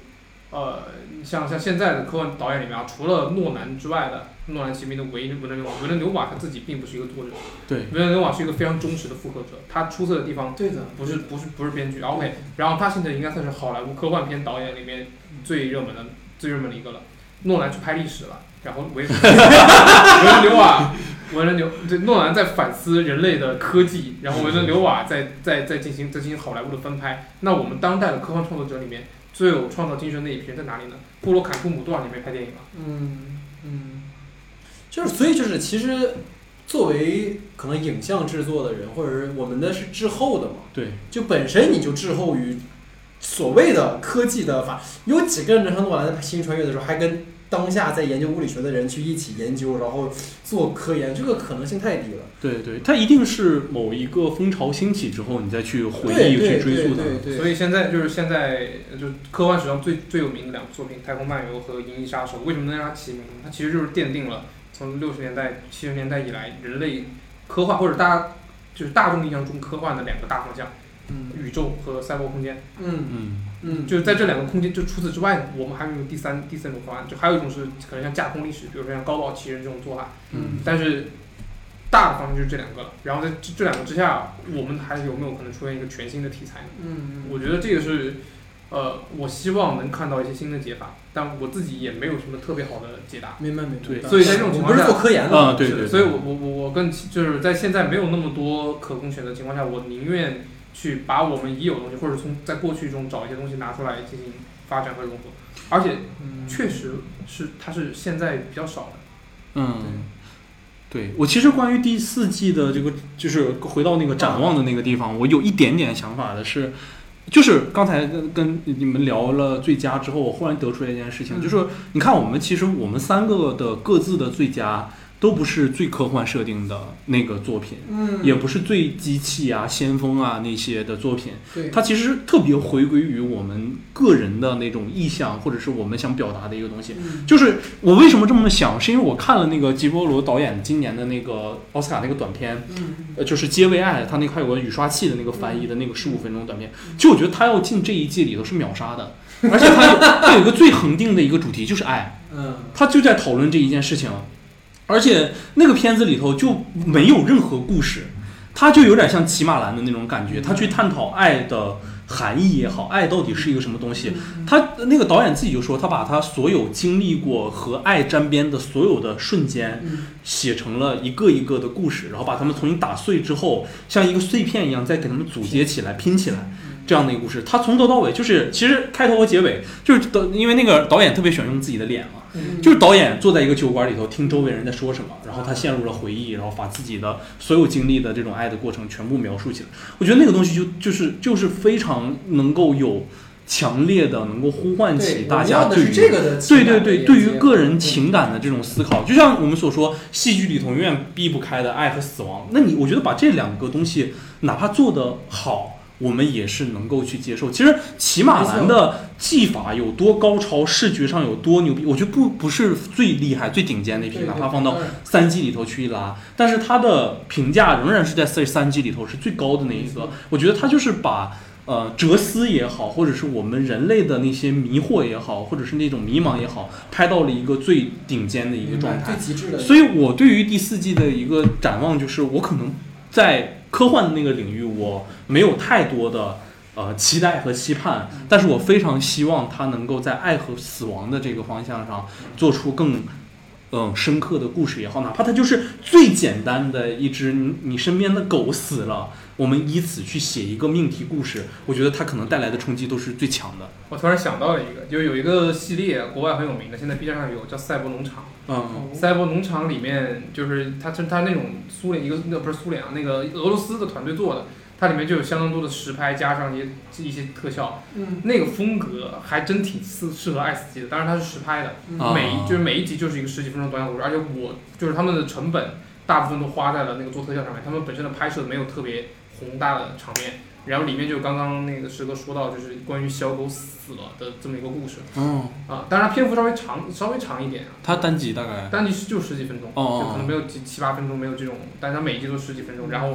像现在的科幻导演里面啊，除了诺兰之外的，诺兰骑兵的维伦纽瓦他自己并不是一个作者， 对， 维伦纽瓦是一个非常忠实的复刻者，他出色的地方， 对的， 不是编剧 ，OK， 然后他现在应该算是好莱坞科幻片导演里面最热门的一个了。诺兰去拍历史了，然后维伦纽对诺兰在反思人类的科技，然后维伦纽瓦在进行好莱坞的翻拍。那我们当代的科幻创作者里面最有创造精神的那一批人在哪里呢？布洛坎库姆多少年没拍电影了？ 就是所以就是其实作为可能影像制作的人，或者是我们的是滞后的嘛， 对， 就本身你就滞后于所谓的科技的有几个人能像诺兰在拍《星际穿越》的时候还跟当下在研究物理学的人去一起研究，然后做科研，这个可能性太低了。 对，它一定是某一个风潮兴起之后，你再去回忆、去追溯它。 所以现在就科幻史上最有名的两部作品《太空漫游》和《银翼杀手》，为什么能让它齐名？它其实就是奠定了从60年代、70年代以来人类科幻或者大众印象中科幻的两个大方向，宇宙和赛博空间。就是在这两个空间，就除此之外，我们还有第三种方案，就还有一种是可能像架空历史，比如说像高岛奇人这种做法。但是大的方向就是这两个了。然后在这两个之下，我们还有没有可能出现一个全新的题材呢？我觉得这个是我希望能看到一些新的解法，但我自己也没有什么特别好的解答。 明白。 对， 所以在这种情况下，我不是做科研的对。 所以我更就是在现在没有那么多可供选择的情况下，我宁愿去把我们已有的东西，或者在过去中找一些东西拿出来进行发展和融合，而且确实它是现在比较少的。 对，我其实关于第4季的这个，就是回到那个展望的那个地方，我有一点点想法的是，就是刚才跟你们聊了最佳之后，我忽然得出来一件事情，就是你看其实我们3个的各自的最佳都不是最科幻设定的那个作品，也不是最机器啊、先锋啊那些的作品，它其实特别回归于我们个人的那种意向，或者是我们想表达的一个东西。就是我为什么这么想，是因为我看了那个吉波罗导演今年的那个奥斯卡那个短片，就是《皆为爱》，他那个还有个雨刷器的那个翻译的那个15分钟短片，就我觉得他要进这一季里头是秒杀的，而且他有一个最恒定的一个主题就是爱，他就在讨论这一件事情。而且那个片子里头就没有任何故事，它就有点像骑马兰的那种感觉，他去探讨爱的含义也好，爱到底是一个什么东西。他那个导演自己就说，他把他所有经历过和爱沾边的所有的瞬间写成了一个一个的故事，然后把他们重新打碎之后，像一个碎片一样再给他们组接起来拼起来，这样的一个故事。他从头到尾就是其实开头和结尾就是因为那个导演特别喜欢用自己的脸嘛，就是导演坐在一个酒馆里头听周围人在说什么，然后他陷入了回忆，然后把自己的所有经历的这种爱的过程全部描述起来。我觉得那个东西就是非常能够有强烈的能够呼唤起大家对于对于个人情感的这种思考。就像我们所说，戏剧里头永远避不开的爱和死亡，那我觉得把这两个东西哪怕做得好，我们也是能够去接受。其实骑马兰的技法有多高超，视觉上有多牛逼，我觉得不是最厉害最顶尖那批，哪怕放到3季里头去一拉，但是他的评价仍然是在3季里头是最高的那一个。我觉得他就是把哲思也好，或者是我们人类的那些迷惑也好，或者是那种迷茫也好，拍到了一个最顶尖的一个状态， 最极致的。 所以我对于第4季的一个展望就是，我可能在科幻的那个领域我没有太多的期待和期盼，但是我非常希望它能够在爱和死亡的这个方向上做出更深刻的故事也好，哪怕它就是最简单的一只你身边的狗死了，我们以此去写一个命题故事，我觉得它可能带来的冲击都是最强的。 我突然想到了一个，就有一个系列国外很有名的，现在 B 站上有叫赛博农场。赛博农场里面就是它那种苏联不是苏联啊，那个俄罗斯的团队做的，它里面就有相当多的实拍加上一些特效，那个风格还真挺适合爱死机的。当然它是实拍的，每一集就是一个10几分钟短小故事，而且就是他们的成本大部分都花在了那个做特效上面，他们本身的拍摄没有特别宏大的场面。然后里面就刚刚那个石哥说到，就是关于小狗死了的这么一个故事。当然篇幅稍微长一点。 它单集大概？ 单集就10几分钟，就可能没有7、8分钟，没有这种，但它每一集都10几分钟。然后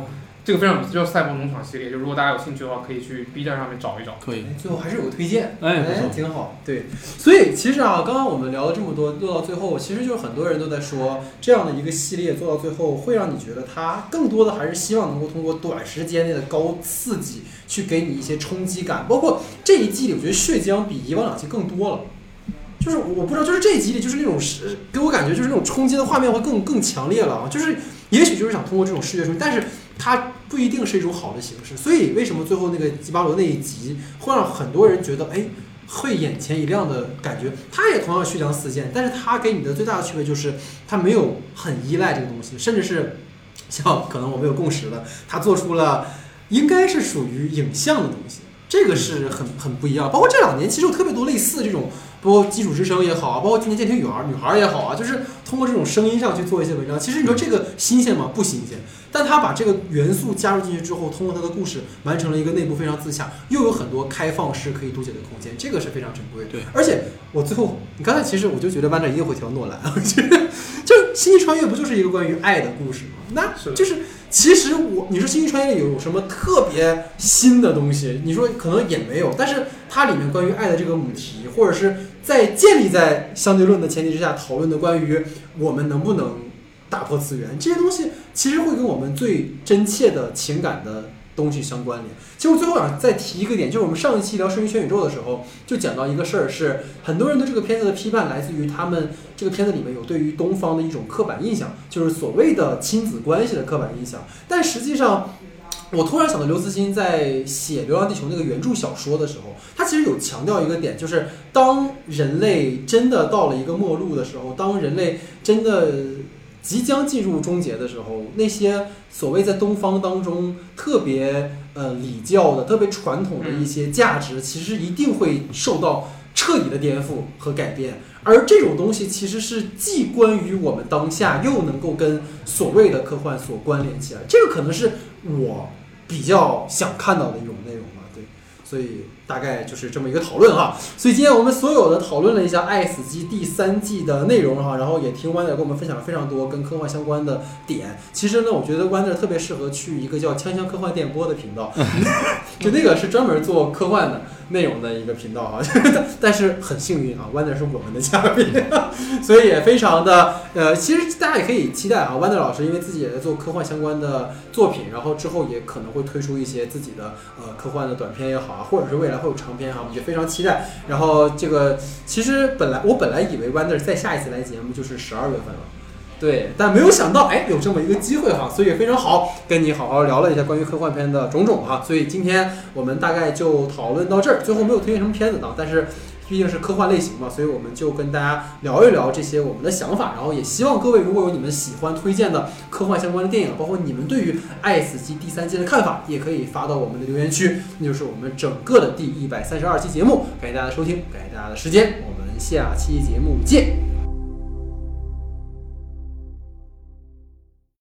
这个非常叫赛博农场系列，就如果大家有兴趣的话，可以去 B 站上面找一找。 可以， 最后还是有个推荐，挺好。对，所以其实啊，刚刚我们聊了这么多，做到最后，其实就是很多人都在说，这样的一个系列做到最后，会让你觉得它更多的还是希望能够通过短时间内的高刺激，去给你一些冲击感。包括这一季里，我觉得血浆比以往2季更多了。就是我不知道，就是这一集里就是那种给我感觉就是那种冲击的画面会更强烈了啊！就是也许就是想通过这种视觉冲击，但是它不一定是一种好的形式。所以为什么最后那个吉巴罗那一集会让很多人觉得会眼前一亮的感觉？它也同样血浆4溅，但是它给你的最大的区别就是它没有很依赖这个东西，甚至是像可能我们有共识的，它做出了应该是属于影像的东西。这个是很不一样，包括这2年其实有特别多类似这种，包括基础之声也好啊，包括今年监听女孩也好啊，就是通过这种声音上去做一些文章。其实你说这个新鲜吗？不新鲜，但他把这个元素加入进去之后，通过他的故事完成了一个内部非常自洽，又有很多开放式可以读解的空间，这个是非常珍贵的。 对， 而且我最后，你刚才其实我就觉得班长一定会挑诺兰，我觉得就《星际穿越》不就是一个关于爱的故事吗？那就是其实你说《星际穿越》有什么特别新的东西？你说可能也没有，但是它里面关于爱的这个母题，或者是在建立在相对论的前提之下讨论的关于我们能不能打破次元这些东西，其实会跟我们最真切的情感的东西相关联。其实我最后想再提一个点，就是我们上一期聊《生于全宇宙》的时候，就讲到一个事儿，是很多人对这个片子的批判来自于他们这个片子里面有对于东方的一种刻板印象，就是所谓的亲子关系的刻板印象。但实际上，我突然想到刘慈欣在写《流浪地球》那个原著小说的时候，他其实有强调一个点，就是当人类真的到了一个末路的时候，当人类真的即将进入终结的时候，那些所谓在东方当中特别礼教的、特别传统的一些价值，其实一定会受到彻底的颠覆和改变。而这种东西其实是既关于我们当下，又能够跟所谓的科幻所关联起来。这个可能是我比较想看到的一种内容吧。对，所以大概就是这么一个讨论哈。所以今天我们所有的讨论了一下《爱死机》第3季的内容哈，然后也听 Wander 跟我们分享了非常多跟科幻相关的点。其实呢，我觉得 Wander 特别适合去一个叫锵锵科幻电波的频道，就那个是专门做科幻的内容的一个频道哈。但是很幸运啊 ，Wander 是我们的嘉宾，所以也非常的其实大家也可以期待啊 ，Wander 老师因为自己也在做科幻相关的作品，然后之后也可能会推出一些自己的科幻的短片也好啊，或者是未来会有长篇啊，我们也非常期待。然后这个其实我本来以为 Wander 再下一次来节目就是12月份了。对，但没有想到，有这么一个机会哈，所以非常好，跟你好好聊了一下关于科幻片的种种哈。所以今天我们大概就讨论到这儿，最后没有推荐什么片子的，但是毕竟是科幻类型嘛，所以我们就跟大家聊一聊这些我们的想法，然后也希望各位如果有你们喜欢推荐的科幻相关的电影，包括你们对于《爱死机》第3季的看法，也可以发到我们的留言区。那就是我们整个的第132期节目，感谢大家的收听，感谢大家的时间，我们下期节目见。